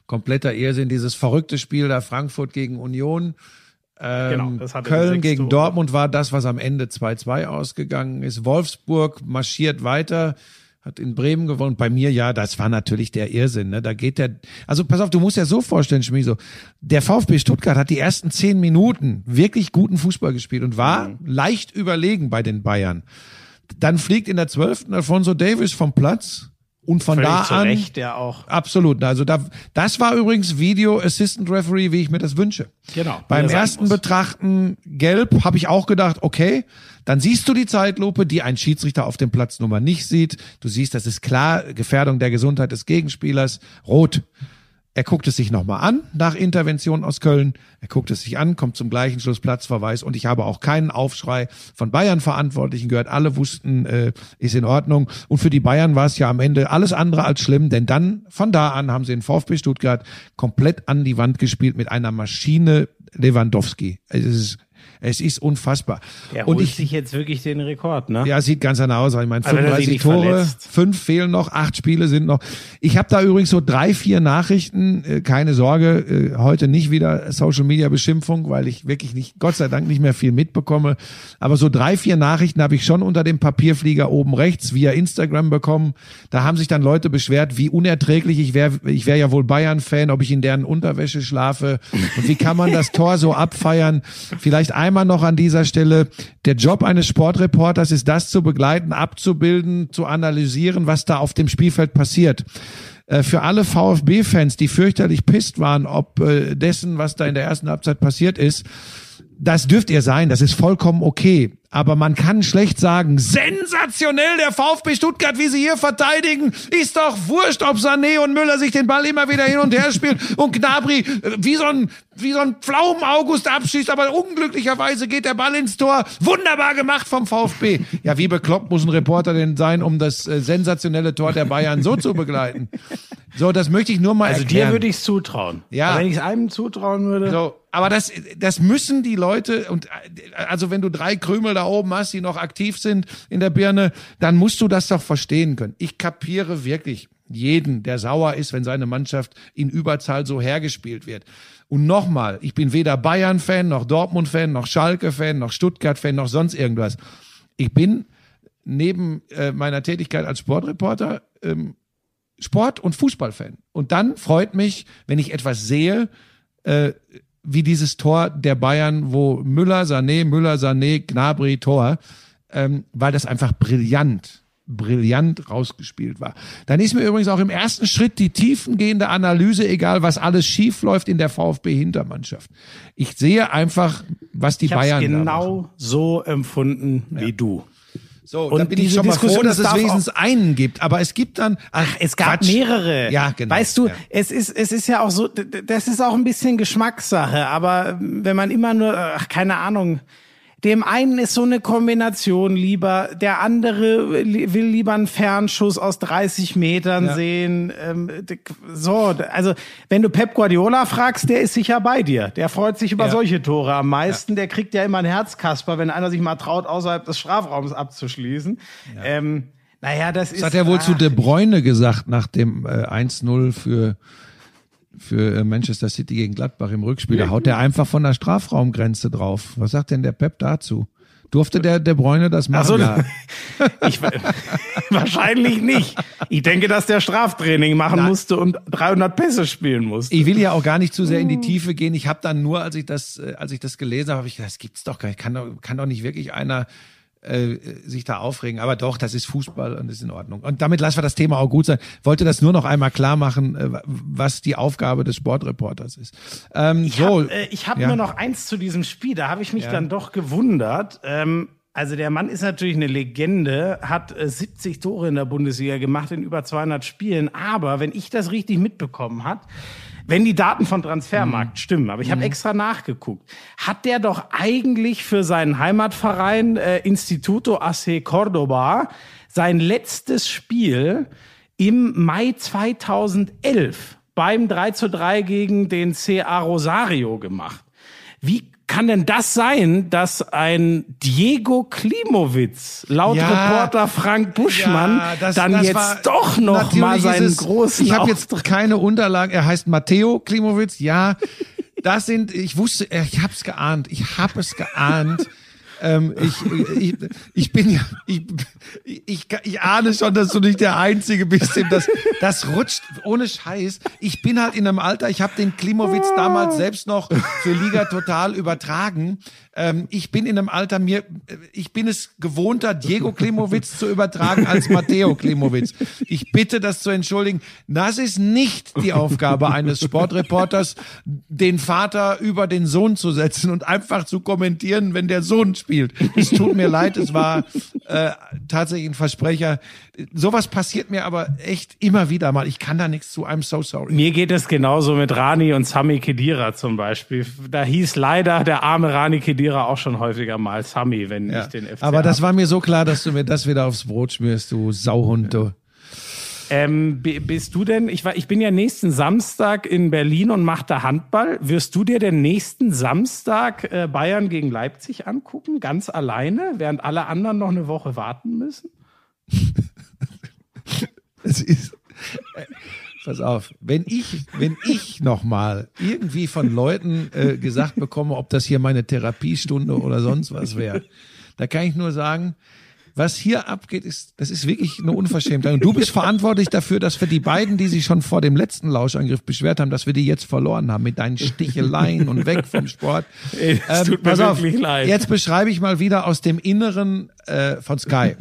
kompletter Irrsinn. Dieses verrückte Spiel da Frankfurt gegen Union. Ähm, Genau, das hatte Köln sechs gegen Tore. Dortmund war das, was am Ende zwei zwei ausgegangen ist. Wolfsburg marschiert weiter, hat in Bremen gewonnen. Bei mir, ja, das war natürlich der Irrsinn. Ne? Da geht der, also pass auf, du musst ja so vorstellen, Schmieso, der VfB Stuttgart hat die ersten zehn Minuten wirklich guten Fußball gespielt und war mhm. leicht überlegen bei den Bayern. Dann fliegt in der zwölften Alfonso Davies vom Platz. Und von Völlig da zu an. Recht, ja auch. Absolut. Also da, das war übrigens Video Assistant Referee, wie ich mir das wünsche. Genau. Beim wie er sein ersten muss. Betrachten gelb habe ich auch gedacht, okay, dann siehst du die Zeitlupe, die ein Schiedsrichter auf dem Platz Nummer nicht sieht. Du siehst, das ist klar, Gefährdung der Gesundheit des Gegenspielers. Rot. Er guckt es sich nochmal an, nach Intervention aus Köln. Er guckt es sich an, kommt zum gleichen Schluss, Platzverweis. Und ich habe auch keinen Aufschrei von Bayern-Verantwortlichen gehört. Alle wussten, äh, ist in Ordnung. Und für die Bayern war es ja am Ende alles andere als schlimm, denn dann, von da an, haben sie den VfB Stuttgart komplett an die Wand gespielt mit einer Maschine Lewandowski. Es ist, es ist unfassbar. Der Und holt ich, sich jetzt wirklich den Rekord, ne? ja, sieht ganz danach aus. Ich meine, Aber wenn er sich fünfunddreißig nicht Tore, verletzt. fünf fehlen noch, acht Spiele sind noch. Ich habe da übrigens so drei, vier Nachrichten. Äh, keine Sorge, äh, heute nicht wieder Social-Media-Beschimpfung, weil ich wirklich nicht, Gott sei Dank, nicht mehr viel mitbekomme. Aber so drei, vier Nachrichten habe ich schon unter dem Papierflieger oben rechts via Instagram bekommen. Da haben sich dann Leute beschwert, wie unerträglich ich wäre. Ich wäre ja wohl Bayern-Fan, ob ich in deren Unterwäsche schlafe. Und wie kann man das Tor so abfeiern? Vielleicht einmal noch an dieser Stelle, der Job eines Sportreporters ist das zu begleiten, abzubilden, zu analysieren, was da auf dem Spielfeld passiert. Äh, für alle VfB-Fans, die fürchterlich pisst waren, ob äh, dessen, was da in der ersten Halbzeit passiert ist, das dürft ihr sein, das ist vollkommen okay. Aber man kann schlecht sagen, sensationell der VfB Stuttgart, wie sie hier verteidigen. Ist doch wurscht, ob Sané und Müller sich den Ball immer wieder hin und her spielen und Gnabry wie so ein, wie so ein Pflaumen-August abschießt, aber unglücklicherweise geht der Ball ins Tor. Wunderbar gemacht vom VfB. Ja, wie bekloppt muss ein Reporter denn sein, um das äh, sensationelle Tor der Bayern so zu begleiten? So, das möchte ich nur mal Also erklären. dir würde ich es zutrauen. Ja. Aber wenn ich es einem zutrauen würde. So, aber das, das müssen die Leute, und also wenn du drei Krümel da oben hast, die noch aktiv sind in der Birne, dann musst du das doch verstehen können. Ich kapiere wirklich jeden, der sauer ist, wenn seine Mannschaft in Überzahl so hergespielt wird. Und nochmal, ich bin weder Bayern-Fan, noch Dortmund-Fan, noch Schalke-Fan, noch Stuttgart-Fan, noch sonst irgendwas. Ich bin neben äh, meiner Tätigkeit als Sportreporter ähm, Sport- und Fußballfan. Und dann freut mich, wenn ich etwas sehe, äh, wie dieses Tor der Bayern, wo Müller, Sané, Müller, Sané, Gnabry, Tor, ähm, weil das einfach brillant, brillant rausgespielt war. Dann ist mir übrigens auch im ersten Schritt die tiefengehende Analyse, egal was alles schief läuft in der VfB-Hintermannschaft. Ich sehe einfach, was die ich Bayern Ich da habe machen. genau so empfunden wie du. So, Und dann bin ich diese schon mal Diskussion, froh, dass das es darf wenigstens einen gibt. Aber es gibt dann, ach, Es gab Quatsch. mehrere. Ja, genau. Weißt du, Ja. es ist, es ist ja auch so, d- d- das ist auch ein bisschen Geschmackssache, aber wenn man immer nur, ach, keine Ahnung, dem einen ist so eine Kombination lieber, der andere li- will lieber einen Fernschuss aus dreißig Metern Ja. sehen. Ähm, d- so, d- also wenn du Pep Guardiola fragst, der ist sicher bei dir. Der freut sich über Ja. solche Tore am meisten. Der kriegt ja immer ein Herzkasper, wenn einer sich mal traut, außerhalb des Strafraums abzuschließen. Ähm, naja, das, ist... Das hat er wohl ach, zu De Bruyne gesagt nach dem äh, eins null für für äh, Manchester City gegen Gladbach im Rückspiel. Da haut er einfach von der Strafraumgrenze drauf. Was sagt denn der Pep dazu? Durfte der De Bruyne das machen? Ach so, Ja. ich, wahrscheinlich nicht. Ich denke, dass der Straftraining machen Nein. musste und dreihundert Pässe spielen musste. Ich will ja auch gar nicht zu sehr in die Tiefe gehen. Ich habe dann nur, als ich das, äh, als ich das gelesen habe, habe ich gedacht, das gibt's doch gar nicht. Kann doch, kann doch nicht wirklich einer äh, sich da aufregen. Aber doch, das ist Fußball und ist in Ordnung. Und damit lassen wir das Thema auch gut sein. Wollte das nur noch einmal klar machen, äh, was die Aufgabe des Sportreporters ist. Ähm, Ich so, habe äh, ich hab ja. nur noch eins zu diesem Spiel. Da habe ich mich Ja. dann doch gewundert. Ähm, also der Mann ist natürlich eine Legende, hat äh, siebzig Tore in der Bundesliga gemacht in über zweihundert Spielen. Aber wenn ich das richtig mitbekommen habe, wenn die Daten von Transfermarkt Mhm. stimmen, aber ich habe extra nachgeguckt, hat der doch eigentlich für seinen Heimatverein äh, Instituto A C Cordoba sein letztes Spiel im Mai zweitausendelf beim drei zu drei gegen den C A Rosario gemacht. Wie kann denn das sein, dass ein Diego Klimowitz, laut Ja. Reporter Frank Buschmann, Ja, das- dann das jetzt war- doch noch mal natürlich seinen ist es, großen Ich habe jetzt Auftritt- keine Unterlagen. Er heißt Matteo Klimowitz. Ja, das sind. Ich wusste, ich habe es geahnt. Ich habe es geahnt. ähm, ich, ich, ich bin ja, ich, ich, ich ahne schon, dass du nicht der Einzige bist, dem das, das rutscht ohne Scheiß. Ich bin halt in einem Alter, ich habe den Klimowitz damals selbst noch für Liga Total übertragen. Ähm, ich bin in einem Alter, mir, ich bin es gewohnter, Diego Klimowitz zu übertragen als Matteo Klimowitz. Ich bitte das zu entschuldigen. Das ist nicht die Aufgabe eines Sportreporters, den Vater über den Sohn zu setzen und einfach zu kommentieren, wenn der Sohn spielt. Es tut mir leid, es war äh, tatsächlich ein Versprecher. Sowas passiert mir aber echt immer wieder mal. Ich kann da nichts zu. I'm so sorry. Mir geht es genauso mit Rani und Sami Khedira zum Beispiel. Da hieß leider der arme Rani Khedira auch schon häufiger mal Sami, wenn Ja. ich den F C Aber das hab. war mir so klar, dass du mir das wieder aufs Brot schmierst, du Sauhund, du. Ähm, b- bist du denn, ich war, ich bin ja nächsten Samstag in Berlin und mache da Handball. Wirst du dir den nächsten Samstag äh, Bayern gegen Leipzig angucken, ganz alleine, während alle anderen noch eine Woche warten müssen? Es ist, äh, pass auf, wenn ich, wenn ich noch mal irgendwie von Leuten äh, gesagt bekomme, ob das hier meine Therapiestunde oder sonst was wäre, da kann ich nur sagen, was hier abgeht, ist, das ist wirklich eine Unverschämtheit. Und du bist verantwortlich dafür, dass wir die beiden, die sich schon vor dem letzten Lauschangriff beschwert haben, dass wir die jetzt verloren haben mit deinen Sticheleien und weg vom Sport. Ey, es tut mir pass auf, wirklich leid. Jetzt beschreibe ich mal wieder aus dem Inneren äh, von Sky.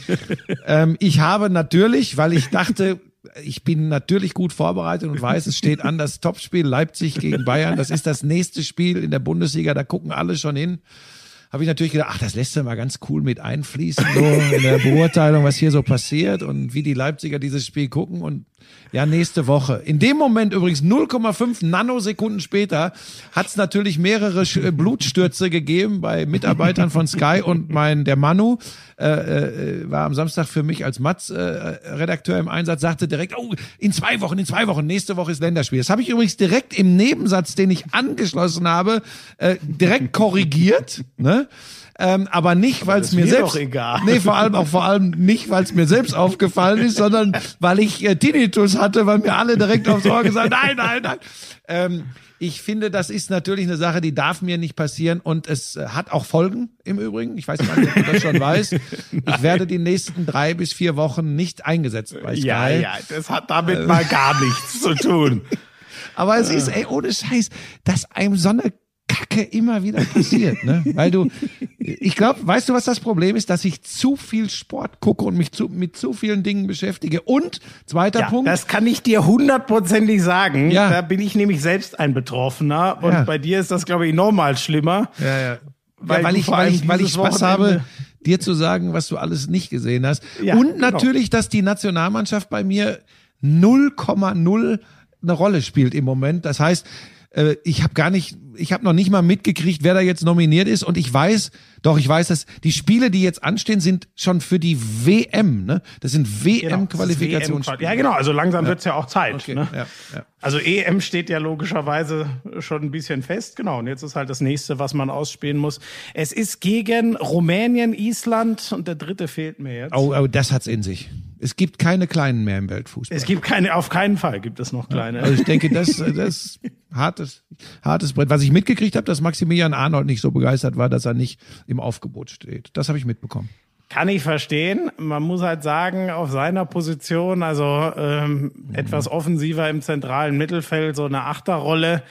ähm, ich habe natürlich, weil ich dachte, ich bin natürlich gut vorbereitet und weiß, es steht an das Topspiel Leipzig gegen Bayern. Das ist das nächste Spiel in der Bundesliga, da gucken alle schon hin. Habe ich natürlich gedacht, ach, das lässt du mal ganz cool mit einfließen, so in der Beurteilung, was hier so passiert und wie die Leipziger dieses Spiel gucken. Und ja, nächste Woche. In dem Moment übrigens null Komma fünf Nanosekunden später hat es natürlich mehrere Sch- Blutstürze gegeben bei Mitarbeitern von Sky und mein der Manu äh, äh, war am Samstag für mich als Matz-Redakteur im Einsatz, sagte direkt, oh, in zwei Wochen, in zwei Wochen, nächste Woche ist Länderspiel. Das habe ich übrigens direkt im Nebensatz, den ich angeschlossen habe, äh, direkt korrigiert, ne? Ähm, aber nicht, weil es ist mir, mir selbst, doch egal. nee, vor allem auch vor allem nicht, weil es mir selbst aufgefallen ist, sondern weil ich äh, Tinnitus hatte, weil mir alle direkt aufs Ohr gesagt, nein, nein, nein. Ähm, ich finde, das ist natürlich eine Sache, die darf mir nicht passieren und es äh, hat auch Folgen im Übrigen. Ich weiß nicht, ob du das schon weißt. Ich werde die nächsten drei bis vier Wochen nicht eingesetzt bei Sky. Ja, ja, das hat damit mal gar nichts zu tun. Aber es ist, ey, ohne Scheiß, dass einem so eine Kacke immer wieder passiert, ne? Weil du, ich glaube, weißt du, was das Problem ist? Dass ich zu viel Sport gucke und mich zu, mit zu vielen Dingen beschäftige. Und, zweiter Ja, Punkt. das kann ich dir hundertprozentig sagen. Ja. Da bin ich nämlich selbst ein Betroffener. Und Ja. bei dir ist das, glaube ich, nochmal schlimmer. ja, ja. Weil Weil, weil du ich, vor weil allem ich, weil ich dieses Spaß Wochenende- habe, dir zu sagen, was du alles nicht gesehen hast. Ja, und genau. natürlich, dass die Nationalmannschaft bei mir null Komma null eine Rolle spielt im Moment. Das heißt, äh, ich habe gar nicht, ich habe noch nicht mal mitgekriegt, wer da jetzt nominiert ist. Und ich weiß, doch, ich weiß, dass die Spiele, die jetzt anstehen, sind schon für die W M. Ne? Das sind W Genau, das ist M-Qualifikationsspiele. W M-Qual- Ja, genau. Also langsam wird's ja auch Zeit. Okay, ne? ja, ja. Also E M steht ja logischerweise schon ein bisschen fest. Genau. Und jetzt ist halt das nächste, was man ausspielen muss. Es ist gegen Rumänien, Island und der dritte fehlt mir jetzt. Oh, oh, das hat's in sich. Es gibt keine Kleinen mehr im Weltfußball. Es gibt keine, auf keinen Fall gibt es noch kleine. Also ich denke, das das hartes hartes Brett. Was ich mitgekriegt habe, dass Maximilian Arnold nicht so begeistert war, dass er nicht im Aufgebot steht. Das habe ich mitbekommen. Kann ich verstehen. Man muss halt sagen, auf seiner Position, also ähm, mhm. etwas offensiver im zentralen Mittelfeld, so eine Achterrolle.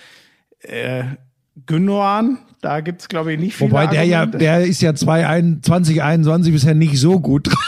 Äh, Gündoğan, da gibt's glaube ich nicht viele Wobei der ja, Argumente. der ist ja zwanzig einundzwanzig bisher nicht so gut dran.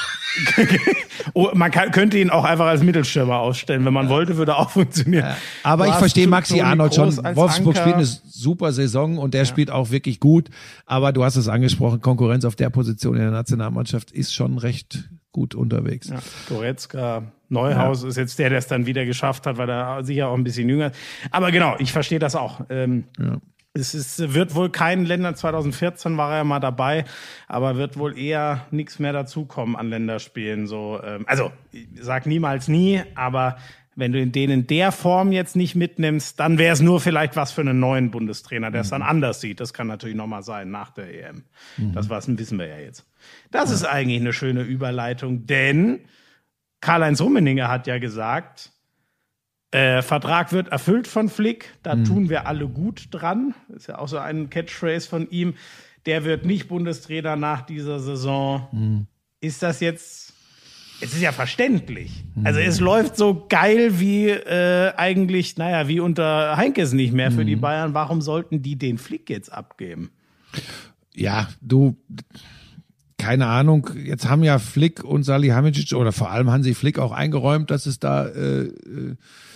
Oh, man kann, könnte ihn auch einfach als Mittelstürmer ausstellen. Wenn man wollte, würde auch funktionieren. Aber Du ich hast verstehe Toni Maxi Arnold Kroos schon. als Wolfsburg Anker. spielt eine super Saison und der spielt auch wirklich gut. Aber du hast es angesprochen, Konkurrenz auf der Position in der Nationalmannschaft ist schon recht gut unterwegs. Ja, Goretzka, Neuhaus ist jetzt der, der es dann wieder geschafft hat, weil er sicher auch ein bisschen jünger ist. Aber genau, ich verstehe das auch. Ähm, Ja. Es ist, wird wohl kein Länder, zwanzig vierzehn war er ja mal dabei, aber wird wohl eher nichts mehr dazukommen an Länderspielen. So, ähm, also, ich sag niemals nie, aber Wenn du den in der Form jetzt nicht mitnimmst, dann wäre es nur vielleicht was für einen neuen Bundestrainer, der es dann anders sieht. Das kann natürlich nochmal sein nach der E M. Mhm. Das was, wissen wir ja jetzt. Das ja. ist eigentlich eine schöne Überleitung, denn Karl-Heinz Rummenigge hat ja gesagt, äh, Vertrag wird erfüllt von Flick, da mhm. tun wir alle gut dran. Das ist ja auch so ein Catchphrase von ihm. Der wird nicht Bundestrainer nach dieser Saison. Mhm. Ist das jetzt, es ist ja verständlich. Mhm. Also es läuft so geil wie äh, eigentlich, naja, wie unter Heinkes nicht mehr für mhm. die Bayern. Warum sollten die den Flick jetzt abgeben? Ja, du... Keine Ahnung, jetzt haben ja Flick und Salihamidzic oder vor allem Hansi Flick auch eingeräumt, dass es da äh, äh,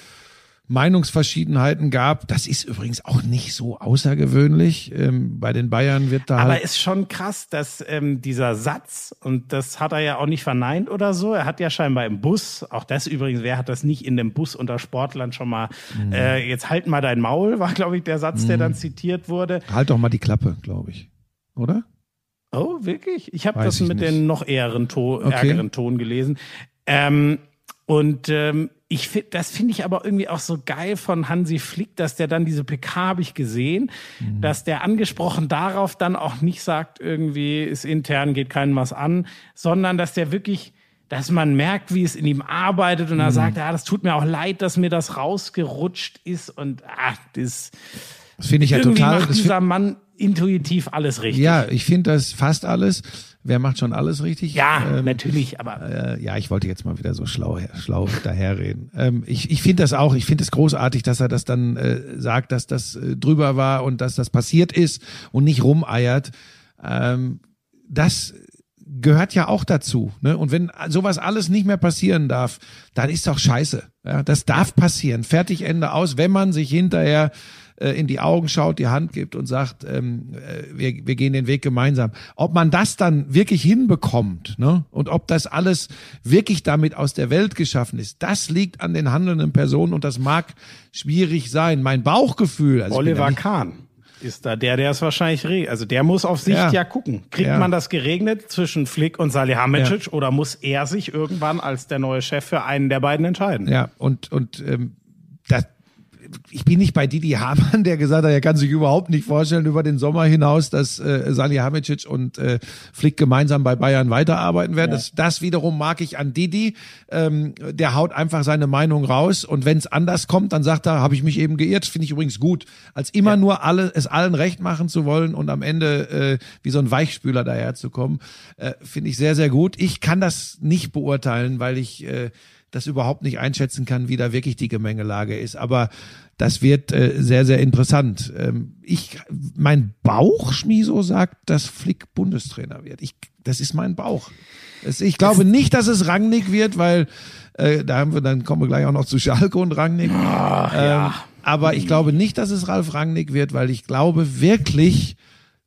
Meinungsverschiedenheiten gab. Das ist übrigens auch nicht so außergewöhnlich. Ähm, bei den Bayern wird da Aber halt ist schon krass, dass ähm, dieser Satz, und das hat er ja auch nicht verneint oder so, er hat ja scheinbar im Bus, auch das übrigens, wer hat das nicht in dem Bus unter Sportlern schon mal, mhm. äh, jetzt halt mal dein Maul, war glaube ich der Satz, mhm. der dann zitiert wurde. Halt doch mal die Klappe, glaube ich, oder? Oh, wirklich? Ich habe das ich mit nicht. den noch ärgeren Ton, Okay. ärgeren Ton gelesen. Ähm, und ähm, ich find, das finde ich aber irgendwie auch so geil von Hansi Flick, dass der dann diese P K habe ich gesehen, mhm. dass der angesprochen darauf dann auch nicht sagt, irgendwie ist intern, geht keinem was an, sondern dass der wirklich, dass man merkt, wie es in ihm arbeitet und er Mhm. sagt, ja, das tut mir auch leid, dass mir das rausgerutscht ist und ach, das, Das finde ich ja irgendwie total. macht Das dieser Mann intuitiv alles richtig. Ja, ich finde das fast alles. Wer macht schon alles richtig? Ja, Ähm, natürlich, aber Äh, ja, ich wollte jetzt mal wieder so schlau, schlau daherreden. Ähm, ich ich finde das auch, ich finde es großartig, dass er das dann äh, sagt, dass das äh, drüber war und dass das passiert ist und nicht rumeiert. Ähm, das gehört ja auch dazu. Ne? Und wenn sowas alles nicht mehr passieren darf, dann ist doch scheiße. Ja? Das darf passieren. Fertig, Ende aus, wenn man sich hinterher in die Augen schaut, die Hand gibt und sagt, ähm, wir, wir gehen den Weg gemeinsam. Ob man das dann wirklich hinbekommt, ne? Und ob das alles wirklich damit aus der Welt geschaffen ist, das liegt an den handelnden Personen und das mag schwierig sein. Mein Bauchgefühl, also ich bin ja Oliver nicht- Kahn ist da der, der es wahrscheinlich regelt. Also der muss auf Sicht Ja. ja, gucken. Kriegt Ja. man das geregnet zwischen Flick und Salihamidzic oder muss er sich irgendwann als der neue Chef für einen der beiden entscheiden? Ja, und, und ähm, das, ich bin nicht bei Didi Hamann, der gesagt hat, er kann sich überhaupt nicht vorstellen über den Sommer hinaus, dass äh, Salihamidzic und äh, Flick gemeinsam bei Bayern weiterarbeiten werden. Ja. Das, das wiederum mag ich an Didi. Ähm, der haut einfach seine Meinung raus und wenn es anders kommt, dann sagt er, habe ich mich eben geirrt. Finde ich übrigens gut, als immer ja. nur alle es allen recht machen zu wollen und am Ende äh, wie so ein Weichspüler daherzukommen, äh, finde ich sehr, sehr gut. Ich kann das nicht beurteilen, weil ich äh, das überhaupt nicht einschätzen kann, wie da wirklich die Gemengelage ist. Aber das wird äh, sehr, sehr interessant. Ähm, ich, mein Bauch, Schmiso, sagt, dass Flick Bundestrainer wird. Ich, das ist mein Bauch. Es, ich glaube nicht, dass es Rangnick wird, weil äh, da haben wir, dann kommen wir gleich auch noch zu Schalke und Rangnick. Ach, ähm, ja. Aber ich glaube nicht, dass es Ralf Rangnick wird, weil ich glaube wirklich,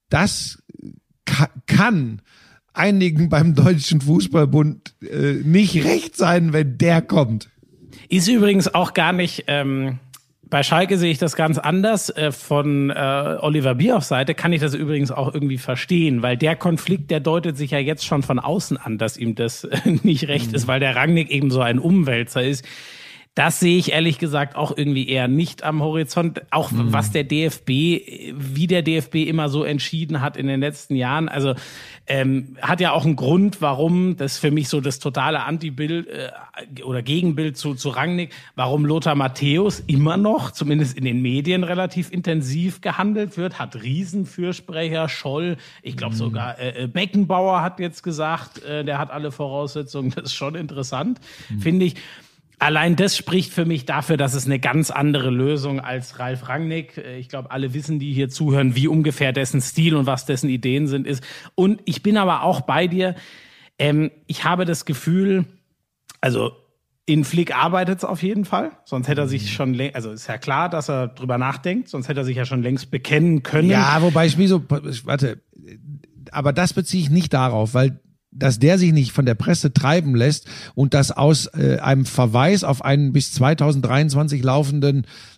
das ka- kann einigen beim Deutschen Fußballbund äh, nicht recht sein, wenn der kommt. Ist übrigens auch gar nicht, ähm, bei Schalke sehe ich das ganz anders. Äh, von äh, Oliver Bierhoffs Seite kann ich das übrigens auch irgendwie verstehen, weil der Konflikt, der deutet sich ja jetzt schon von außen an, dass ihm das äh, nicht recht mhm. ist, weil der Rangnick eben so ein Umwälzer ist. Das sehe ich ehrlich gesagt auch irgendwie eher nicht am Horizont. Auch mhm. was der D F B, wie der D F B immer so entschieden hat in den letzten Jahren. Also ähm, hat ja auch einen Grund, warum, das ist für mich so das totale Antibild äh, oder Gegenbild zu, zu Rangnick, warum Lothar Matthäus immer noch, zumindest in den Medien, relativ intensiv gehandelt wird. Hat Riesenfürsprecher, Scholl, ich glaube mhm. sogar äh, Beckenbauer hat jetzt gesagt, äh, der hat alle Voraussetzungen. Das ist schon interessant, mhm. finde ich. Allein das spricht für mich dafür, dass es eine ganz andere Lösung als Ralf Rangnick. Ich glaube, alle wissen, die hier zuhören, wie ungefähr dessen Stil und was dessen Ideen sind, ist. Und ich bin aber auch bei dir. Ähm, ich habe das Gefühl, also in Flick arbeitet es auf jeden Fall. Sonst hätte er sich schon, längst, also ist ja klar, dass er drüber nachdenkt. Sonst hätte er sich ja schon längst bekennen können. Ja, wobei ich mir so, warte, aber das beziehe ich nicht darauf, weil dass der sich nicht von der Presse treiben lässt und das aus äh, einem Verweis auf einen bis zweitausenddreiundzwanzig laufenden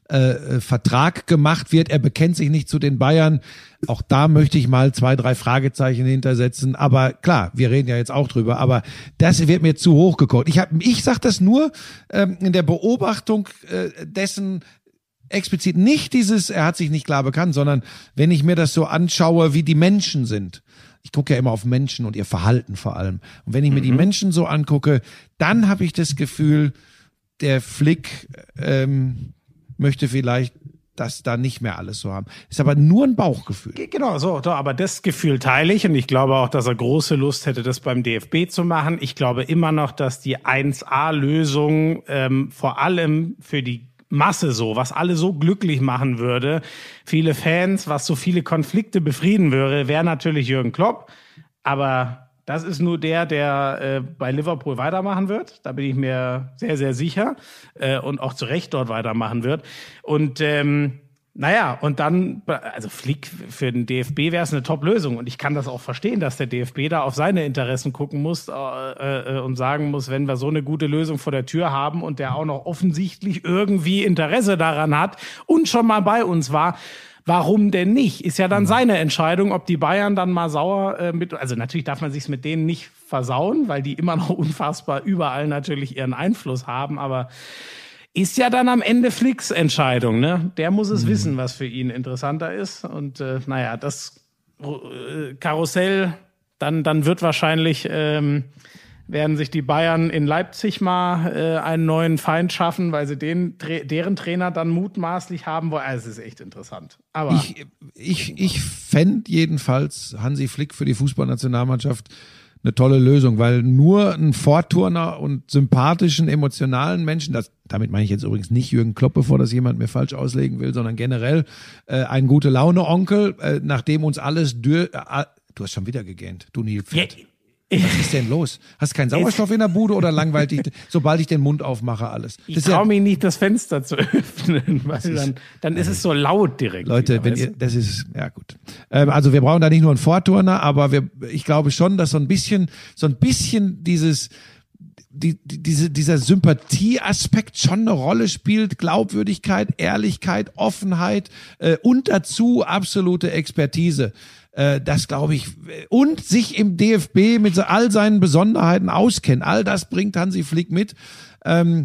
äh, Vertrag gemacht wird. Er bekennt sich nicht zu den Bayern. Auch da möchte ich mal zwei, drei Fragezeichen hintersetzen. Aber klar, wir reden ja jetzt auch drüber. Aber das wird mir zu hoch gekocht. Ich, hab, ich sage das nur ähm, in der Beobachtung äh, dessen, explizit nicht dieses, er hat sich nicht klar bekannt, sondern wenn ich mir das so anschaue, wie die Menschen sind. Ich gucke ja immer auf Menschen und ihr Verhalten vor allem. Und wenn ich mir mhm. die Menschen so angucke, dann habe ich das Gefühl, der Flick ähm, möchte vielleicht das da nicht mehr alles so haben. Ist aber nur ein Bauchgefühl. Genau, so, so, aber das Gefühl teile ich und ich glaube auch, dass er große Lust hätte, das beim D F B zu machen. Ich glaube immer noch, dass die eins A-Lösung ähm, vor allem für die Masse so, was alle so glücklich machen würde, viele Fans, was so viele Konflikte befrieden würde, wäre natürlich Jürgen Klopp. Aber das ist nur der, der äh, bei Liverpool weitermachen wird. Da bin ich mir sehr, sehr sicher äh, und auch zu Recht dort weitermachen wird. Und ähm, naja, und dann, also Flick für den D F B wäre es eine Top-Lösung. Und ich kann das auch verstehen, dass der D F B da auf seine Interessen gucken muss äh, äh, und sagen muss, wenn wir so eine gute Lösung vor der Tür haben und der auch noch offensichtlich irgendwie Interesse daran hat und schon mal bei uns war, warum denn nicht? Ist ja dann seine Entscheidung, ob die Bayern dann mal sauer äh, mit, also natürlich darf man sich's mit denen nicht versauen, weil die immer noch unfassbar überall natürlich ihren Einfluss haben, aber ist ja dann am Ende Flicks Entscheidung, ne? Der muss es mhm. wissen, was für ihn interessanter ist. Und äh, naja, das äh, Karussell, dann, dann wird wahrscheinlich, ähm, werden sich die Bayern in Leipzig mal äh, einen neuen Feind schaffen, weil sie den, deren Trainer dann mutmaßlich haben wollen. Also es ist echt interessant. Aber ich, ich, ich fände jedenfalls Hansi Flick für die Fußballnationalmannschaft eine tolle Lösung, weil nur ein Vorturner und sympathischen, emotionalen Menschen, das, damit meine ich jetzt übrigens nicht Jürgen Klopp, bevor das jemand mir falsch auslegen will, sondern generell äh, ein gute Laune-Onkel, äh, nachdem uns alles dür- äh, du hast schon wieder gegähnt, du Nilpferd. Ja. Was ist denn los? Hast keinen Sauerstoff in der Bude oder langweilt dich, sobald ich den Mund aufmache, alles? Ich traue ja, mich nicht, das Fenster zu öffnen, weil ist, dann, dann ist es so laut direkt. Leute, wieder, wenn ihr, das ist, ja gut. Ähm, also wir brauchen da nicht nur einen Vorturner, aber wir, ich glaube schon, dass so ein bisschen, so ein bisschen dieses, die, die, diese, dieser Sympathieaspekt schon eine Rolle spielt, Glaubwürdigkeit, Ehrlichkeit, Offenheit äh, und dazu absolute Expertise. Das glaube ich, und sich im D F B mit so all seinen Besonderheiten auskennen. All das bringt Hansi Flick mit. Ähm,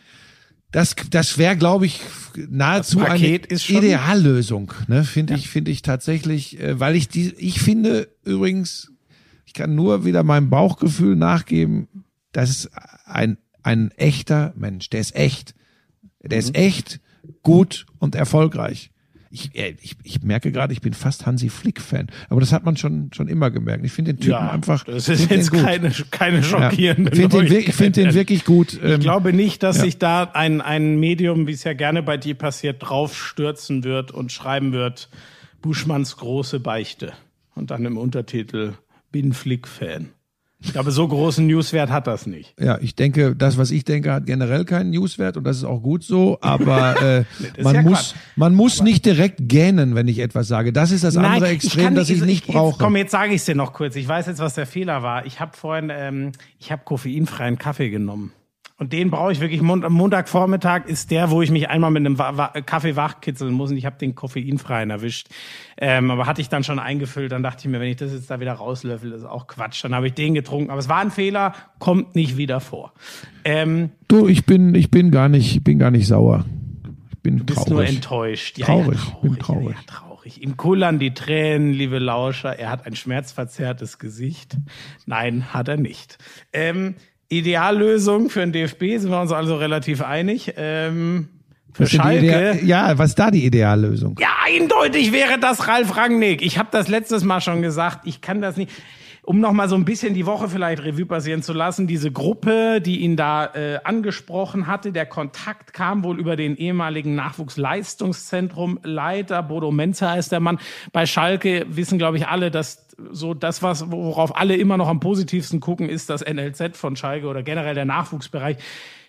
das das wäre, glaube ich, nahezu eine Ideallösung. Ne? Finde ja. ich, finde ich tatsächlich, weil ich die, ich finde übrigens, ich kann nur wieder meinem Bauchgefühl nachgeben, das ist ein ein echter Mensch. Der ist echt, der ist echt gut und erfolgreich. Ich, ich, ich merke gerade, ich bin fast Hansi Flick-Fan. Aber das hat man schon schon immer gemerkt. Ich finde den Typen ja, einfach. Das ist jetzt keine, keine schockierende ja, find den, Ich finde den wirklich gut. Ich glaube nicht, dass ja. sich da ein, ein Medium, wie es ja gerne bei dir passiert, draufstürzen wird und schreiben wird, Buschmanns große Beichte. Und dann im Untertitel, bin Flick-Fan. Ich glaube, so großen Newswert hat das nicht. Ja, ich denke, das, was ich denke, hat generell keinen Newswert und das ist auch gut so, aber äh, man, ja muss, man muss nicht direkt gähnen, wenn ich etwas sage. Das ist das Nein, andere Extrem, das ich nicht ich, brauche. Jetzt, komm, jetzt sage ich es dir noch kurz. Ich weiß jetzt, was der Fehler war. Ich habe vorhin, ähm, ich habe koffeinfreien Kaffee genommen. Und den brauche ich wirklich, am Montagvormittag ist der, wo ich mich einmal mit einem Kaffee wachkitzeln muss und ich habe den koffeinfreien erwischt. Ähm, aber hatte ich dann schon eingefüllt, dann dachte ich mir, wenn ich das jetzt da wieder rauslöffel, ist auch Quatsch. Dann habe ich den getrunken. Aber es war ein Fehler, kommt nicht wieder vor. Ähm, du, ich bin, ich bin gar nicht, ich bin gar nicht sauer. Ich bin du bist traurig. nur enttäuscht. Ja, traurig. Ja, traurig. Ich bin traurig. Ja, traurig. Ihm kullern die Tränen, liebe Lauscher. Er hat ein schmerzverzerrtes Gesicht. Nein, hat er nicht. Ähm, Ideallösung für den D F B, sind wir uns also relativ einig. Ähm, für was Schalke. Ideal, ja, was ist da die Ideallösung? Ja, eindeutig wäre das Ralf Rangnick. Ich habe das letztes Mal schon gesagt. Ich kann das nicht. Um noch mal so ein bisschen die Woche vielleicht Revue passieren zu lassen, diese Gruppe, die ihn da äh, angesprochen hatte, der Kontakt kam wohl über den ehemaligen Nachwuchsleistungszentrum Leiter, Bodo Menzer heißt der Mann. Bei Schalke wissen, glaube ich, alle, dass so das, was worauf alle immer noch am positivsten gucken, ist das N L Z von Schalke oder generell der Nachwuchsbereich.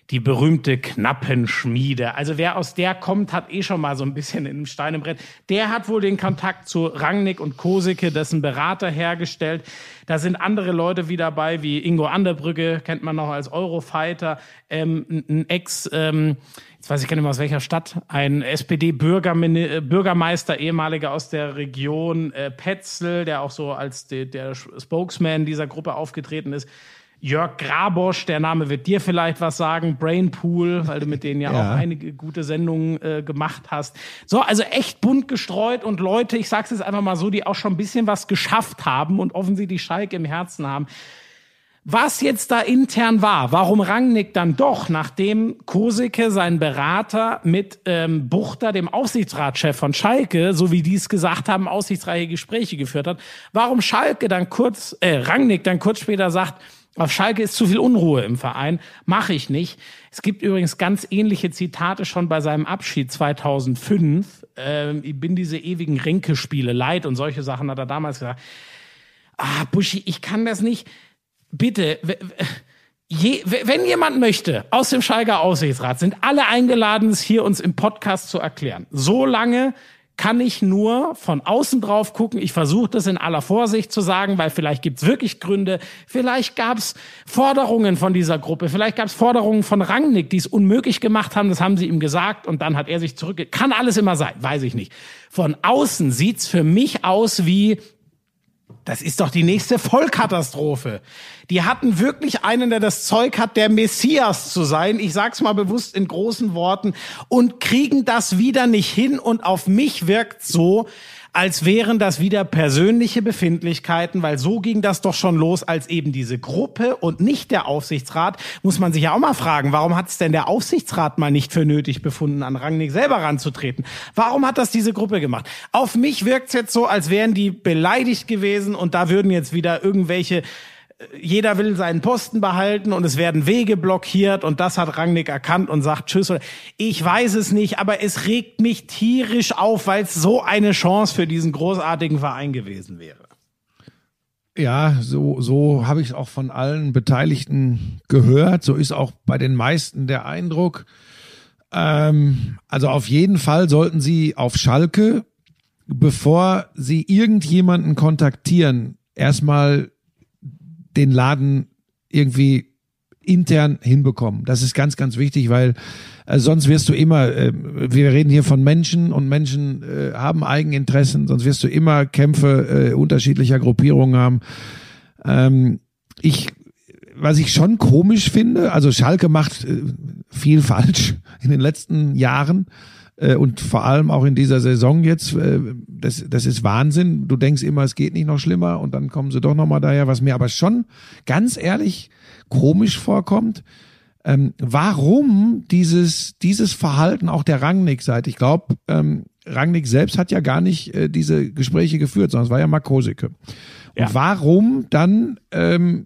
die berühmte Knappenschmiede. Also wer aus der kommt, hat eh schon mal so ein bisschen in einem Stein im Brett. Der hat wohl den Kontakt zu Rangnick und Kosicke, dessen Berater, hergestellt. Da sind andere Leute wie dabei, wie Ingo Anderbrücke, kennt man noch als Eurofighter, ähm, ein Ex, ähm, jetzt weiß ich gar nicht mehr aus welcher Stadt, ein S P D-Bürgermeister, ehemaliger aus der Region, äh, Petzl, der auch so als de, der Spokesman dieser Gruppe aufgetreten ist. Jörg Grabosch, der Name wird dir vielleicht was sagen, Brainpool, weil du mit denen ja, ja. auch einige gute Sendungen äh, gemacht hast. So, also echt bunt gestreut und Leute, ich sag's jetzt einfach mal so, die auch schon ein bisschen was geschafft haben und offensichtlich Schalke im Herzen haben. Was jetzt da intern war, warum Rangnick dann doch, nachdem Kosicke, sein Berater, mit ähm, Buchter, dem Aufsichtsratschef von Schalke, so wie die es gesagt haben, aussichtsreiche Gespräche geführt hat, warum Schalke dann kurz, äh, Rangnick dann kurz später sagt, auf Schalke ist zu viel Unruhe im Verein, mache ich nicht. Es gibt übrigens ganz ähnliche Zitate schon bei seinem Abschied zweitausendfünf. Ähm, ich bin diese ewigen Ränkespiele leid und solche Sachen hat er damals gesagt. Ah, Buschi, ich kann das nicht. Bitte, je, wenn jemand möchte, aus dem Schalker Aufsichtsrat, sind alle eingeladen, es hier uns im Podcast zu erklären. So lange kann ich nur von außen drauf gucken. Ich versuche das in aller Vorsicht zu sagen, weil vielleicht gibt's wirklich Gründe. Vielleicht gab's Forderungen von dieser Gruppe. Vielleicht gab's Forderungen von Rangnick, die es unmöglich gemacht haben. Das haben sie ihm gesagt und dann hat er sich zurückge... Kann alles immer sein, weiß ich nicht. Von außen sieht's für mich aus wie... Das ist doch die nächste Vollkatastrophe. Die hatten wirklich einen, der das Zeug hat, der Messias zu sein. Ich sag's mal bewusst in großen Worten. Und kriegen das wieder nicht hin. Und auf mich wirkt so, als wären das wieder persönliche Befindlichkeiten, weil so ging das doch schon los, als eben diese Gruppe und nicht der Aufsichtsrat. Muss man sich ja auch mal fragen, warum hat es denn der Aufsichtsrat mal nicht für nötig befunden, an Rangnick selber ranzutreten? Warum hat das diese Gruppe gemacht? Auf mich wirkt es jetzt so, als wären die beleidigt gewesen und da würden jetzt wieder irgendwelche... Jeder will seinen Posten behalten und es werden Wege blockiert und das hat Rangnick erkannt und sagt Tschüss. Ich weiß es nicht, aber es regt mich tierisch auf, weil es so eine Chance für diesen großartigen Verein gewesen wäre. Ja, so, so habe ich es auch von allen Beteiligten gehört. So ist auch bei den meisten der Eindruck. Ähm, also auf jeden Fall sollten Sie auf Schalke, bevor Sie irgendjemanden kontaktieren, erstmal den Laden irgendwie intern hinbekommen. Das ist ganz, ganz wichtig, weil äh, sonst wirst du immer, äh, wir reden hier von Menschen und Menschen äh, haben Eigeninteressen, sonst wirst du immer Kämpfe äh, unterschiedlicher Gruppierungen haben. Ähm, ich, was ich schon komisch finde, also Schalke macht äh, viel falsch in den letzten Jahren. Und vor allem auch in dieser Saison jetzt, das, das ist Wahnsinn. Du denkst immer, es geht nicht noch schlimmer und dann kommen sie doch nochmal daher. Was mir aber schon ganz ehrlich komisch vorkommt, ähm, warum dieses dieses Verhalten auch der Rangnick-Seite? Ich glaube, ähm, Rangnick selbst hat ja gar nicht äh, diese Gespräche geführt, sondern es war ja Marc Kosicke. Und ja. Warum dann ähm,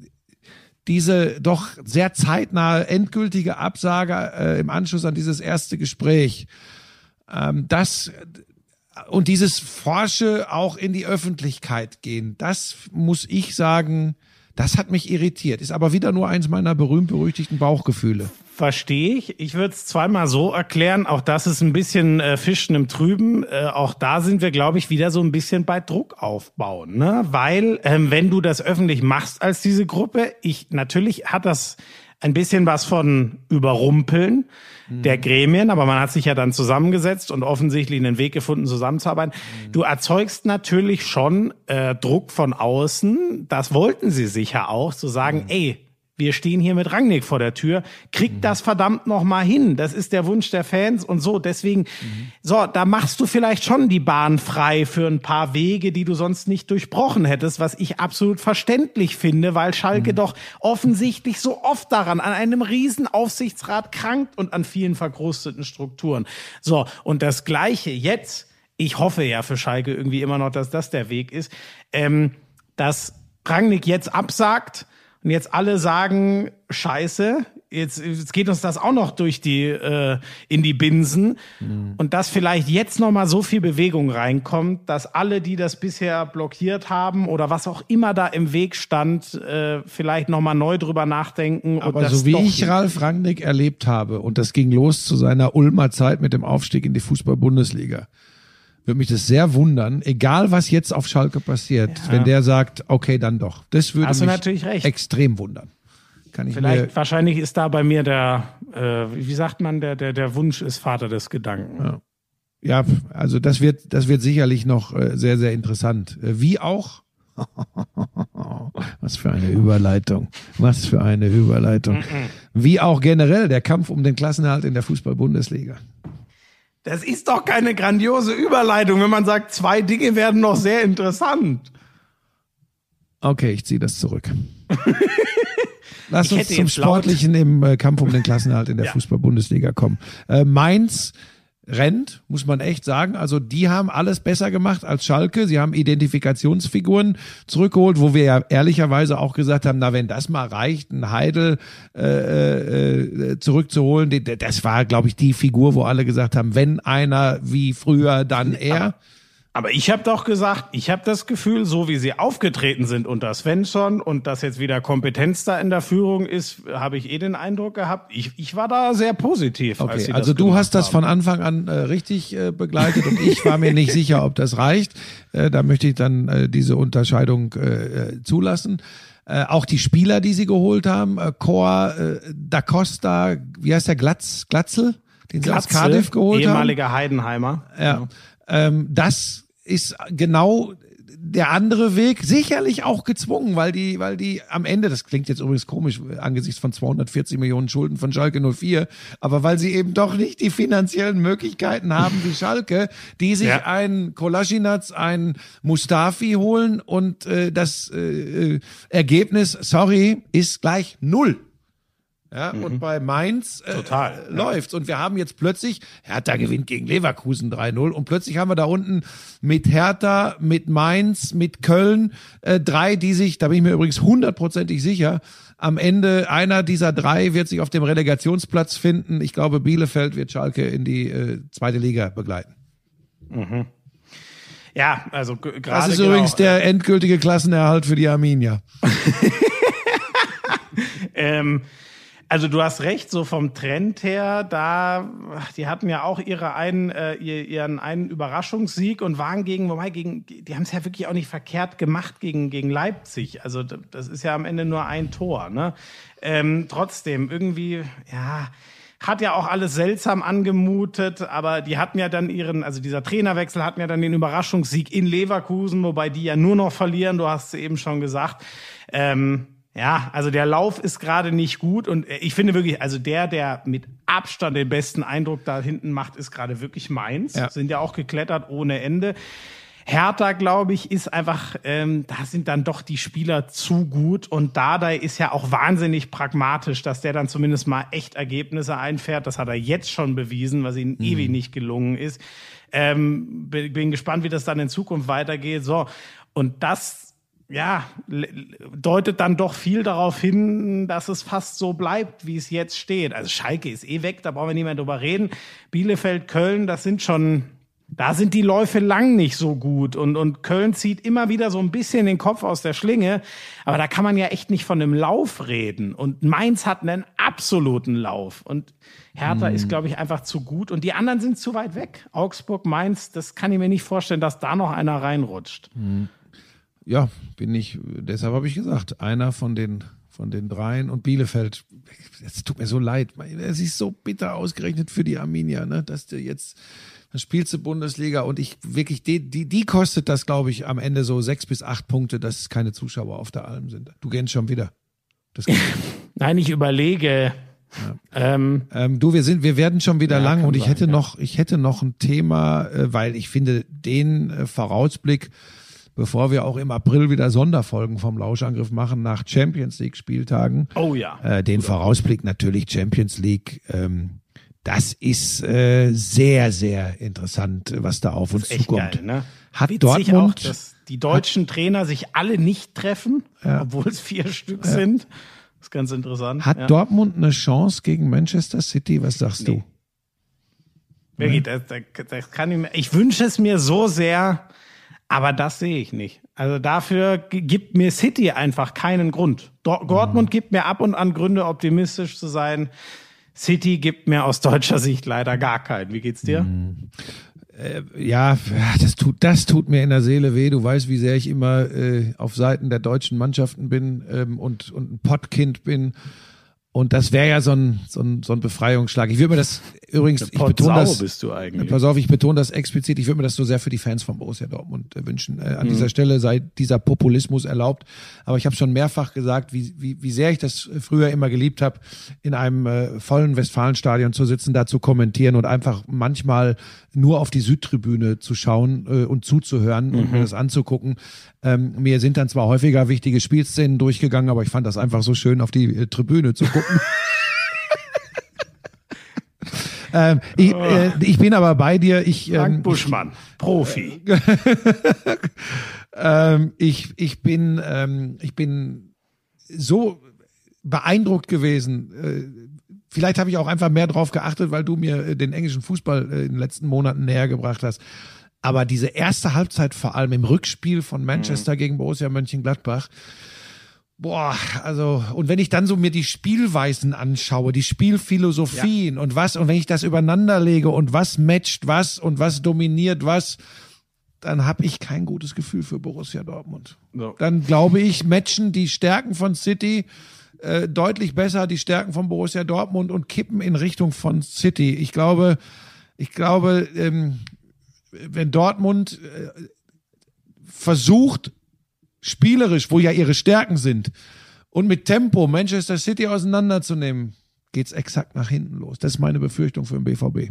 diese doch sehr zeitnahe endgültige Absage äh, im Anschluss an dieses erste Gespräch, ähm, das und dieses forsche auch in die Öffentlichkeit gehen, das muss ich sagen, das hat mich irritiert. Ist aber wieder nur eins meiner berühmt-berüchtigten Bauchgefühle. Verstehe ich. Ich würde es zweimal so erklären. Auch das ist ein bisschen äh, Fischen im Trüben. Äh, auch da sind wir, glaube ich, wieder so ein bisschen bei Druck aufbauen, ne? Weil ähm, wenn du das öffentlich machst als diese Gruppe, ich natürlich hat das ein bisschen was von Überrumpeln mhm. der Gremien, aber man hat sich ja dann zusammengesetzt und offensichtlich einen Weg gefunden, zusammenzuarbeiten. Mhm. Du erzeugst natürlich schon äh, Druck von außen. Das wollten sie sicher auch, zu sagen, mhm. ey, wir stehen hier mit Rangnick vor der Tür, kriegt mhm. das verdammt noch mal hin. Das ist der Wunsch der Fans und so. Deswegen, mhm. so, da machst du vielleicht schon die Bahn frei für ein paar Wege, die du sonst nicht durchbrochen hättest, was ich absolut verständlich finde, weil Schalke mhm. doch offensichtlich so oft daran, an einem riesen Aufsichtsrat krankt und an vielen verkrusteten Strukturen. So, und das Gleiche jetzt, ich hoffe ja für Schalke irgendwie immer noch, dass das der Weg ist, ähm, dass Rangnick jetzt absagt, und jetzt alle sagen, scheiße, jetzt, jetzt geht uns das auch noch durch die äh, in die Binsen mhm. und dass vielleicht jetzt noch mal so viel Bewegung reinkommt, dass alle, die das bisher blockiert haben oder was auch immer da im Weg stand, äh, vielleicht noch mal neu drüber nachdenken. Aber und das so wie doch ich Ralf Rangnick erlebt habe, und das ging los zu seiner Ulmer Zeit mit dem Aufstieg in die Fußball-Bundesliga, würde mich das sehr wundern, egal was jetzt auf Schalke passiert, ja. wenn der sagt, okay, dann doch. Das würde Hast du mich natürlich recht. extrem wundern. Kann ich Vielleicht, mir, wahrscheinlich ist da bei mir der, äh, wie sagt man, der, der, der Wunsch ist Vater des Gedanken. Ja, ja also das wird, das wird sicherlich noch äh, sehr, sehr interessant. Äh, wie auch, was für eine Überleitung, was für eine Überleitung. Wie auch generell der Kampf um den Klassenerhalt in der Fußball-Bundesliga. Das ist doch keine grandiose Überleitung, wenn man sagt, zwei Dinge werden noch sehr interessant. Okay, ich ziehe das zurück. Lass Ich uns hätte zum jetzt laut- Sportlichen im äh, Kampf um den Klassenerhalt in der Ja. Fußball-Bundesliga kommen. Äh, Mainz rennt, muss man echt sagen. Also die haben alles besser gemacht als Schalke. Sie haben Identifikationsfiguren zurückgeholt, wo wir ja ehrlicherweise auch gesagt haben, na wenn das mal reicht, einen Heidel äh, äh, zurückzuholen, die, das war, glaube ich, die Figur, wo alle gesagt haben, wenn einer wie früher, dann er. Aber ich habe doch gesagt, ich habe das Gefühl, so wie sie aufgetreten sind unter Svensson und dass jetzt wieder Kompetenz da in der Führung ist, habe ich eh den Eindruck gehabt, ich, ich war da sehr positiv. Als Okay, sie also das du gemacht hast das haben. von Anfang an äh, richtig äh, begleitet und ich war mir nicht sicher, ob das reicht. Äh, da möchte ich dann äh, diese Unterscheidung äh, zulassen. Äh, auch die Spieler, die sie geholt haben, äh, Chor, äh, Da Costa, wie heißt der, Glatz, Glatzel, den sie aus Glatzel, Cardiff geholt haben. ehemaliger Heidenheimer. Ja, ähm, das ist genau der andere Weg, sicherlich auch gezwungen, weil die, weil die am Ende, das klingt jetzt übrigens komisch angesichts von zweihundertvierzig Millionen Schulden von Schalke null vier, aber weil sie eben doch nicht die finanziellen Möglichkeiten haben wie Schalke, die sich Ja. einen Kolasinac, einen Mustafi holen und äh, das äh, Ergebnis, sorry, ist gleich null. Ja, und bei Mainz äh, Total, äh, ja. läuft's. Und wir haben jetzt plötzlich, Hertha gewinnt gegen Leverkusen drei null und plötzlich haben wir da unten mit Hertha, mit Mainz, mit Köln äh, drei, die sich, da bin ich mir übrigens hundertprozentig sicher, am Ende einer dieser drei wird sich auf dem Relegationsplatz finden. Ich glaube, Bielefeld wird Schalke in die äh, zweite Liga begleiten. Ja, also g- gerade Das ist genau, übrigens der endgültige Klassenerhalt für die Arminia. Ähm, also du hast recht, so vom Trend her, da, die hatten ja auch ihre einen, äh, ihr- ihren einen Überraschungssieg und waren gegen, wobei gegen, die haben es ja wirklich auch nicht verkehrt gemacht gegen, gegen Leipzig. Also d- das ist ja am Ende nur ein Tor, ne? Ähm, trotzdem, irgendwie, ja, hat ja auch alles seltsam angemutet, aber die hatten ja dann ihren, also dieser Trainerwechsel hatten ja dann den Überraschungssieg in Leverkusen, wobei die ja nur noch verlieren, du hast es eben schon gesagt. Ähm, Ja, also der Lauf ist gerade nicht gut und ich finde wirklich, also der, der mit Abstand den besten Eindruck da hinten macht, ist gerade wirklich Mainz. Ja. Sind ja auch geklettert ohne Ende. Hertha, glaube ich, ist einfach, ähm, da sind dann doch die Spieler zu gut und Dardai ist ja auch wahnsinnig pragmatisch, dass der dann zumindest mal echt Ergebnisse einfährt. Das hat er jetzt schon bewiesen, was ihm ewig nicht gelungen ist. Ähm, bin gespannt, wie das dann in Zukunft weitergeht. So, und das ja, deutet dann doch viel darauf hin, dass es fast so bleibt, wie es jetzt steht. Also Schalke ist eh weg, da brauchen wir nicht mehr drüber reden. Bielefeld, Köln, das sind schon, da sind die Läufe lang nicht so gut. Und, und Köln zieht immer wieder so ein bisschen den Kopf aus der Schlinge. Aber da kann man ja echt nicht von einem Lauf reden. Und Mainz hat einen absoluten Lauf. Und Hertha Mhm. ist, glaube ich, einfach zu gut. Und die anderen sind zu weit weg. Augsburg, Mainz, das kann ich mir nicht vorstellen, dass da noch einer reinrutscht. Ja, bin ich, deshalb habe ich gesagt, einer von den, von den dreien und Bielefeld, es tut mir so leid, es ist so bitter ausgerechnet für die Arminia, ne, dass du jetzt, dann spielst du Bundesliga und ich wirklich, die, die, die kostet das, glaube ich, am Ende so sechs bis acht Punkte, dass keine Zuschauer auf der Alm sind. Du gehst schon wieder. Das Nein, ich überlege. Ähm, Ähm, du, wir sind, wir werden schon wieder Ja, lang kann und ich sein, hätte ja. noch, ich hätte noch ein Thema, äh, weil ich finde, den äh, Vorausblick, bevor wir auch im April wieder Sonderfolgen vom Lauschangriff machen nach Champions League Spieltagen, oh ja. äh, den Vorausblick natürlich Champions League, ähm, das ist äh, sehr, sehr interessant, was da auf uns Echt zukommt. geil, ne? Hat Witzig Dortmund, auch, dass die deutschen Trainer sich alle nicht treffen, obwohl es vier Stück sind. ist ganz interessant. Hat ja. Dortmund eine Chance gegen Manchester City? Was sagst Nee. du? Wirklich, das, das, das kann ich mir, ich wünsche es mir so sehr, aber das sehe ich nicht. Also dafür g- gibt mir City einfach keinen Grund. Dor- Dortmund gibt mir ab und an Gründe, optimistisch zu sein. City gibt mir aus deutscher Sicht leider gar keinen. Wie geht's dir? Ja, das tut, das tut mir in der Seele weh. Du weißt, wie sehr ich immer äh, auf Seiten der deutschen Mannschaften bin ähm, und, und ein Pottkind bin. Und das wäre ja so ein, so ein, so ein Befreiungsschlag. Ich würde mir das übrigens, ich betone das, bist du eigentlich. pass auf, ich betone das explizit, ich würde mir das so sehr für die Fans von Borussia Dortmund äh, wünschen. Äh, an mhm. dieser Stelle sei dieser Populismus erlaubt. Aber ich habe schon mehrfach gesagt, wie, wie, wie sehr ich das früher immer geliebt habe, in einem äh, vollen Westfalenstadion zu sitzen, da zu kommentieren und einfach manchmal nur auf die Südtribüne zu schauen äh, und zuzuhören mhm. und mir das anzugucken. Ähm, mir sind dann zwar häufiger wichtige Spielszenen durchgegangen, aber ich fand das einfach so schön, auf die äh, Tribüne zu gucken. ähm, ich, äh, ich bin aber bei dir. Ich, Frank ähm, Buschmann, Profi. ähm, ich, ich bin, ähm, ich bin so beeindruckt gewesen. Äh, vielleicht habe ich auch einfach mehr drauf geachtet, weil du mir äh, den englischen Fußball äh, in den letzten Monaten näher gebracht hast. Aber diese erste Halbzeit, vor allem im Rückspiel von Manchester mhm. gegen Borussia Mönchengladbach, boah, also, und wenn ich dann so mir die Spielweisen anschaue, die Spielphilosophien ja. und was, und wenn ich das übereinander lege und was matcht was und was dominiert was, dann habe ich kein gutes Gefühl für Borussia Dortmund. So. Dann glaube ich, matchen die Stärken von City äh, deutlich besser, die Stärken von Borussia Dortmund und kippen in Richtung von City. Ich glaube, ich glaube, ähm, wenn Dortmund äh, versucht, spielerisch, wo ja ihre Stärken sind, und mit Tempo Manchester City auseinanderzunehmen, geht's exakt nach hinten los. Das ist meine Befürchtung für den B V B.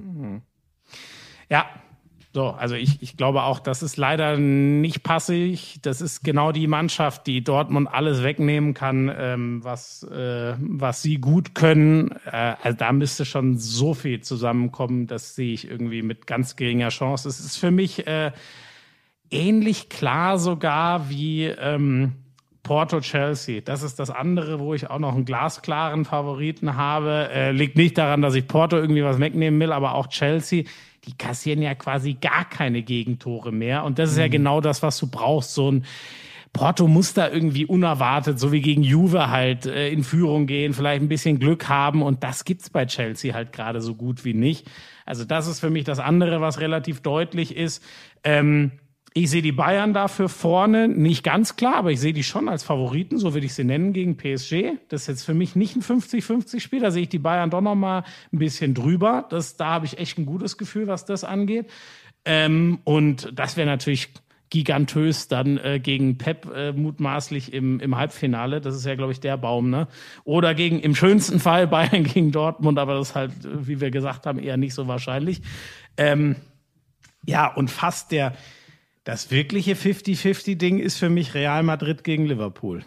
Ja, so, also ich, ich glaube auch, das ist leider nicht passig. Das ist genau die Mannschaft, die Dortmund alles wegnehmen kann, ähm, was, äh, was sie gut können. Äh, also da müsste schon so viel zusammenkommen, das sehe ich irgendwie mit ganz geringer Chance. Es ist für mich äh, ähnlich klar sogar wie ähm, Porto-Chelsea. Das ist das andere, wo ich auch noch einen glasklaren Favoriten habe. Äh, liegt nicht daran, dass ich Porto irgendwie was wegnehmen will, aber auch Chelsea, die kassieren ja quasi gar keine Gegentore mehr. Und das ist ja genau das, was du brauchst. So ein Porto muss da irgendwie unerwartet, so wie gegen Juve halt, äh, in Führung gehen, vielleicht ein bisschen Glück haben. Und das gibt's bei Chelsea halt gerade so gut wie nicht. Also das ist für mich das andere, was relativ deutlich ist. Ähm, Ich sehe die Bayern dafür vorne, nicht ganz klar, aber ich sehe die schon als Favoriten, so würde ich sie nennen, gegen P S G. Das ist jetzt für mich nicht ein fünfzig fünfzig Spiel, da sehe ich die Bayern doch noch mal ein bisschen drüber. Das, da habe ich echt ein gutes Gefühl, was das angeht. Ähm, und das wäre natürlich gigantös dann äh, gegen Pep äh, mutmaßlich im, im Halbfinale. Das ist ja, glaube ich, der Baum, ne? Oder gegen, im schönsten Fall Bayern gegen Dortmund, aber das ist halt, wie wir gesagt haben, eher nicht so wahrscheinlich. Ähm, ja, und fast der Das wirkliche fünfzig fünfzig Ding ist für mich Real Madrid gegen Liverpool.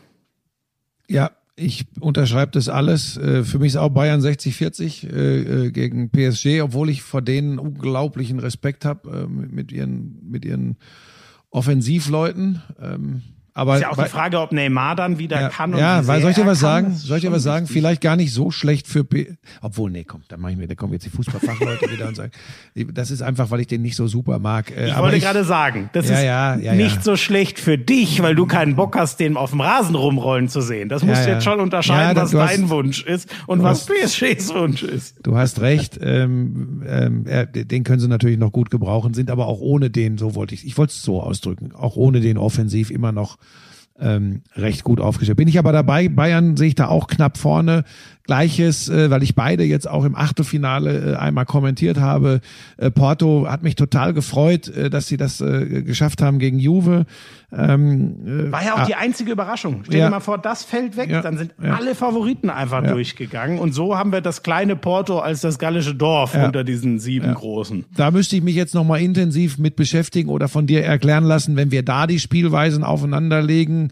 Ja, ich unterschreibe das alles. Für mich ist auch Bayern sechzig vierzig gegen P S G, obwohl ich vor denen unglaublichen Respekt habe mit ihren, mit ihren Offensivleuten. Aber ist ja auch die Frage, ob Neymar dann wieder ja, kann. Und ja, weil soll ich dir was sagen? Kann, soll ich dir was sagen? Wichtig. Vielleicht gar nicht so schlecht für P. Obwohl, nee, komm, da mache ich mir, da kommen jetzt die Fußballfachleute wieder und sagen, das ist einfach, weil ich den nicht so super mag. Ich Aber wollte ich, gerade sagen, das ja, ist ja, ja, nicht ja. so schlecht für dich, weil du keinen Bock hast, den auf dem Rasen rumrollen zu sehen. Das musst ja, du ja. jetzt schon unterscheiden, ja, was du dein hast, Wunsch ist und was P S Gs Wunsch ist. Du hast recht, ähm, ähm, äh, den können sie natürlich noch gut gebrauchen, sind aber auch ohne den, so wollte ich, ich wollte es so ausdrücken, auch ohne den offensiv immer noch Ähm, recht gut aufgestellt. Bin ich aber dabei, Bayern sehe ich da auch knapp vorne. Gleiches, äh, weil ich beide jetzt auch im Achtelfinale äh, einmal kommentiert habe. Äh, Porto hat mich total gefreut, äh, dass sie das äh, geschafft haben gegen Juve. Ähm, äh, War ja auch ah, die einzige Überraschung. Stell ja. dir mal vor, das fällt weg, Ja. dann sind Ja. alle Favoriten einfach Ja. durchgegangen. Und so haben wir das kleine Porto als das gallische Dorf Ja. unter diesen sieben Ja. Großen. Da müsste ich mich jetzt nochmal intensiv mit beschäftigen oder von dir erklären lassen, wenn wir da die Spielweisen aufeinander legen.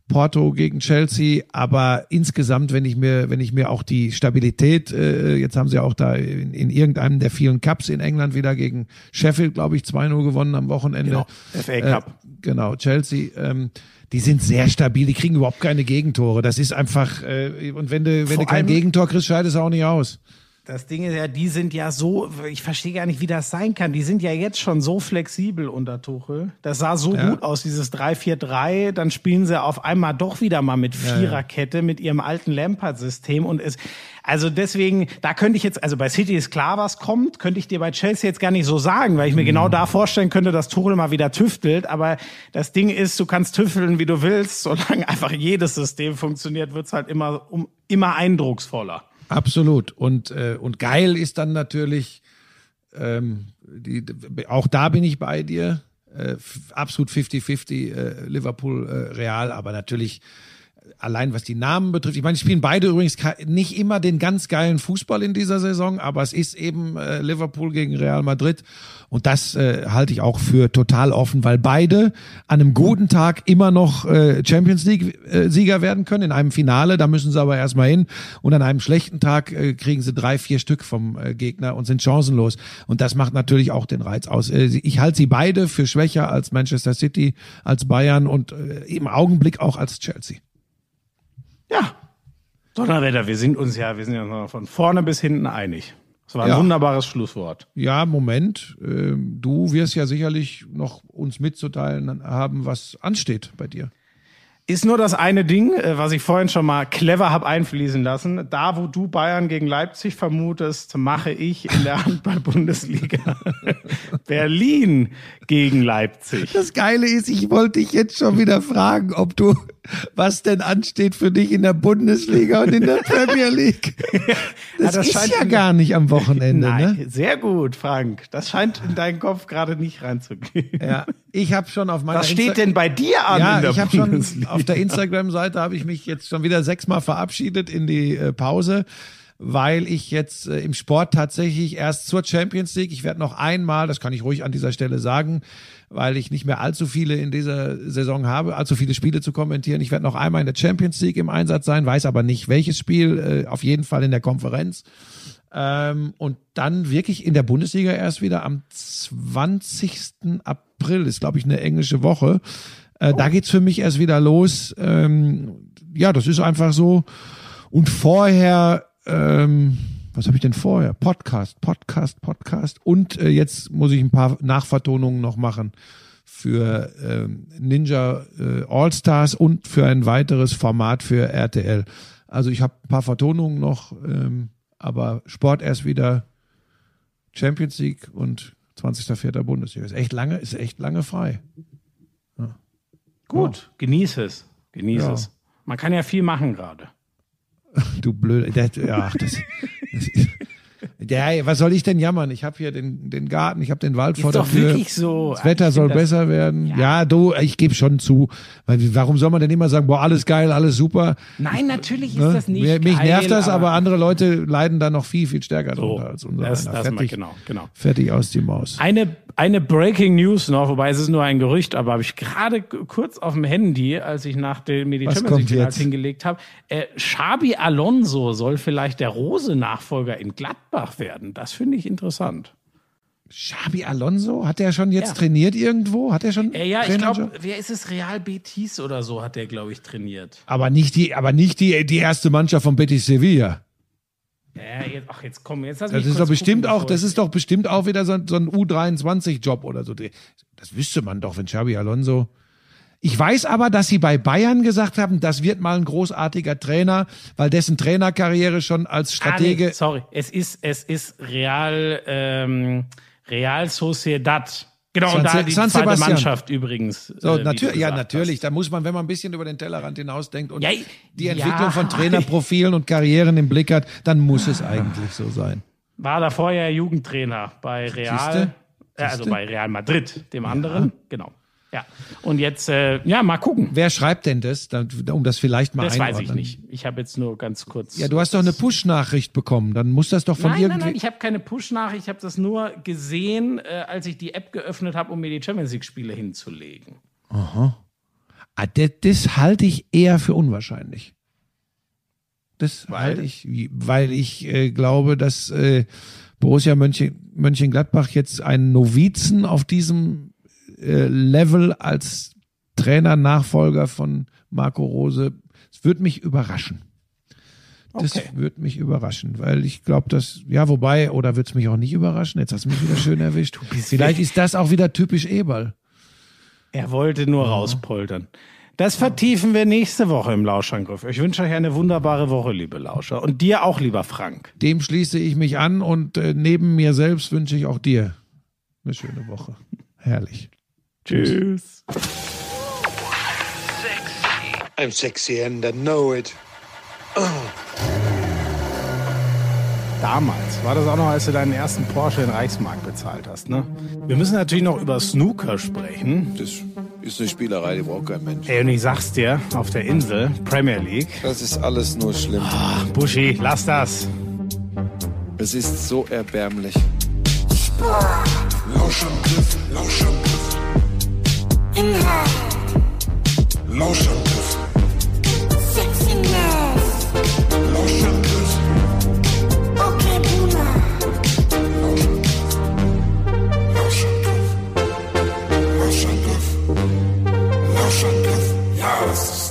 Porto gegen Chelsea, aber insgesamt, wenn ich mir, wenn ich mir auch die Stabilität, äh, jetzt haben sie auch da in, in irgendeinem der vielen Cups in England wieder gegen Sheffield, glaube ich, zwei null gewonnen am Wochenende. Genau, F A Cup. Äh, genau, Chelsea, ähm, die sind sehr stabil, die kriegen überhaupt keine Gegentore. Das ist einfach, äh, und wenn du, wenn Vor du kein allem- Gegentor kriegst, scheidest du auch nicht aus. Das Ding ist ja, die sind ja so, ich verstehe gar nicht, wie das sein kann. Die sind ja jetzt schon so flexibel unter Tuchel. Das sah so Ja. gut aus, dieses drei vier drei. Dann spielen sie auf einmal doch wieder mal mit Viererkette, mit ihrem alten Lampard-System. Und es, also deswegen, da könnte ich jetzt, also bei City ist klar, was kommt, könnte ich dir bei Chelsea jetzt gar nicht so sagen, weil ich mir Mhm. genau da vorstellen könnte, dass Tuchel mal wieder tüftelt. Aber das Ding ist, du kannst tüfteln, wie du willst. Solange einfach jedes System funktioniert, wird's halt immer, um, immer eindrucksvoller. Absolut. Und, äh, und geil ist dann natürlich, ähm, die, auch da bin ich bei dir, äh, f- absolut fifty fifty äh, Liverpool äh, Real, aber natürlich allein was die Namen betrifft. Ich meine, die spielen beide übrigens ke- nicht immer den ganz geilen Fußball in dieser Saison, aber es ist eben äh, Liverpool gegen Real Madrid und das äh, halte ich auch für total offen, weil beide an einem guten Tag immer noch äh, Champions League äh, Sieger werden können in einem Finale, da müssen sie aber erstmal hin und an einem schlechten Tag äh, kriegen sie drei, vier Stück vom äh, Gegner und sind chancenlos und das macht natürlich auch den Reiz aus. Äh, ich halte sie beide für schwächer als Manchester City, als Bayern und äh, im Augenblick auch als Chelsea. Ja. Donnerwetter, wir sind uns ja, wir sind ja noch von vorne bis hinten einig. Das war ein Ja. wunderbares Schlusswort. Ja, Moment. Ähm, du wirst ja sicherlich noch uns mitzuteilen haben, was ansteht bei dir. Ist nur das eine Ding, äh, was ich vorhin schon mal clever habe einfließen lassen. Da, wo du Bayern gegen Leipzig vermutest, mache ich in der Handball-Bundesliga Berlin gegen Leipzig. Das Geile ist, ich wollte dich jetzt schon wieder fragen, ob du, was denn ansteht für dich in der Bundesliga und in der Premier League. Das, Ja, das ist scheint ja in- gar nicht am Wochenende, Nein, ne? sehr gut, Frank. Das scheint in deinen Kopf gerade nicht reinzugehen. Ja, ich habe schon auf meiner Was steht Insta- denn bei dir an Ja, in der ich habe schon Bundesliga? auf der Instagram-Seite habe ich mich jetzt schon wieder sechsmal verabschiedet in die äh, Pause, weil ich jetzt äh, im Sport tatsächlich erst zur Champions League, ich werde noch einmal, das kann ich ruhig an dieser Stelle sagen, weil ich nicht mehr allzu viele in dieser Saison habe, allzu viele Spiele zu kommentieren. Ich werde noch einmal in der Champions League im Einsatz sein, weiß aber nicht welches Spiel, äh, auf jeden Fall in der Konferenz. Ähm, und dann wirklich in der Bundesliga erst wieder am zwanzigsten April, ist glaube ich eine englische Woche. Äh, Da geht's für mich erst wieder los. Ähm, ja, das ist einfach so. Und vorher, ähm, was habe ich denn vorher? Podcast, Podcast, Podcast. Und äh, jetzt muss ich ein paar Nachvertonungen noch machen für ähm, Ninja äh, All-Stars und für ein weiteres Format für R T L. Also ich habe ein paar Vertonungen noch, ähm, aber Sport erst wieder Champions League und zwanzigster vierter Bundesliga. Ist echt lange, ist echt lange frei. Gut, genieß es. Genieß Ja. es. Man kann ja viel machen gerade. Du blöde. Der, ja, ach, das, das, der, was soll ich denn jammern? Ich habe hier den, den Garten, ich habe den Wald vor Ist der doch Tür. wirklich so. Das Wetter Ich soll find das- besser werden. Ja, Ja. du, ich gebe schon zu. Weil, warum soll man denn immer sagen, boah, alles geil, alles super? Nein, natürlich ist Ne? das nicht Mir, mich geil, nervt das, aber andere Leute leiden da noch viel, viel stärker so, drunter als unser das, einer. das mal, Fertig, genau, genau. fertig aus die Maus. Eine, eine Breaking News noch, wobei es ist nur ein Gerücht, aber habe ich gerade k- kurz auf dem Handy, als ich nach dem mir die Was Champions kommt League Finals jetzt? hingelegt habe, äh, Xabi Alonso soll vielleicht der Rose-Nachfolger in Gladbach werden. Das finde ich interessant. Xabi Alonso, hat der schon jetzt Ja. trainiert irgendwo? Hat er schon? Äh, ja, ich Trainerjob? glaube, wer ist es? Real Betis oder so hat der, glaube ich, trainiert. Aber nicht die, aber nicht die, die erste Mannschaft von Betis Sevilla. Ja, jetzt, ach, jetzt komm, jetzt lass Das mich ist kurz doch bestimmt gucken, auch, bevor das ich- ist doch bestimmt auch wieder so ein, so ein U dreiundzwanzig-Job oder so. Das wüsste man doch, wenn Xabi Alonso. Ich weiß aber, dass sie bei Bayern gesagt haben, das wird mal ein großartiger Trainer, weil dessen Trainerkarriere schon als Stratege. Ah, nee, sorry, es ist, es ist Real, ähm, Real Sociedad. Genau, San und da Se- die San zweite Sebastian. Mannschaft übrigens. So, äh, wie natürlich, du ja, gesagt natürlich. hast. Da muss man, wenn man ein bisschen über den Tellerrand hinausdenkt und Ja, die ja. Entwicklung von Trainerprofilen und Karrieren im Blick hat, dann muss es eigentlich so sein. War da vorher Jugendtrainer bei Real, Siehste? äh, also Siehste? bei Real Madrid, dem anderen. Genau. Ja. Und jetzt, äh, ja, mal gucken. Wer schreibt denn das, dann- um das vielleicht mal Das weiß einordnen? ich nicht. Ich habe jetzt nur ganz kurz. Ja, du hast doch eine Push-Nachricht bekommen. Dann muss das doch von Nein, nein, irgendwie. nein, ich habe keine Push-Nachricht. Ich habe das nur gesehen, äh, als ich die App geöffnet habe, um mir die Champions League-Spiele hinzulegen. Ah, das, das halte ich eher für unwahrscheinlich. Das Weil? halte ich, weil ich äh, glaube, dass äh, Borussia Mönchen, Mönchengladbach jetzt einen Novizen auf diesem äh, Level als Trainer, Nachfolger von Marco Rose, es würde mich überraschen. Das Okay. würde mich überraschen, weil ich glaube, dass, ja, wobei, oder würde es mich auch nicht überraschen? Jetzt hast du mich wieder schön erwischt. Vielleicht ist das auch wieder typisch Eberl. Er wollte nur rauspoltern. Das vertiefen wir nächste Woche im Lauschangriff. Ich wünsche euch eine wunderbare Woche, liebe Lauscher. Und dir auch, lieber Frank. Dem schließe ich mich an und äh, neben mir selbst wünsche ich auch dir eine schöne Woche. Herrlich. Tschüss. I'm sexy and I know it. Damals war das auch noch, als du deinen ersten Porsche in Reichsmark bezahlt hast, ne? Wir müssen natürlich noch über Snooker sprechen. Das ist eine Spielerei, die braucht kein Mensch. Ey, und ich sag's dir, auf der Insel, Premier League. Das ist alles nur schlimm. Ach, Buschi, lass das. Es ist so erbärmlich. Lauschangriff, Lauschangriff. Inhalt, Lauschangriff, Sexiness, Lauschangriff, okay, Boomer, Lauschangriff, Lauschangriff, Lauschangriff. Ja, das ist